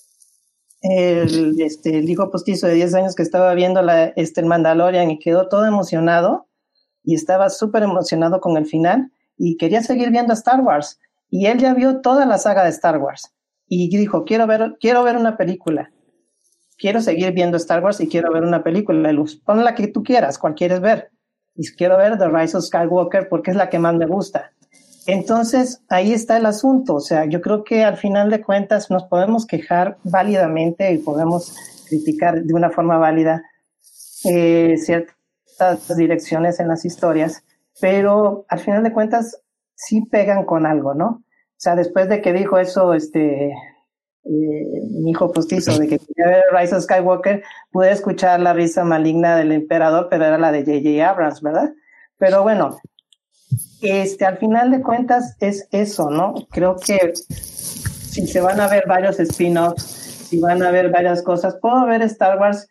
el, este, el hijo postizo de diez años que estaba viendo la, este, el Mandalorian y quedó todo emocionado, y estaba súper emocionado con el final, y quería seguir viendo Star Wars, y él ya vio toda la saga de Star Wars, y dijo, quiero ver, quiero ver una película, quiero seguir viendo Star Wars y quiero ver una película, Luz, pon la que tú quieras, cuál quieres ver, y quiero ver The Rise of Skywalker porque es la que más me gusta. Entonces, ahí está el asunto. O sea, yo creo que al final de cuentas nos podemos quejar válidamente y podemos criticar de una forma válida eh, ciertas direcciones en las historias, pero al final de cuentas sí pegan con algo, ¿no? O sea, después de que dijo eso, este, eh, mi hijo postizo, de que quería ver Rise of Skywalker, pude escuchar la risa maligna del emperador, pero era la de J J Abrams, ¿verdad? Pero bueno, Este, al final de cuentas es eso, ¿no? Creo que si se van a ver varios spin-offs, si van a ver varias cosas, puedo ver Star Wars,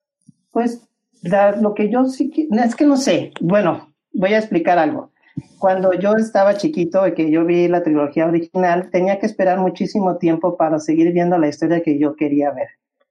pues la, lo que yo sí que, es que no sé, bueno, voy a explicar algo. Cuando yo estaba chiquito y que yo vi la trilogía original, tenía que esperar muchísimo tiempo para seguir viendo la historia que yo quería ver.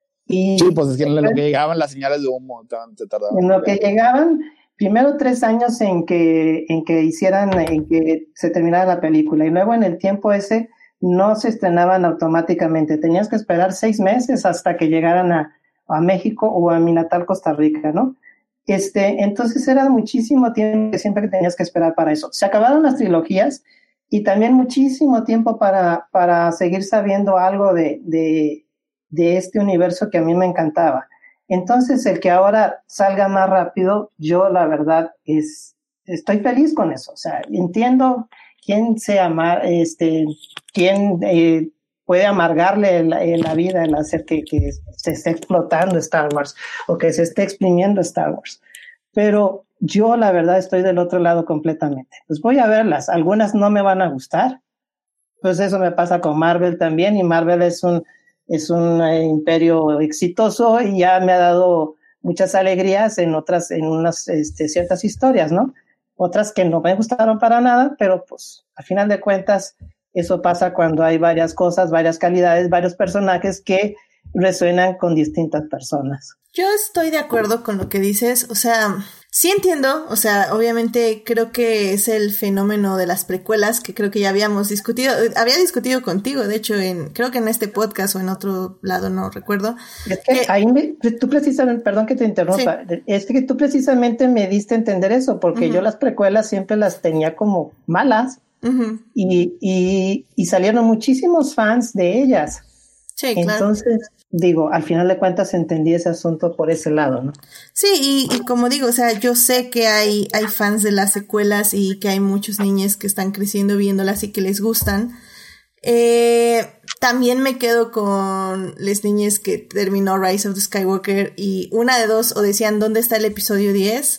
Y sí, pues es que en lo que llegaban las señales de humo, se tardaban. En lo que llegaban... Primero tres años en que, en que hicieran, en que se terminara la película, y luego en el tiempo ese no se estrenaban automáticamente. Tenías que esperar seis meses hasta que llegaran a, a México o a mi natal Costa Rica, ¿no? Este, entonces era muchísimo tiempo que siempre que tenías que esperar para eso. Se acabaron las trilogías y también muchísimo tiempo para, para seguir sabiendo algo de, de, de este universo que a mí me encantaba. Entonces, el que ahora salga más rápido, yo la verdad es, estoy feliz con eso. O sea, entiendo quién se ama, este, quién eh, puede amargarle la, la vida el hacer que, que se esté explotando Star Wars o que se esté exprimiendo Star Wars. Pero yo la verdad estoy del otro lado completamente. Pues voy a verlas. Algunas no me van a gustar. Pues eso me pasa con Marvel también, y Marvel es un es un eh, imperio exitoso y ya me ha dado muchas alegrías en otras, en unas este, ciertas historias, ¿no? Otras que no me gustaron para nada, pero pues a final de cuentas eso pasa cuando hay varias cosas, varias calidades, varios personajes que resuenan con distintas personas. Yo estoy de acuerdo con lo que dices, o sea, sí entiendo, o sea, obviamente creo que es el fenómeno de las precuelas que creo que ya habíamos discutido, había discutido contigo, de hecho, en creo que en este podcast o en otro lado, no recuerdo. Es que, que ahí me, tú precisamente, perdón que te interrumpa, sí. Es que tú precisamente me diste a entender eso, porque uh-huh. yo las precuelas siempre las tenía como malas uh-huh. y, y, y salieron muchísimos fans de ellas. Sí, claro. Entonces, digo, al final de cuentas entendí ese asunto por ese lado, ¿no? Sí, y, y como digo, o sea, yo sé que hay, hay fans de las secuelas y que hay muchos niños que están creciendo viéndolas y que les gustan. Eh, también me quedo con las niñas que terminó Rise of the Skywalker y una de dos o decían ¿dónde está el episodio diez?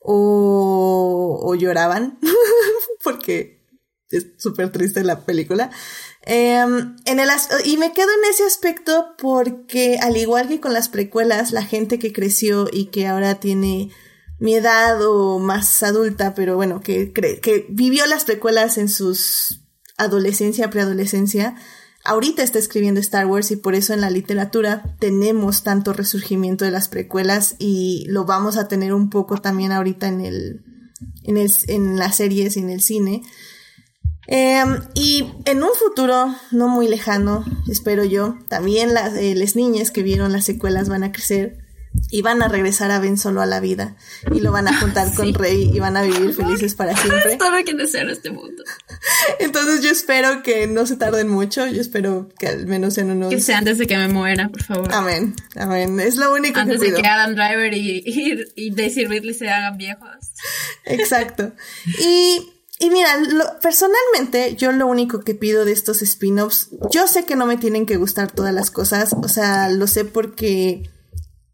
O, o lloraban porque es súper triste la película. Eh, en el as- y me quedo en ese aspecto porque al igual que con las precuelas, la gente que creció y que ahora tiene mi edad o más adulta, pero bueno, que, cre- que vivió las precuelas en sus adolescencia, preadolescencia, ahorita está escribiendo Star Wars y por eso en la literatura tenemos tanto resurgimiento de las precuelas y lo vamos a tener un poco también ahorita en el, en el, en las series y en el cine. Eh, y en un futuro no muy lejano, espero yo, también las, eh, las niñas que vieron las secuelas van a crecer y van a regresar a Ben Solo a la vida y lo van a juntar sí. con Rey y van a vivir felices para siempre. Estaba que deseo este mundo. Entonces yo espero que no se tarden mucho, yo espero que al menos en unos... Que sea antes de que me muera, por favor. Amén, amén, es lo único antes que pido. Antes de que Adam Driver y, y, y Daisy Ridley se hagan viejos. Exacto. Y... Y mira, lo, personalmente, yo lo único que pido de estos spin-offs, yo sé que no me tienen que gustar todas las cosas, o sea, lo sé porque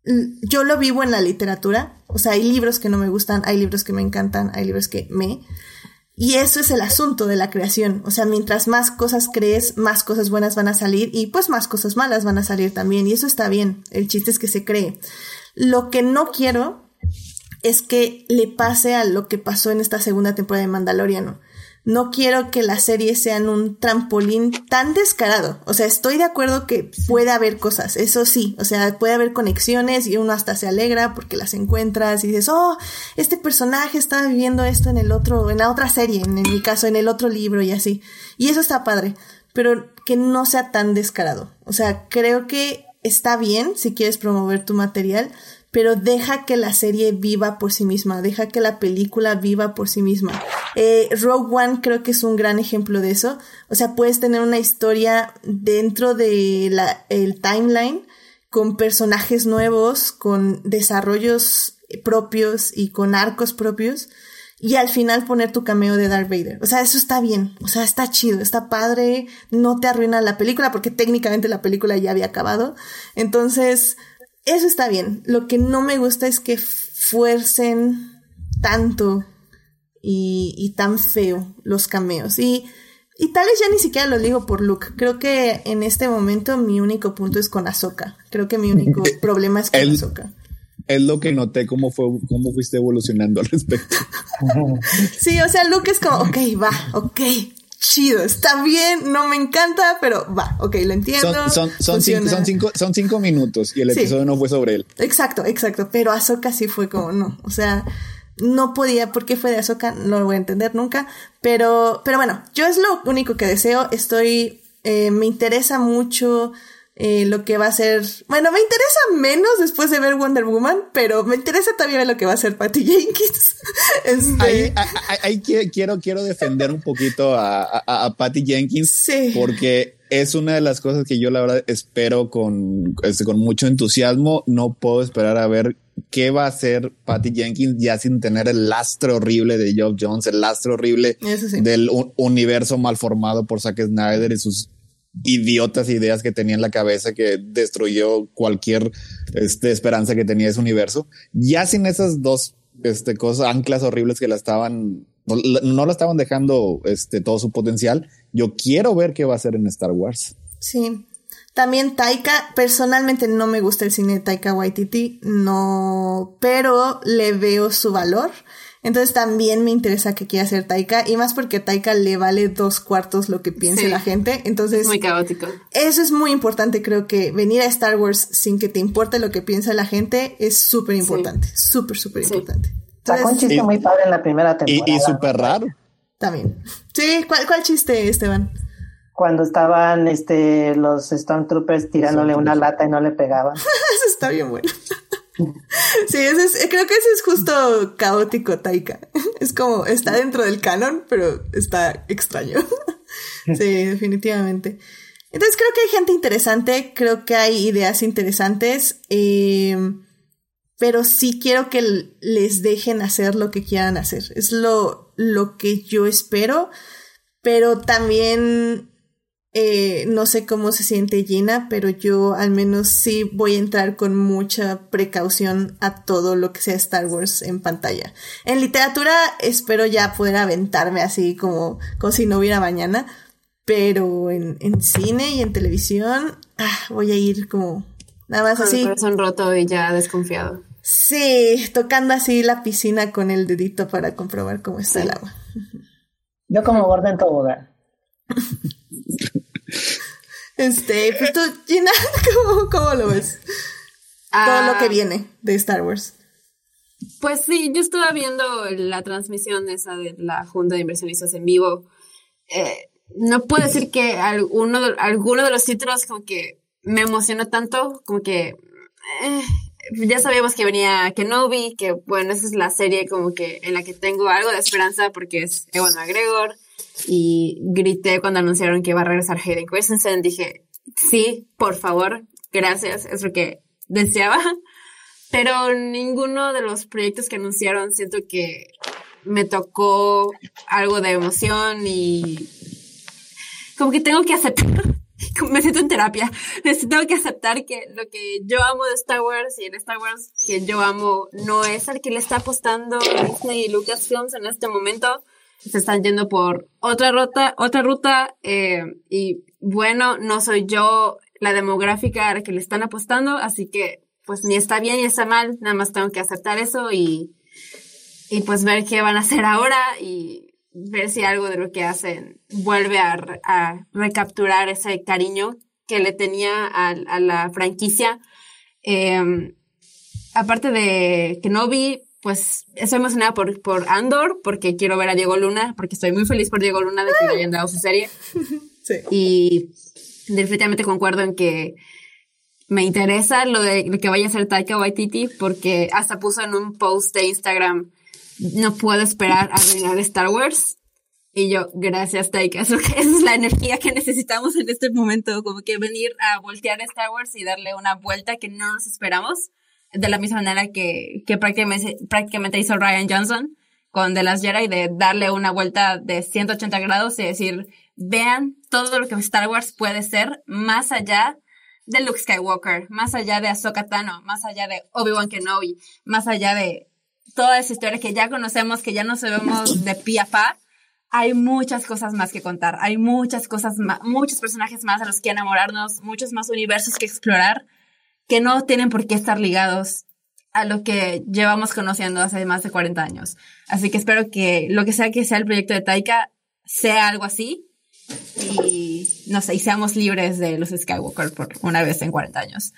yo lo vivo en la literatura, o sea, hay libros que no me gustan, hay libros que me encantan, hay libros que me... Y eso es el asunto de la creación, o sea, mientras más cosas crees, más cosas buenas van a salir y pues más cosas malas van a salir también, y eso está bien, el chiste es que se cree. Lo que no quiero es que le pase a lo que pasó en esta segunda temporada de Mandaloriano. No quiero que la serie sea un trampolín tan descarado. O sea, estoy de acuerdo que puede haber cosas, eso sí. O sea, puede haber conexiones y uno hasta se alegra porque las encuentras y dices, oh, este personaje estaba viviendo esto en el otro, en la otra serie, en, en mi caso, en el otro libro y así. Y eso está padre, pero que no sea tan descarado. O sea, creo que está bien si quieres promover tu material, pero deja que la serie viva por sí misma, deja que la película viva por sí misma. Eh, Rogue One creo que es un gran ejemplo de eso. O sea, puedes tener una historia dentro de la, el timeline con personajes nuevos, con desarrollos propios y con arcos propios, y al final poner tu cameo de Darth Vader. O sea, eso está bien, o sea, está chido, está padre, no te arruina la película porque técnicamente la película ya había acabado. Entonces... eso está bien. Lo que no me gusta es que fuercen tanto y, y tan feo los cameos. Y, y tal vez ya ni siquiera lo digo por Luke. Creo que en este momento mi único punto es con Ahsoka. Creo que mi único problema es con El, Ahsoka. Es lo que noté, cómo fue, cómo fuiste evolucionando al respecto. Sí, o sea, Luke es como, ok, va, ok. Chido, está bien, no me encanta, pero va, ok, lo entiendo. Son, son, son, cinco, son, cinco, son cinco minutos y el episodio sí. no fue sobre él. Exacto, exacto, pero Ahsoka sí fue como, no, o sea, no podía, ¿por qué fue de Ahsoka? No lo voy a entender nunca, pero, pero bueno, yo es lo único que deseo, estoy, eh, me interesa mucho... Eh, lo que va a ser... Bueno, me interesa menos después de ver Wonder Woman, pero me interesa todavía ver lo que va a hacer Patty Jenkins. este... Ahí, ahí, ahí quiero, quiero defender un poquito a, a, a Patty Jenkins, sí. porque es una de las cosas que yo la verdad espero con, este, con mucho entusiasmo. No puedo esperar a ver qué va a hacer Patty Jenkins ya sin tener el lastre horrible de Geoff Johns, el lastre horrible sí. del un, universo mal formado por Zack Snyder y sus idiotas ideas que tenía en la cabeza que destruyó cualquier este, esperanza que tenía ese universo. Ya sin esas dos este, cosas, anclas horribles que la estaban, no, no la estaban dejando este, todo su potencial, yo quiero ver qué va a hacer en Star Wars. Sí. También Taika, personalmente no me gusta el cine de Taika Waititi, no, pero le veo su valor. Entonces también me interesa que quiera hacer Taika, y más porque a Taika le vale dos cuartos lo que piense sí. la gente. Entonces, es muy caótico. Eso es muy importante, creo que venir a Star Wars sin que te importe lo que piensa la gente es súper importante, súper, sí. súper sí. importante. Sacó un chiste y, muy padre en la primera temporada. Y, y súper raro. También. Sí, ¿cuál, cuál chiste, Esteban? Cuando estaban este los Stormtroopers tirándole una lata y no le pegaban. Eso está bien bueno. Sí, ese es, creo que ese es justo caótico Taika. Es como, está dentro del canon, pero está extraño. Sí, definitivamente. Entonces creo que hay gente interesante, creo que hay ideas interesantes, eh, pero sí quiero que les dejen hacer lo que quieran hacer. Es lo, lo que yo espero, pero también... Eh, no sé cómo se siente Gina, pero yo al menos sí voy a entrar con mucha precaución a todo lo que sea Star Wars en pantalla. En literatura espero ya poder aventarme así como, como si no hubiera mañana, pero en, en cine y en televisión ah, voy a ir como nada más con así. el corazón roto y ya desconfiado. Sí, tocando así la piscina con el dedito para comprobar cómo está sí. el agua. Yo como gorda en tobogán. Este, pues tú, Gina, ¿cómo, cómo lo ves? Uh, Todo lo que viene de Star Wars. Pues sí, yo estuve viendo la transmisión esa de la Junta de Inversionistas en vivo. Eh, no puedo decir que alguno de, alguno de los títulos como que me emocionó tanto, como que eh, ya sabíamos que venía Kenobi, que bueno, esa es la serie como que en la que tengo algo de esperanza porque es Ewan McGregor. Y grité cuando anunciaron que iba a regresar Hayden Christensen. Dije, sí, por favor, gracias, es lo que deseaba. Pero ninguno de los proyectos que anunciaron siento que me tocó algo de emoción y como que tengo que aceptar me siento en terapia. Tengo que aceptar que lo que yo amo de Star Wars y el Star Wars que yo amo no es el que le está apostando Disney y Lucasfilms en este momento. Se están yendo por otra ruta, otra ruta, eh, y bueno, no soy yo la demográfica a la que le están apostando, así que pues ni está bien ni está mal, nada más tengo que aceptar eso y, y pues ver qué van a hacer ahora y ver si algo de lo que hacen vuelve a, a recapturar ese cariño que le tenía a, a la franquicia. Eh, aparte de Kenobi, pues estoy emocionada por, por Andor, porque quiero ver a Diego Luna, porque estoy muy feliz por Diego Luna de que le hayan dado su serie. Sí. Y definitivamente concuerdo en que me interesa lo de lo que vaya a hacer Taika Waititi, porque hasta puso en un post de Instagram, no puedo esperar a arruinar Star Wars. Y yo, gracias Taika, eso, esa es la energía que necesitamos en este momento, como que venir a voltear Star Wars y darle una vuelta que no nos esperamos, de la misma manera que, que prácticamente, prácticamente hizo Rian Johnson con The Last Jedi, de darle una vuelta de ciento ochenta grados y decir, vean todo lo que Star Wars puede ser más allá de Luke Skywalker, más allá de Ahsoka Tano, más allá de Obi-Wan Kenobi, más allá de toda esa historia que ya conocemos, que ya no sabemos de pi a pa. Hay muchas cosas más que contar, hay muchas cosas más, muchos personajes más a los que enamorarnos, muchos más universos que explorar, que no tienen por qué estar ligados a lo que llevamos conociendo hace más de cuarenta años. Así que espero que lo que sea que sea el proyecto de Taika sea algo así y, no sé, y seamos libres de los Skywalker por una vez en cuarenta años.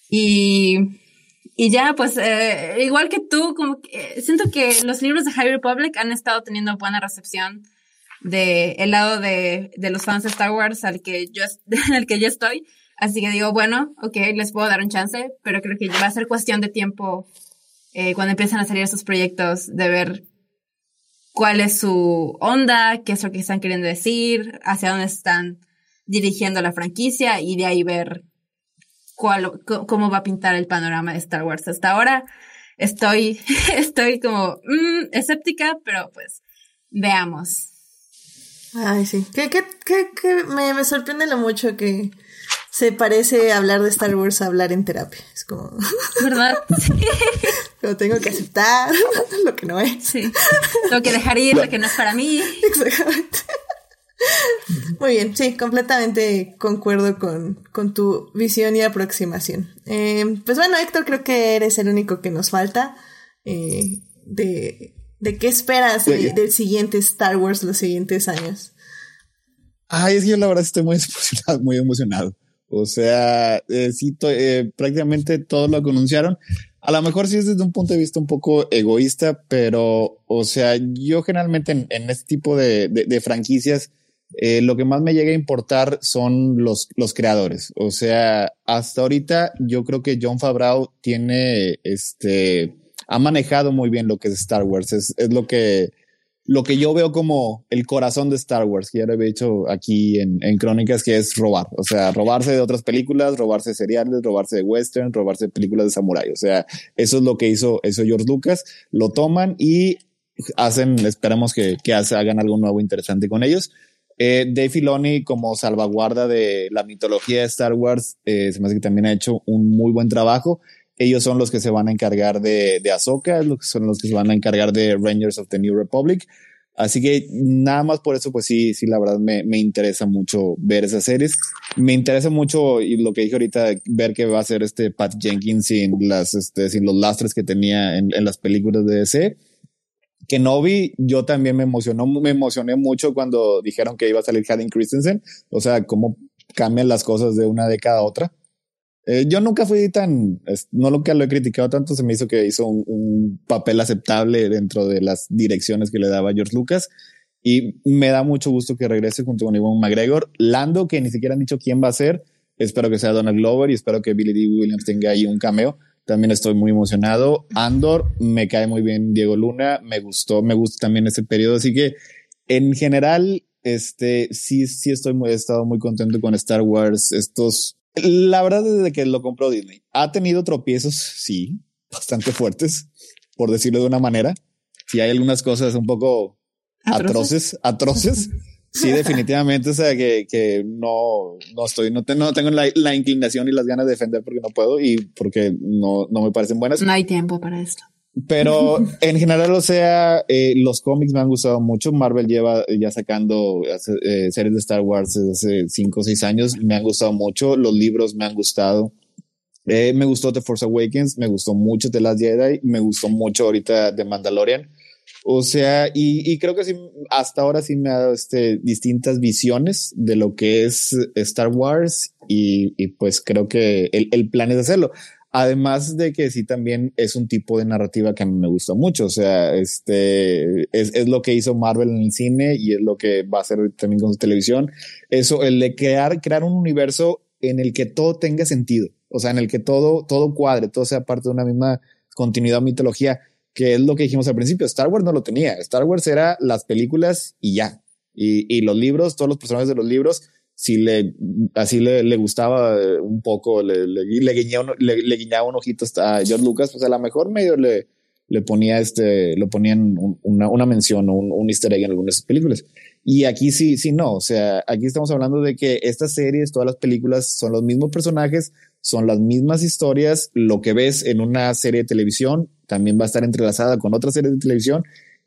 Y, y ya, pues, eh, igual que tú, como que, eh, siento que los libros de High Republic han estado teniendo buena recepción de el lado de, de los fans de Star Wars al que yo, al que yo estoy. Así que digo, bueno, ok, les puedo dar un chance, pero creo que va a ser cuestión de tiempo eh, cuando empiezan a salir esos proyectos de ver cuál es su onda, qué es lo que están queriendo decir, hacia dónde están dirigiendo la franquicia y de ahí ver cuál, c- cómo va a pintar el panorama de Star Wars. Hasta ahora estoy, estoy como mmm, escéptica, pero pues veamos. Ay, sí. Que, que, que, que me, me sorprende lo mucho que se parece hablar de Star Wars a hablar en terapia. Es como... ¿Verdad? Sí. Pero tengo que aceptar lo que no es. Sí. Tengo que dejar ir lo que no es para mí. Exactamente. Muy bien, sí, completamente concuerdo con, con tu visión y aproximación. Eh, pues bueno, Héctor, creo que eres el único que nos falta. Eh, de, ¿De qué esperas de, del siguiente Star Wars los siguientes años? Ay, es que yo la verdad estoy muy emocionado, muy emocionado. O sea, eh, sí, to, eh, prácticamente todo lo que anunciaron. A lo mejor sí es desde un punto de vista un poco egoísta, pero, o sea, yo generalmente en, en este tipo de, de, de franquicias, eh, lo que más me llega a importar son los, los creadores. O sea, hasta ahorita yo creo que Jon Favreau tiene, este, ha manejado muy bien lo que es Star Wars. Es, es lo que... Lo que yo veo como el corazón de Star Wars, que ya lo había dicho aquí en, en Crónicas, que es robar. O sea, robarse de otras películas, robarse de seriales, robarse de western, robarse de películas de samurái. O sea, eso es lo que hizo, hizo George Lucas. Lo toman y hacen, esperamos que, que hace, hagan algo nuevo interesante con ellos. Eh, Dave Filoni, como salvaguarda de la mitología de Star Wars, eh, se me hace que también ha hecho un muy buen trabajo. Ellos son los que se van a encargar de, de Ahsoka, son los que se van a encargar de Rangers of the New Republic. Así que nada más por eso, pues sí, sí, la verdad me, me interesa mucho ver esas series. Me interesa mucho, y lo que dije ahorita, ver qué va a hacer este Pat Jenkins sin las, este, sin los lastres que tenía en, en las películas de D C. Kenobi, yo también me emocionó, me emocioné mucho cuando dijeron que iba a salir Hayden Christensen. O sea, cómo cambian las cosas de una década a otra. Eh, yo nunca fui tan, no lo que lo he criticado tanto, se me hizo que hizo un, un papel aceptable dentro de las direcciones que le daba George Lucas y me da mucho gusto que regrese junto con Ewan McGregor. Lando, que ni siquiera han dicho quién va a ser, espero que sea Donald Glover y espero que Billy Dee Williams tenga ahí un cameo. También estoy muy emocionado. Andor, me cae muy bien Diego Luna, me gustó, me gusta también ese periodo, así que en general, este, sí, sí estoy muy, he estado muy contento con Star Wars. Estos, la verdad, desde que lo compró Disney, ha tenido tropiezos, sí, bastante fuertes, por decirlo de una manera. Sí hay algunas cosas un poco atroces, atroces, Sí, definitivamente, o sea, que, que no, no estoy, no, te, no tengo la, la inclinación y las ganas de defender porque no puedo y porque no, no me parecen buenas. No hay tiempo para esto. Pero en general, o sea, eh, los cómics me han gustado mucho. Marvel lleva ya sacando eh, series de Star Wars desde hace cinco o seis años. Me han gustado mucho. Los libros me han gustado. Eh, me gustó The Force Awakens, me gustó mucho The Last Jedi, me gustó mucho ahorita The Mandalorian. O sea, y, y creo que sí, hasta ahora sí me ha dado este, distintas visiones de lo que es Star Wars y, y pues creo que el, el plan es hacerlo. Además de que sí también es un tipo de narrativa que a mí me gusta mucho. O sea, este es, es lo que hizo Marvel en el cine y es lo que va a hacer también con su televisión. Eso, el de crear, crear un universo en el que todo tenga sentido. O sea, en el que todo, todo cuadre, todo sea parte de una misma continuidad o mitología, que es lo que dijimos al principio. Star Wars no lo tenía. Star Wars era las películas y ya. Y, y los libros, todos los personajes de los libros, si le, así le, le gustaba un poco, le, le, le, guiñaba, le, le guiñaba un ojito a George Lucas, pues a lo mejor medio le, le ponía este, lo ponían un, una, una mención o un, un easter egg en algunas películas. Y aquí sí, sí, no. O sea, aquí estamos hablando de que estas series, todas las películas son los mismos personajes, son las mismas historias. Lo que ves en una serie de televisión también va a estar entrelazada con otras series de televisión.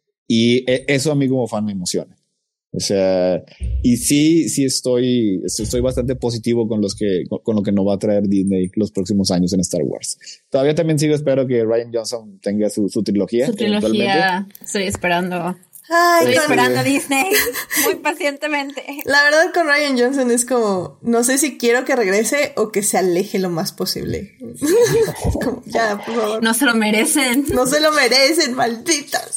Y eso a mí como fan me emociona. O sea, y sí, sí estoy, estoy bastante positivo con los que, con, con lo que nos va a traer Disney los próximos años en Star Wars. Todavía también sigo, espero que Rian Johnson tenga su, su trilogía. Su trilogía, estoy esperando. Ay, estoy con... esperando a Disney muy pacientemente. La verdad con Rian Johnson es como, no sé si quiero que regrese o que se aleje lo más posible. Como, ya, por favor. No se lo merecen. No se lo merecen, malditas.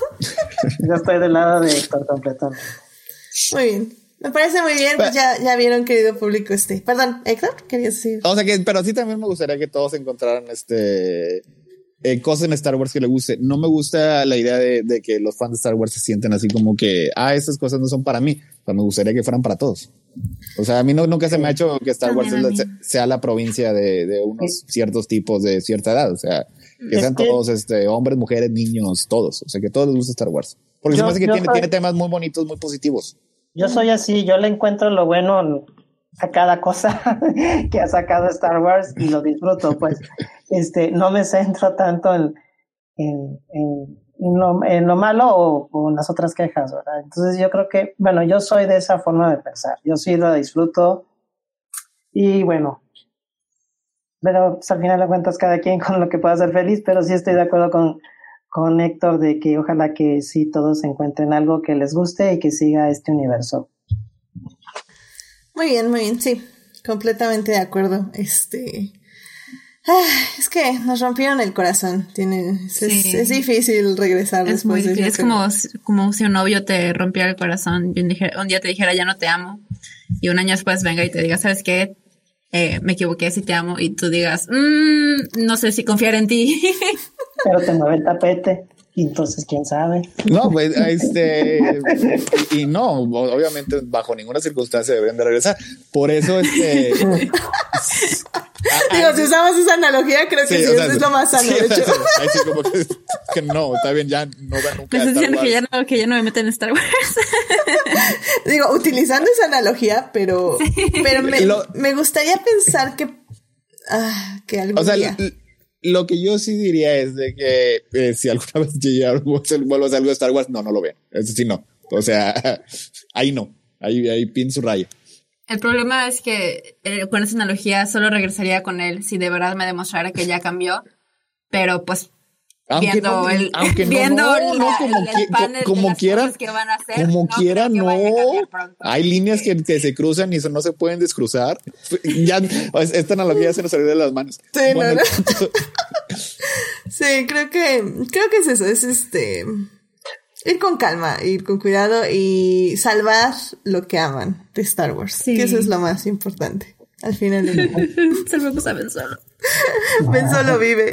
Yo estoy del lado de Héctor completamente. Muy bien. Me parece muy bien, pues ya, ya vieron, querido público, este. Perdón, Héctor, querías decir. O sea que, pero sí también me gustaría que todos encontraran este eh, cosas en Star Wars que les guste. No me gusta la idea de, de que los fans de Star Wars se sienten así como que, ah, estas cosas no son para mí. Pero me gustaría que fueran para todos. O sea, a mí no, nunca se me ha hecho que Star Wars la, sea la provincia de, de unos ciertos tipos de cierta edad. O sea, que sean todos este, hombres, mujeres, niños, todos. O sea, que todos les gusta Star Wars. Porque yo, se me hace que tiene, soy, tiene temas muy bonitos, muy positivos. Yo soy así, yo le encuentro lo bueno a cada cosa que ha sacado Star Wars y lo disfruto, pues. este No me centro tanto en, en, en, en, lo, en lo malo o, o en las otras quejas, ¿verdad? Entonces yo creo que, bueno, yo soy de esa forma de pensar. Yo sí lo disfruto y bueno, pero pues, al final de cuentas cada quien con lo que pueda ser feliz, pero sí estoy de acuerdo con con Héctor de que ojalá que sí todos encuentren algo que les guste y que siga este universo. Muy bien, muy bien, sí, completamente de acuerdo. Este, ah, es que nos rompieron el corazón. Tiene, es, sí. es, es difícil regresar es después muy, de Es como, como si un novio te rompiera el corazón y un, un día te dijera ya no te amo y un año después venga y te diga, ¿sabes qué? Eh, me equivoqué, si te amo, y tú digas, mmm, no sé si confiar en ti. Pero te mueve el tapete, y entonces quién sabe. No, pues, este, y, y no, obviamente bajo ninguna circunstancia deberían de regresar. Por eso, este. Digo, si usamos esa analogía, creo que sí, sí sea, es lo más sano, sí, de hecho. Ahí sí, como que, que no, está bien, ya no va nunca. Me estás diciendo que ya, no, que ya no me meten en Star Wars. Digo, utilizando esa analogía, pero, sí. pero me, lo, me gustaría pensar que, ah, que algún o sea, día. Lo, lo que yo sí diría es de que eh, si alguna vez yo vuelvo a hacer algo de Star Wars, no, no lo vean. Eso sí, no. O sea, ahí no. Ahí, ahí pin su rayo. El problema es que eh, con esa analogía solo regresaría con él si de verdad me demostrara que ya cambió, pero pues aunque viendo no, el aunque viendo no, la, no, como, el, que, el panel como quiera que van a hacer, como no quiera no hay líneas sí. que, que se cruzan y eso no se pueden descruzar. Ya esta analogía se nos salió de las manos. Sí, bueno, no, no. Sí, creo que creo que es eso, es este ir con calma, ir con cuidado y salvar lo que aman de Star Wars. Sí. Que eso es lo más importante. Al final del día. Salvemos a Ben Solo. Ben Solo vive.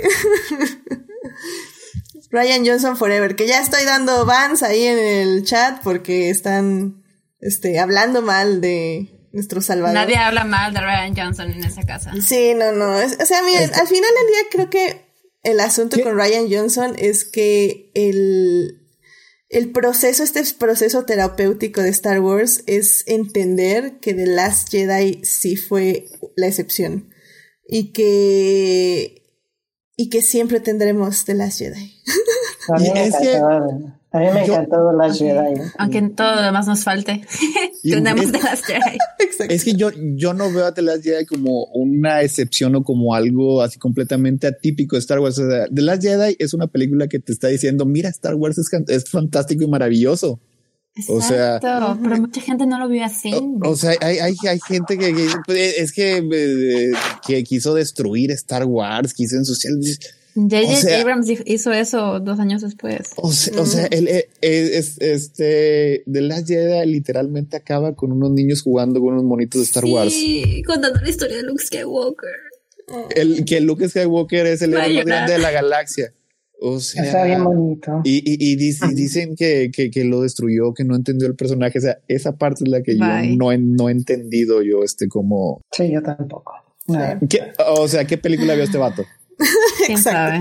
Rian Johnson Forever, que ya estoy dando bans ahí en el chat porque están este, hablando mal de nuestro Salvador. Nadie habla mal de Rian Johnson en esa casa. Sí, no, no. Es, o sea, miren, es que... al final del día creo que el asunto ¿Qué? con Rian Johnson es que el... el proceso, este proceso terapéutico de Star Wars es entender que The Last Jedi sí fue la excepción y que y que siempre tendremos The Last Jedi. A mí me es que encantó, a mí me yo, encantó The Last Jedi. Aunque en todo lo demás nos falte. Tenemos The Last Jedi. Exacto. Es que yo, yo no veo a The Last Jedi como una excepción o como algo así completamente atípico de Star Wars. O sea, The Last Jedi es una película que te está diciendo, mira, Star Wars es, es fantástico y maravilloso. Exacto, o sea, pero mucha gente no lo vio así. O, o sea, hay, hay, hay gente que, que es que, eh, que quiso destruir Star Wars, quiso ensuciar. J J O sea, Abrams hizo eso dos años después. O sea, mm. o sea el, el, el, es, este, The Last Jedi literalmente acaba con unos niños jugando con unos monitos de Star sí, Wars. Sí, contando la historia de Luke Skywalker. El, que Luke Skywalker es el héroe más grande de la galaxia. O sea, está bien bonito. Y, y, y, dice, y dicen que, que, que lo destruyó, que no entendió el personaje. O sea, esa parte es la que Bye. yo no he, no he entendido yo, este, como. Sí, yo tampoco. ¿Qué, o sea, ¿qué película vio este vato? ¿Quién sabe?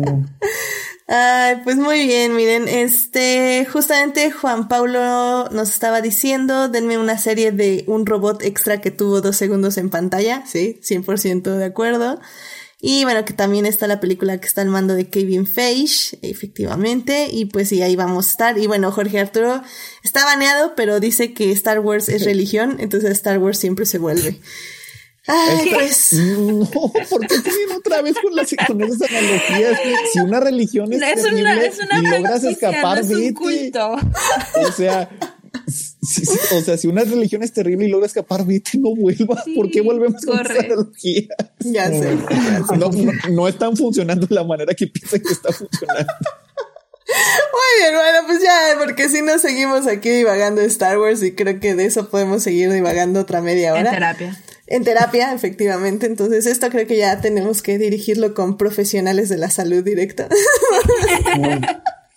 Ay, pues muy bien, miren, este, justamente Juan Pablo nos estaba diciendo, denme una serie de un robot extra que tuvo dos segundos en pantalla, sí, cien por ciento de acuerdo. Y bueno, que también está la película que está al mando de Kevin Feige, efectivamente, y pues sí, ahí vamos a estar. Y bueno, Jorge Arturo está baneado, pero dice que Star Wars es religión, entonces Star Wars siempre se vuelve. Ay, pues. No, ¿por qué tienen otra vez con, las, con esas analogías? Si una religión es, es terrible una, es una y logras escapar, no es un culto. O sea, si, si, o sea, si una religión es terrible y logras escapar, vete, no vuelvas. Sí, ¿por qué volvemos corre. con esas analogías? Ya sé. No, no, no están funcionando de la manera que piensan que está funcionando. Muy bien, bueno, pues ya, porque si no seguimos aquí divagando de Star Wars y creo que de eso podemos seguir divagando otra media hora. En terapia. En terapia, efectivamente. Entonces esto creo que ya tenemos que dirigirlo con profesionales de la salud directa. Entonces,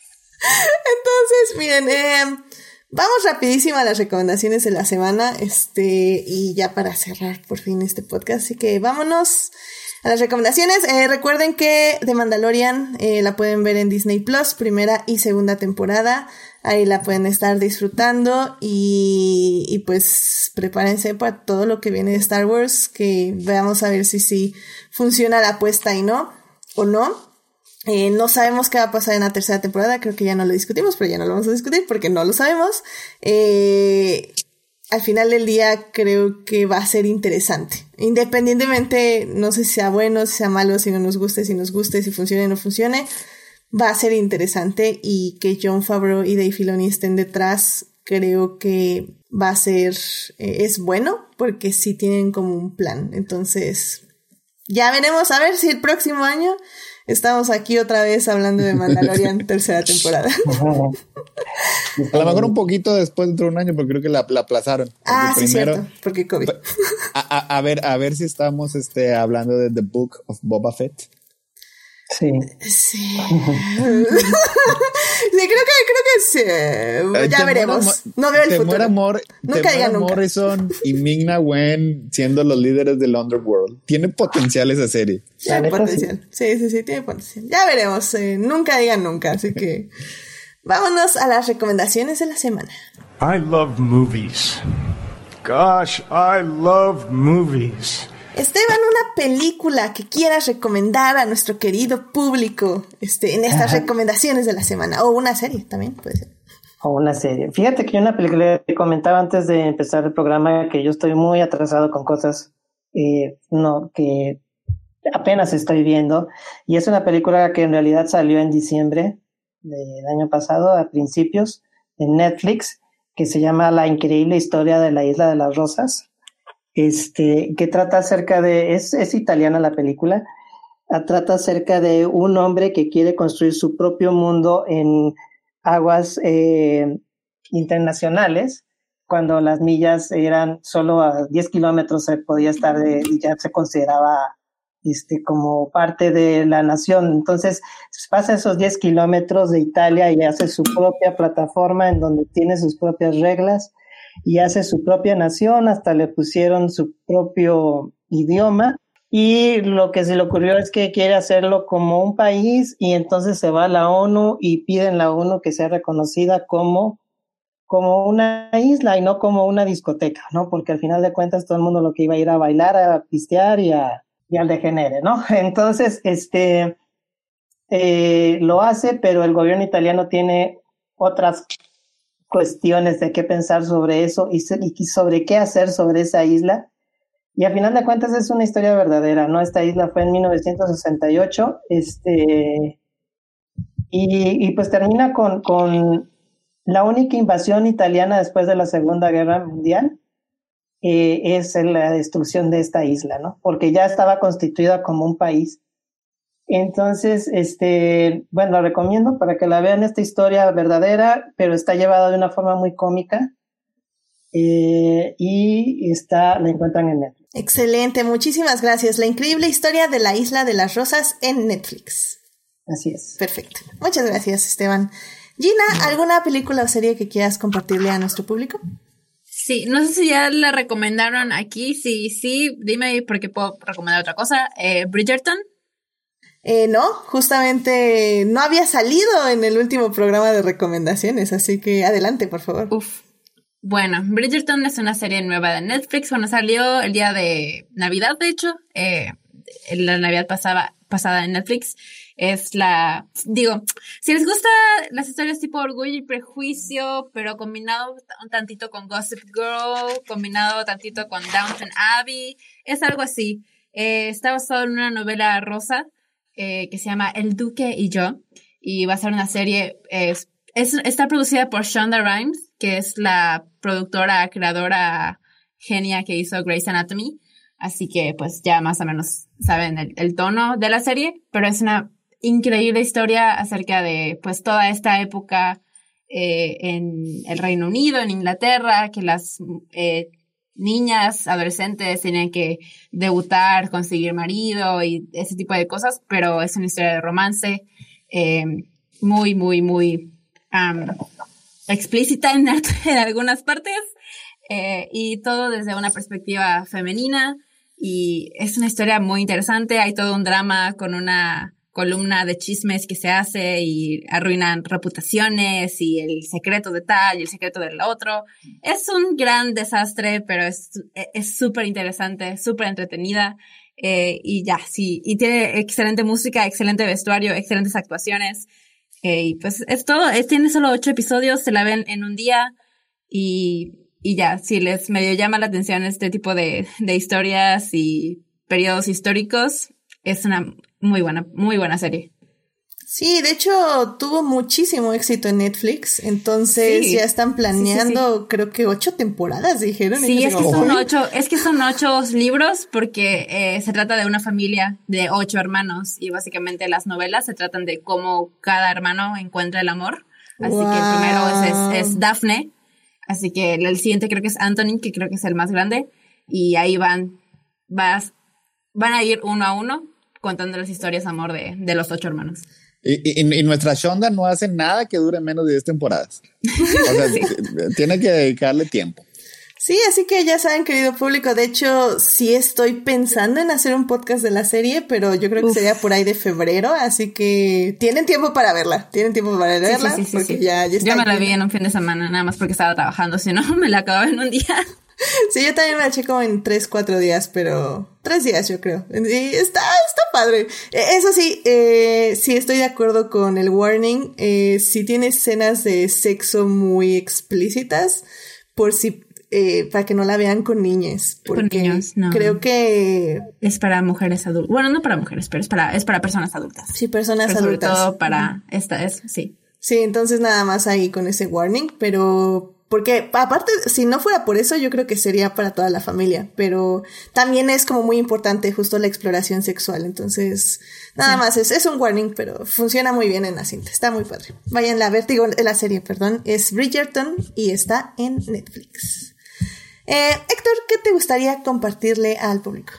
miren, eh, vamos rapidísimo a las recomendaciones de la semana, este, y ya para cerrar por fin este podcast. Así que vámonos a las recomendaciones. Eh, recuerden que The Mandalorian eh, la pueden ver en Disney Plus, primera y segunda temporada. Ahí la pueden estar disfrutando y, y pues prepárense para todo lo que viene de Star Wars, que veamos a ver si sí funciona la apuesta y no, o no. Eh, no sabemos qué va a pasar en la tercera temporada, creo que ya no lo discutimos, pero ya no lo vamos a discutir porque no lo sabemos. Eh, al final del día creo que va a ser interesante. Independientemente, no sé si sea bueno, si sea malo, si no nos guste, si nos guste, si funcione o no funcione. Va a ser interesante y que Jon Favreau y Dave Filoni estén detrás, creo que va a ser, eh, es bueno, porque sí tienen como un plan. Entonces, ya veremos a ver si el próximo año estamos aquí otra vez hablando de Mandalorian tercera temporada. A lo mejor un poquito después, dentro de un año, porque creo que la, la aplazaron. Ah, sí, primero, cierto, porque COVID. A, a, a ver, a ver si estamos este, hablando de The Book of Boba Fett. Sí. Sí. sí, creo que, creo que sí. Ya te veremos. Muera, no veo el futuro. Muera Mor nunca digan nunca. Morrison y Ming-Na Wen siendo los líderes del Underworld. Tiene potencial esa serie. Tiene potencial. Sí, sí, sí, tiene potencial. Ya veremos. Eh, nunca digan nunca. Así que vámonos a las recomendaciones de la semana. I love movies. Gosh, I love movies. Esteban, una película que quieras recomendar a nuestro querido público este, en estas Ajá. recomendaciones de la semana, o una serie también puede ser. O una serie. Fíjate que una película que comentaba antes de empezar el programa que yo estoy muy atrasado con cosas eh, no, que apenas estoy viendo, y es una película que en realidad salió en diciembre del año pasado, a principios, en Netflix, que se llama La increíble historia de la Isla de las Rosas. Este, que trata acerca de, es, es italiana la película, trata acerca de un hombre que quiere construir su propio mundo en aguas eh, internacionales, cuando las millas eran solo a diez kilómetros, se podía estar de, y ya se consideraba este, como parte de la nación. Entonces pasa esos diez kilómetros de Italia y hace su propia plataforma en donde tiene sus propias reglas y hace su propia nación, hasta le pusieron su propio idioma, y lo que se le ocurrió es que quiere hacerlo como un país y entonces se va a la ONU y piden la ONU que sea reconocida como, como una isla y no como una discoteca, ¿no? Porque al final de cuentas todo el mundo lo que iba a ir a bailar, a pistear y, a, y al degenere, ¿no? Entonces, este, eh, lo hace, pero el gobierno italiano tiene otras cuestiones de qué pensar sobre eso y, y sobre qué hacer sobre esa isla. Y a final de cuentas es una historia verdadera, ¿no? Esta isla fue en mil novecientos sesenta y ocho, este, y, y pues termina con, con la única invasión italiana después de la Segunda Guerra Mundial, eh, es la destrucción de esta isla, ¿no? Porque ya estaba constituida como un país. Entonces, este, bueno, lo recomiendo para que la vean, esta historia verdadera, pero está llevada de una forma muy cómica, eh, y está, la encuentran en Netflix. Excelente, muchísimas gracias. La increíble historia de la Isla de las Rosas en Netflix. Así es. Perfecto. Muchas gracias, Esteban. Gina, ¿alguna película o serie que quieras compartirle a nuestro público? Sí, no sé si ya la recomendaron aquí. Sí, sí, dime porque puedo recomendar otra cosa. Eh, Bridgerton. Eh, no, justamente no había salido en el último programa de recomendaciones, así que adelante, por favor. Uf. Bueno, Bridgerton es una serie nueva de Netflix. Bueno, salió el día de Navidad, de hecho. Eh, la Navidad pasaba, pasada en Netflix. Es la... Digo, si les gusta las historias tipo Orgullo y Prejuicio, pero combinado un tantito con Gossip Girl, combinado tantito con Downton Abbey, es algo así. Eh, está basado en una novela rosa, Eh, que se llama El Duque y yo, y va a ser una serie, eh, es, está producida por Shonda Rhimes, que es la productora, creadora, genia que hizo Grey's Anatomy, así que pues ya más o menos saben el, el tono de la serie, pero es una increíble historia acerca de pues toda esta época eh, en el Reino Unido, en Inglaterra, que las eh, niñas, adolescentes tienen que debutar, conseguir marido y ese tipo de cosas, pero es una historia de romance eh, muy, muy, muy um, explícita en, en algunas partes eh, y todo desde una perspectiva femenina, y es una historia muy interesante. Hay todo un drama con una columna de chismes que se hace y arruinan reputaciones y el secreto de tal y el secreto del otro. Es un gran desastre, pero es es súper interesante, súper entretenida, eh, y ya, sí, y tiene excelente música, excelente vestuario, excelentes actuaciones, eh, y pues es todo. Es, tiene solo ocho episodios, se la ven en un día y, y ya, si les medio llama la atención este tipo de, de historias y periodos históricos, es una muy buena, muy buena serie. Sí, de hecho tuvo muchísimo éxito en Netflix, entonces sí, ya están planeando, sí, sí, sí. creo que ocho temporadas, dijeron. Sí, es que son ocho, es que son ocho libros porque eh, se trata de una familia de ocho hermanos y básicamente las novelas se tratan de cómo cada hermano encuentra el amor. Así wow. que el primero es, es, es Daphne, así que el siguiente creo que es Anthony, que creo que es el más grande, y ahí van, vas, van a ir uno a uno contando las historias de amor de, de los ocho hermanos. Y, y, y nuestra Shonda no hace nada que dure menos de diez temporadas. O sea, sí. tiene que dedicarle tiempo. Sí, así que ya saben, querido público, de hecho, sí estoy pensando en hacer un podcast de la serie, pero yo creo que Uf. sería por ahí de febrero, así que tienen tiempo para verla, tienen tiempo para verla, sí, sí, sí, porque sí. ya, ya está. Yo me la vi en un fin de semana, nada más porque estaba trabajando, si no, me la acababa en un día. Sí, yo también me la eché como en tres, cuatro días, pero tres días yo creo. Y está, está padre. Eso sí, eh, sí estoy de acuerdo con el warning. Eh, sí tiene escenas de sexo muy explícitas, por si, eh, para que no la vean con niñes. Con niños, no. Creo que es para mujeres adultas. Bueno, no para mujeres, pero es para, es para personas adultas. Sí, personas pero adultas. Sobre todo para uh-huh. esta es, sí. Sí, entonces nada más ahí con ese warning, pero porque aparte, si no fuera por eso, yo creo que sería para toda la familia, pero también es como muy importante justo la exploración sexual, entonces nada sí. más, es, es un warning, pero funciona muy bien en la cinta, está muy padre. Vayan a ver, digo, la serie, perdón, es Bridgerton y está en Netflix. Eh, Héctor, ¿qué te gustaría compartirle al público?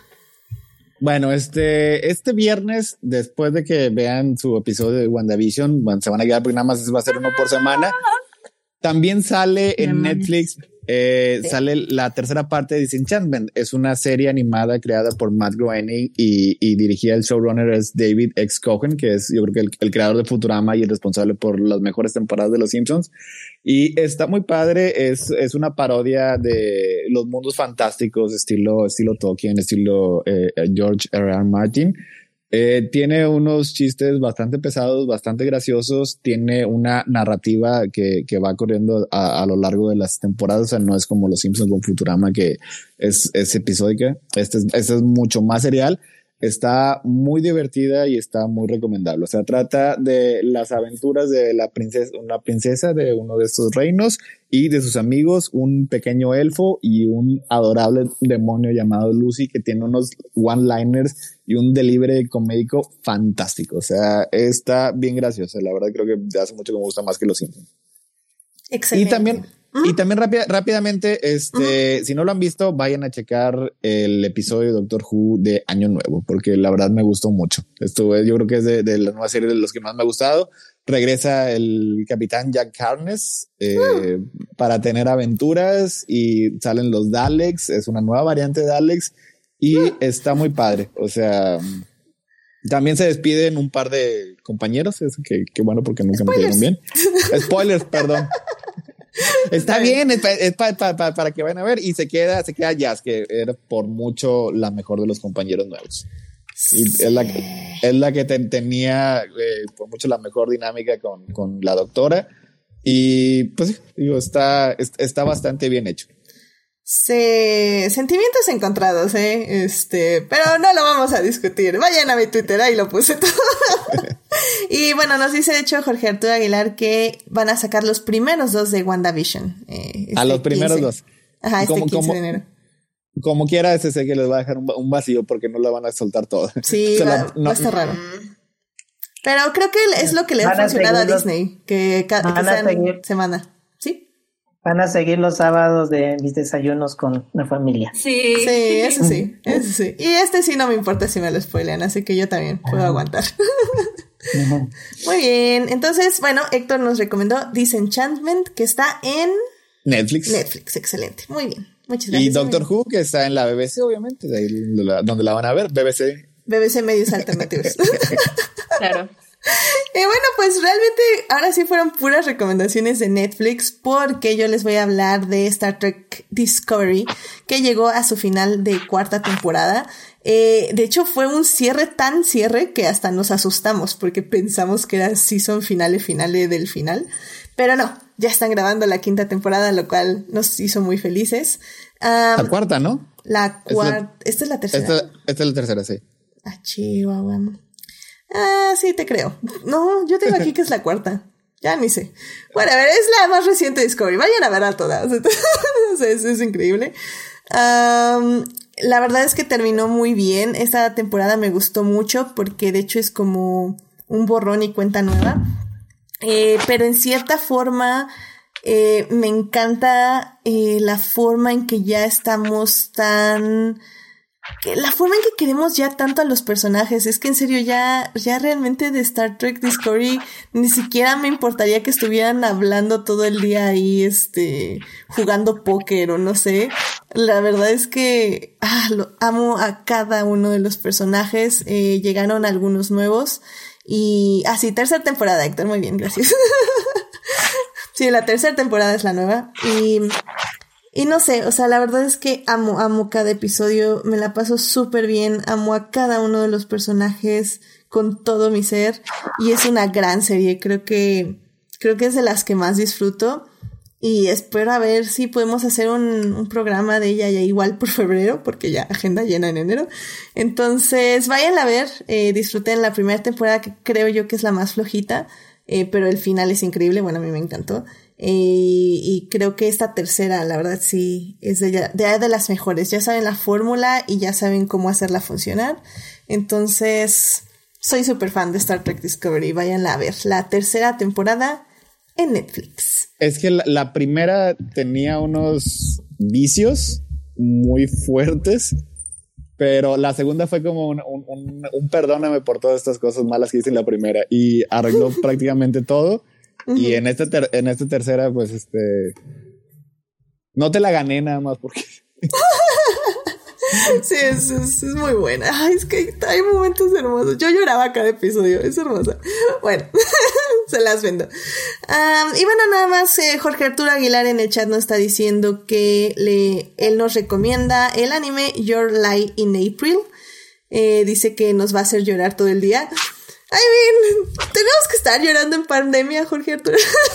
Bueno, este, este viernes, después de que vean su episodio de WandaVision, bueno, se van a quedar porque nada más va a ser uno por semana. También sale en Netflix Eh, Sí. Sale la tercera parte de Disenchantment. Es una serie animada creada por Matt Groening y, y dirigida el showrunner es David X. Cohen, que es yo creo que el, el creador de Futurama y el responsable por las mejores temporadas de Los Simpsons. Y está muy padre. Es, es una parodia de los mundos fantásticos, estilo, estilo Tolkien, estilo eh, George R R. Martin. Eh, tiene unos chistes bastante pesados, bastante graciosos, tiene una narrativa que, que va corriendo a, a lo largo de las temporadas, o sea, no es como Los Simpsons con Futurama que es, es episódica, este es, este es mucho más serial, está muy divertida y está muy recomendable, o sea, trata de las aventuras de la princesa, una princesa de uno de estos reinos y de sus amigos, un pequeño elfo y un adorable demonio llamado Lucy que tiene unos one-liners y un delivery comédico fantástico. O sea, está bien gracioso. La verdad creo que hace mucho que me gusta más que Los Simpsons. Excelente. Y también, uh-huh. y también rápida, rápidamente, este, uh-huh. si no lo han visto, vayan a checar el episodio de Doctor Who de Año Nuevo, porque la verdad me gustó mucho. Esto yo creo que es de, de la nueva serie de los que más me ha gustado. Regresa el capitán Jack Harkness eh, uh. para tener aventuras y salen los Daleks. Es una nueva variante de Daleks y uh. está muy padre. O sea, también se despiden un par de compañeros. Es que, que bueno, porque nunca Spoilers. me quedaron bien. Spoilers, perdón. Está bien, es, es pa, pa, pa, para que vayan a ver. Y se queda, se queda Jazz, que era por mucho la mejor de los compañeros nuevos. Y sí. es la que, es la que te, tenía eh, por mucho la mejor dinámica con, con la doctora y pues digo, está, está bastante bien hecho. Sí, sentimientos encontrados, eh, este, pero no lo vamos a discutir. Vayan a mi Twitter, ahí lo puse todo. Y bueno, nos dice de hecho Jorge Arturo Aguilar que van a sacar los primeros dos de WandaVision. Eh, este a los primeros quince. Dos. Ajá, este como, quince como, de enero. Como quiera, ese sé que les va a dejar un, un vacío porque no la van a soltar toda. Sí, va, la, no, va a estar raro. Pero creo que es lo que le ha funcionado a, a Disney, que, ca- que sean seguir. semana. ¿Sí? Van a seguir los sábados de mis desayunos con la familia. Sí, sí, eso sí, eso sí. Y este sí no me importa si me lo spoilean, así que yo también puedo aguantar. Uh-huh. Muy bien, entonces, bueno, Héctor nos recomendó Disenchantment, que está en Netflix. Netflix, excelente, muy bien. Muchas gracias. Y Doctor Who, que está en la B B C, obviamente, de ahí donde la van a ver, B B C. B B C Medios Alternativos. Claro. Y bueno, pues realmente ahora sí fueron puras recomendaciones de Netflix, porque yo les voy a hablar de Star Trek Discovery, que llegó a su final de cuarta temporada. Eh, de hecho, fue un cierre tan cierre que hasta nos asustamos, porque pensamos que era season finale finale del final. Pero no, ya están grabando la quinta temporada, lo cual nos hizo muy felices. Um, la cuarta, ¿no? La cuarta. Esta es la tercera. Esta, esta es la tercera, sí. Ah, chihuahua. Ah, sí, te creo. No, yo tengo aquí que es la cuarta. Ya ni sé. Bueno, a ver, es la más reciente Discovery. Vayan a ver a todas. es, es increíble. Um, la verdad es que terminó muy bien. Esta temporada me gustó mucho porque de hecho es como un borrón y cuenta nueva. Eh, pero en cierta forma eh, me encanta eh, la forma en que ya estamos tan... Que la forma en que queremos ya tanto a los personajes. Es que en serio ya, ya realmente de Star Trek Discovery ni siquiera me importaría que estuvieran hablando todo el día ahí, este, jugando póker o no sé. La verdad es que ah, lo, amo a cada uno de los personajes. Eh, llegaron algunos nuevos. Y, ah, sí, tercera temporada, Héctor, muy bien, gracias. Sí, la tercera temporada es la nueva. Y, y no sé, o sea, la verdad es que amo, amo cada episodio, me la paso súper bien, amo a cada uno de los personajes con todo mi ser. Y es una gran serie, creo que, creo que es de las que más disfruto. Y espero a ver si podemos hacer un, un programa de ella ya igual por febrero, porque ya agenda llena en enero. Entonces, vayan a ver, eh, disfruten la primera temporada, que creo yo que es la más flojita, eh, pero el final es increíble, bueno, a mí me encantó. Eh, y creo que esta tercera, la verdad, sí, es de, de, de las mejores. Ya saben la fórmula y ya saben cómo hacerla funcionar. Entonces, soy súper fan de Star Trek Discovery, váyanla a ver. La tercera temporada en Netflix. Es que la, la primera tenía unos vicios muy fuertes, pero la segunda fue como un, un, un, un perdóname por todas estas cosas malas que hice en la primera y arregló prácticamente todo. Uh-huh. Y en esta ter- en esta tercera, pues este No te la gané nada más porque... Sí, es, es, es muy buena. Ay, es que hay momentos hermosos. Yo lloraba cada episodio, es hermosa. Bueno, se las vendo. Um, y bueno, nada más, eh, Jorge Arturo Aguilar en el chat nos está diciendo que le, él nos recomienda el anime Your Lie in April. Eh, dice que nos va a hacer llorar todo el día. I mean, tenemos que estar llorando en pandemia, Jorge Arturo.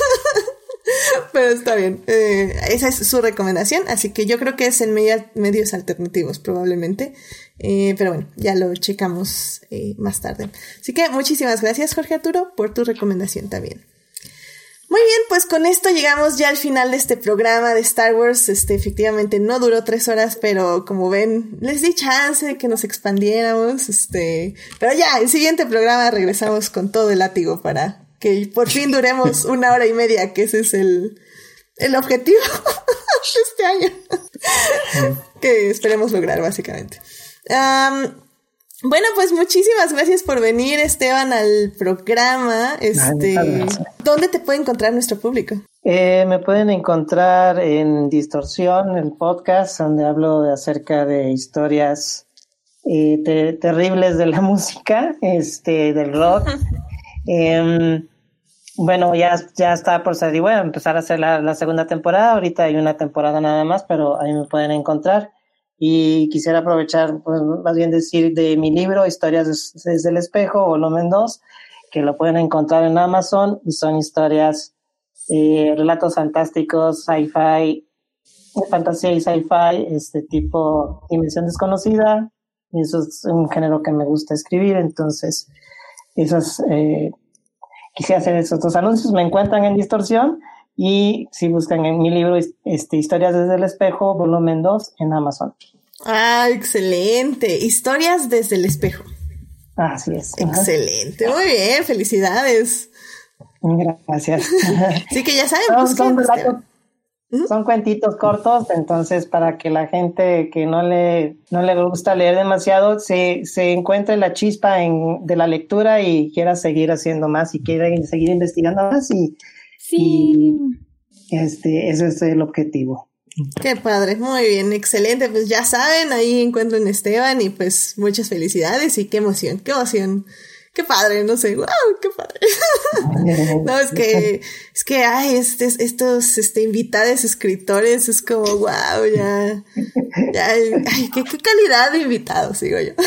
Pero está bien, eh, esa es su recomendación, así que yo creo que es en medio, medios alternativos probablemente, eh, pero bueno, ya lo checamos eh, más tarde. Así que muchísimas gracias, Jorge Arturo, por tu recomendación también. Muy bien, pues con esto llegamos ya al final de este programa de Star Wars. Este, efectivamente no duró tres horas, pero como ven, les di chance de que nos expandiéramos, este, pero ya, el siguiente programa regresamos con todo el látigo para que por fin duremos una hora y media, que ese es el, el objetivo de este año. Que esperemos lograr, básicamente. Um, bueno, pues muchísimas gracias por venir, Esteban, al programa. Este, ¿dónde te puede encontrar nuestro público? Eh, me pueden encontrar en Distorsión, el podcast, donde hablo de, acerca de historias eh, te, terribles de la música, este, del rock. Eh, bueno, ya, ya está por salir, voy a empezar a hacer la, la segunda temporada. Ahorita hay una temporada nada más, pero ahí me pueden encontrar. Y quisiera aprovechar, pues, más bien decir de mi libro, Historias desde el Espejo, volumen dos, que lo pueden encontrar en Amazon, y son historias, eh, relatos fantásticos, sci-fi, fantasía y sci-fi, este tipo Dimensión Desconocida, y eso es un género que me gusta escribir. Entonces, esos, eh, quisiera hacer esos dos anuncios. Me encuentran en Distorsión, y si buscan en mi libro, este, Historias desde el Espejo, volumen dos, en Amazon. Ah, excelente. Historias desde el Espejo. Así es. Excelente. Muy bien, felicidades. Gracias. Sí, que ya saben, son, pues, son, que relatos, ¿Mm? son cuentitos cortos, entonces para que la gente que no le, no le gusta leer demasiado se, se encuentre la chispa en, de la lectura y quiera seguir haciendo más y quiera seguir investigando más y Sí. Y este, ese es el objetivo. Qué padre, muy bien, excelente. Pues ya saben, ahí encuentran a Esteban y pues muchas felicidades y qué emoción, qué emoción. Qué padre, no sé, wow, qué padre. No, es que, es que, ay, este, estos, este, invitados escritores, es como, wow, ya, ya, ay, qué, qué calidad de invitados, digo yo.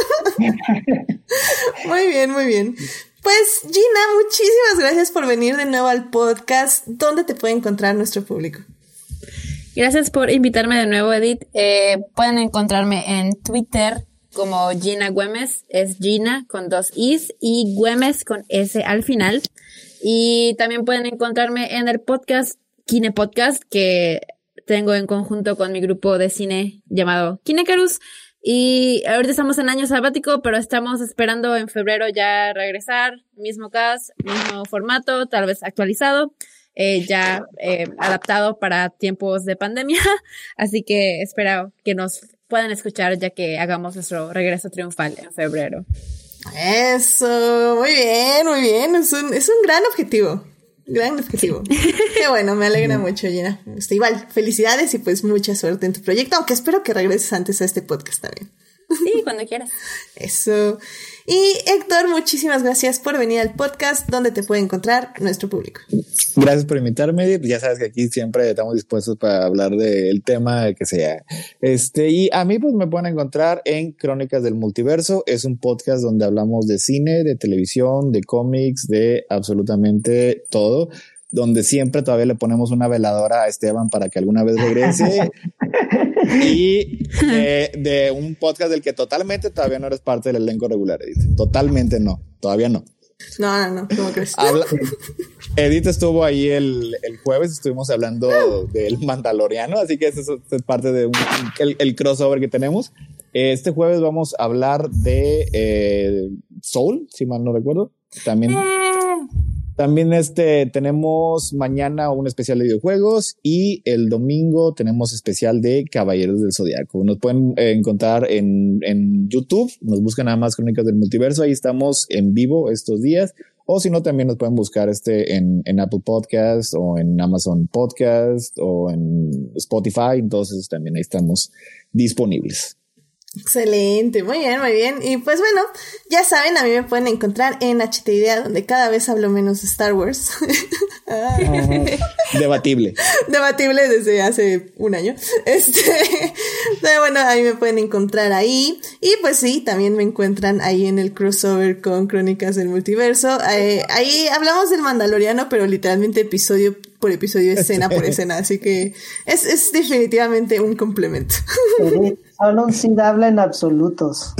Muy bien, muy bien. Pues Gina, muchísimas gracias por venir de nuevo al podcast. ¿Dónde te puede encontrar nuestro público? Gracias por invitarme de nuevo, Edith. Eh, pueden encontrarme en Twitter como Gina Güemes, es Gina con dos Is y Güemes con S al final. Y también pueden encontrarme en el podcast Kine Podcast, que tengo en conjunto con mi grupo de cine llamado Kinecarus. Y ahorita estamos en año sabático, pero estamos esperando en febrero ya regresar, mismo cast, mismo formato, tal vez actualizado, eh, ya eh, adaptado para tiempos de pandemia, así que espero que nos puedan escuchar ya que hagamos nuestro regreso triunfal en febrero. Eso, muy bien, muy bien, es un, es un gran objetivo. Gran objetivo. Qué bueno, me alegra mucho, Gina. Este, igual, felicidades y pues mucha suerte en tu proyecto, aunque espero que regreses antes a este podcast también. Sí, cuando quieras. Eso. Y Héctor, muchísimas gracias por venir al podcast. ¿Dónde te puede encontrar nuestro público? Gracias por invitarme. Ya sabes que aquí siempre estamos dispuestos para hablar del tema que sea. Este, y a mí pues me pueden encontrar en Crónicas del Multiverso. Es un podcast donde hablamos de cine, de televisión, de cómics, de absolutamente todo. Donde siempre todavía le ponemos una veladora a Esteban para que alguna vez regrese. Y de, de un podcast del que totalmente todavía no eres parte del elenco regular, Edith. Totalmente no, todavía no. No, no, no, ¿cómo crees? Habla, Edith estuvo ahí el, el jueves, estuvimos hablando del Mandaloriano, así que eso es parte de un, el, el crossover que tenemos. Este jueves vamos a hablar de eh, Soul, si mal no recuerdo. También... También este, tenemos mañana un especial de videojuegos y el domingo tenemos especial de Caballeros del Zodiaco. Nos pueden eh, encontrar en, en YouTube, nos buscan nada más Crónicas del Multiverso, ahí estamos en vivo estos días, O si no, también nos pueden buscar este en, en Apple Podcast o en Amazon Podcast o en Spotify. Entonces también ahí estamos disponibles. Excelente, muy bien, muy bien. Y pues bueno, ya saben, a mí me pueden encontrar en H T Idea, donde cada vez hablo menos de Star Wars. Debatible. Debatible desde hace un año. Este, pero bueno, a mí me pueden encontrar ahí. Y pues sí, también me encuentran ahí en el crossover con Crónicas del Multiverso. Eh, ahí hablamos del Mandaloriano, pero literalmente episodio por episodio, escena por escena. Así que es, es definitivamente un complemento. Solo un Cid habla en absolutos.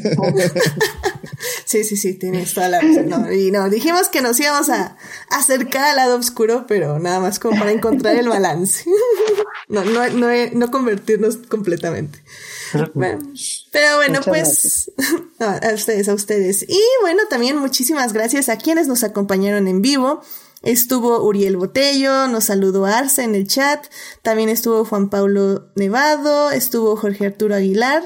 Sí, sí, sí, tienes toda la razón. No, y no, dijimos que nos íbamos a acercar al lado oscuro, pero nada más como para encontrar el balance. No, no, no, no convertirnos completamente. Bueno, pero bueno, muchas pues no, a ustedes, a ustedes. Y bueno, también muchísimas gracias a quienes nos acompañaron en vivo. Estuvo Uriel Botello, nos saludó Arce en el chat, también estuvo Juan Pablo Nevado, estuvo Jorge Arturo Aguilar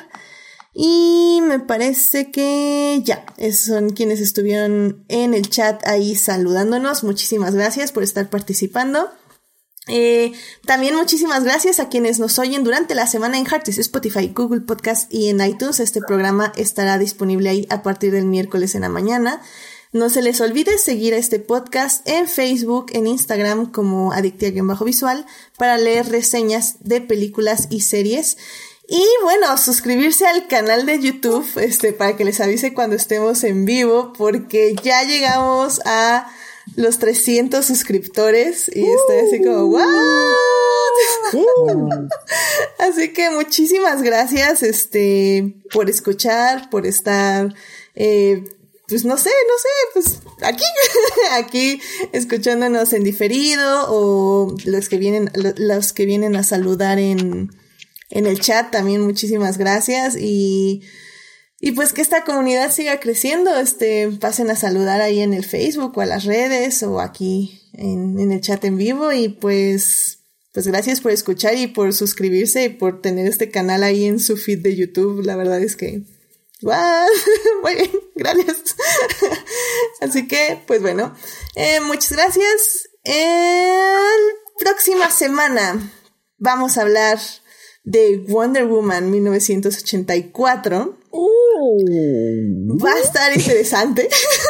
y me parece que ya, esos son quienes estuvieron en el chat ahí saludándonos. Muchísimas gracias por estar participando. Eh, también muchísimas gracias a quienes nos oyen durante la semana en Heartis, Spotify, Google Podcast y en iTunes. Este programa estará disponible ahí a partir del miércoles en la mañana. No se les olvide seguir a este podcast en Facebook, en Instagram como Adictia-Visual para leer reseñas de películas y series. Y bueno, suscribirse al canal de YouTube este, para que les avise cuando estemos en vivo, porque ya llegamos a los trescientos suscriptores y uh, estoy así como ¿what? Uh. Así que muchísimas gracias este, por escuchar, por estar... Eh, pues no sé, no sé, pues aquí, aquí escuchándonos en diferido o los que vienen, los que vienen a saludar en, en el chat también muchísimas gracias y, y pues que esta comunidad siga creciendo, este, pasen a saludar ahí en el Facebook o a las redes o aquí en, en el chat en vivo y pues, pues gracias por escuchar y por suscribirse y por tener este canal ahí en su feed de YouTube, la verdad es que ¡wow! Muy bien, gracias. Así que, pues bueno, eh, muchas gracias. Eh, próxima semana vamos a hablar de Wonder Woman mil novecientos ochenta y cuatro. Uh, va a estar interesante.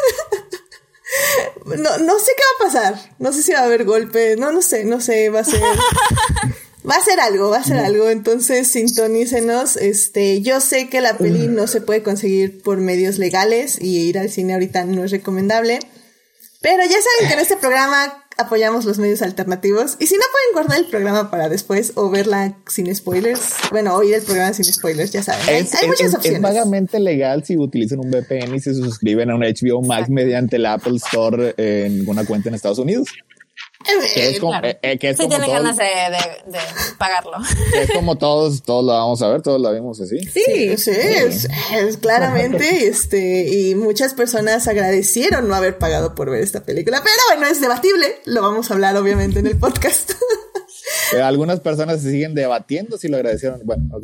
No, no sé qué va a pasar. No sé si va a haber golpes. No, no sé, no sé, va a ser... Va a ser algo, va a ser algo, entonces sintonícenos. Este, yo sé que la peli no se puede conseguir por medios legales y ir al cine ahorita no es recomendable, pero ya saben que en este programa apoyamos los medios alternativos y si no pueden guardar el programa para después o verla sin spoilers, bueno, oír el programa sin spoilers, ya saben, hay, es, hay muchas es, opciones. Es vagamente legal si utilizan un V P N y se suscriben a una H B O Max mediante el Apple Store en una cuenta en Estados Unidos. Que es como, claro. eh, que es sí, como tiene todos, ganas de, de, de pagarlo. Que es como todos, todos lo vamos a ver, todos lo vimos así. Sí, sí, sí. Es, es claramente, este, y muchas personas agradecieron no haber pagado por ver esta película, pero bueno, es debatible, lo vamos a hablar obviamente en el podcast. Eh, algunas personas se siguen debatiendo si lo agradecieron. Bueno, ok.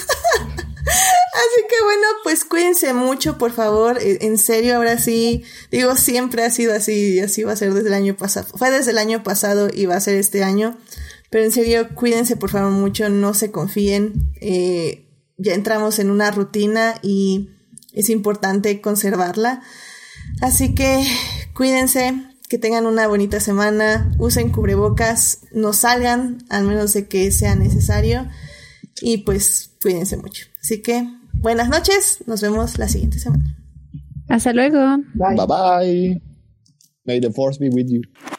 Así que bueno, pues cuídense mucho, por favor. En serio, ahora sí, digo, siempre ha sido así y así va a ser desde el año pasado. Fue desde el año pasado y va a ser este año. Pero en serio, cuídense por favor mucho, no se confíen. Eh, ya entramos en una rutina y es importante conservarla. Así que cuídense, que tengan una bonita semana, usen cubrebocas, no salgan, al menos de que sea necesario. Y pues cuídense mucho. Así que buenas noches, nos vemos la siguiente semana. Hasta luego. Bye bye. May the force be with you.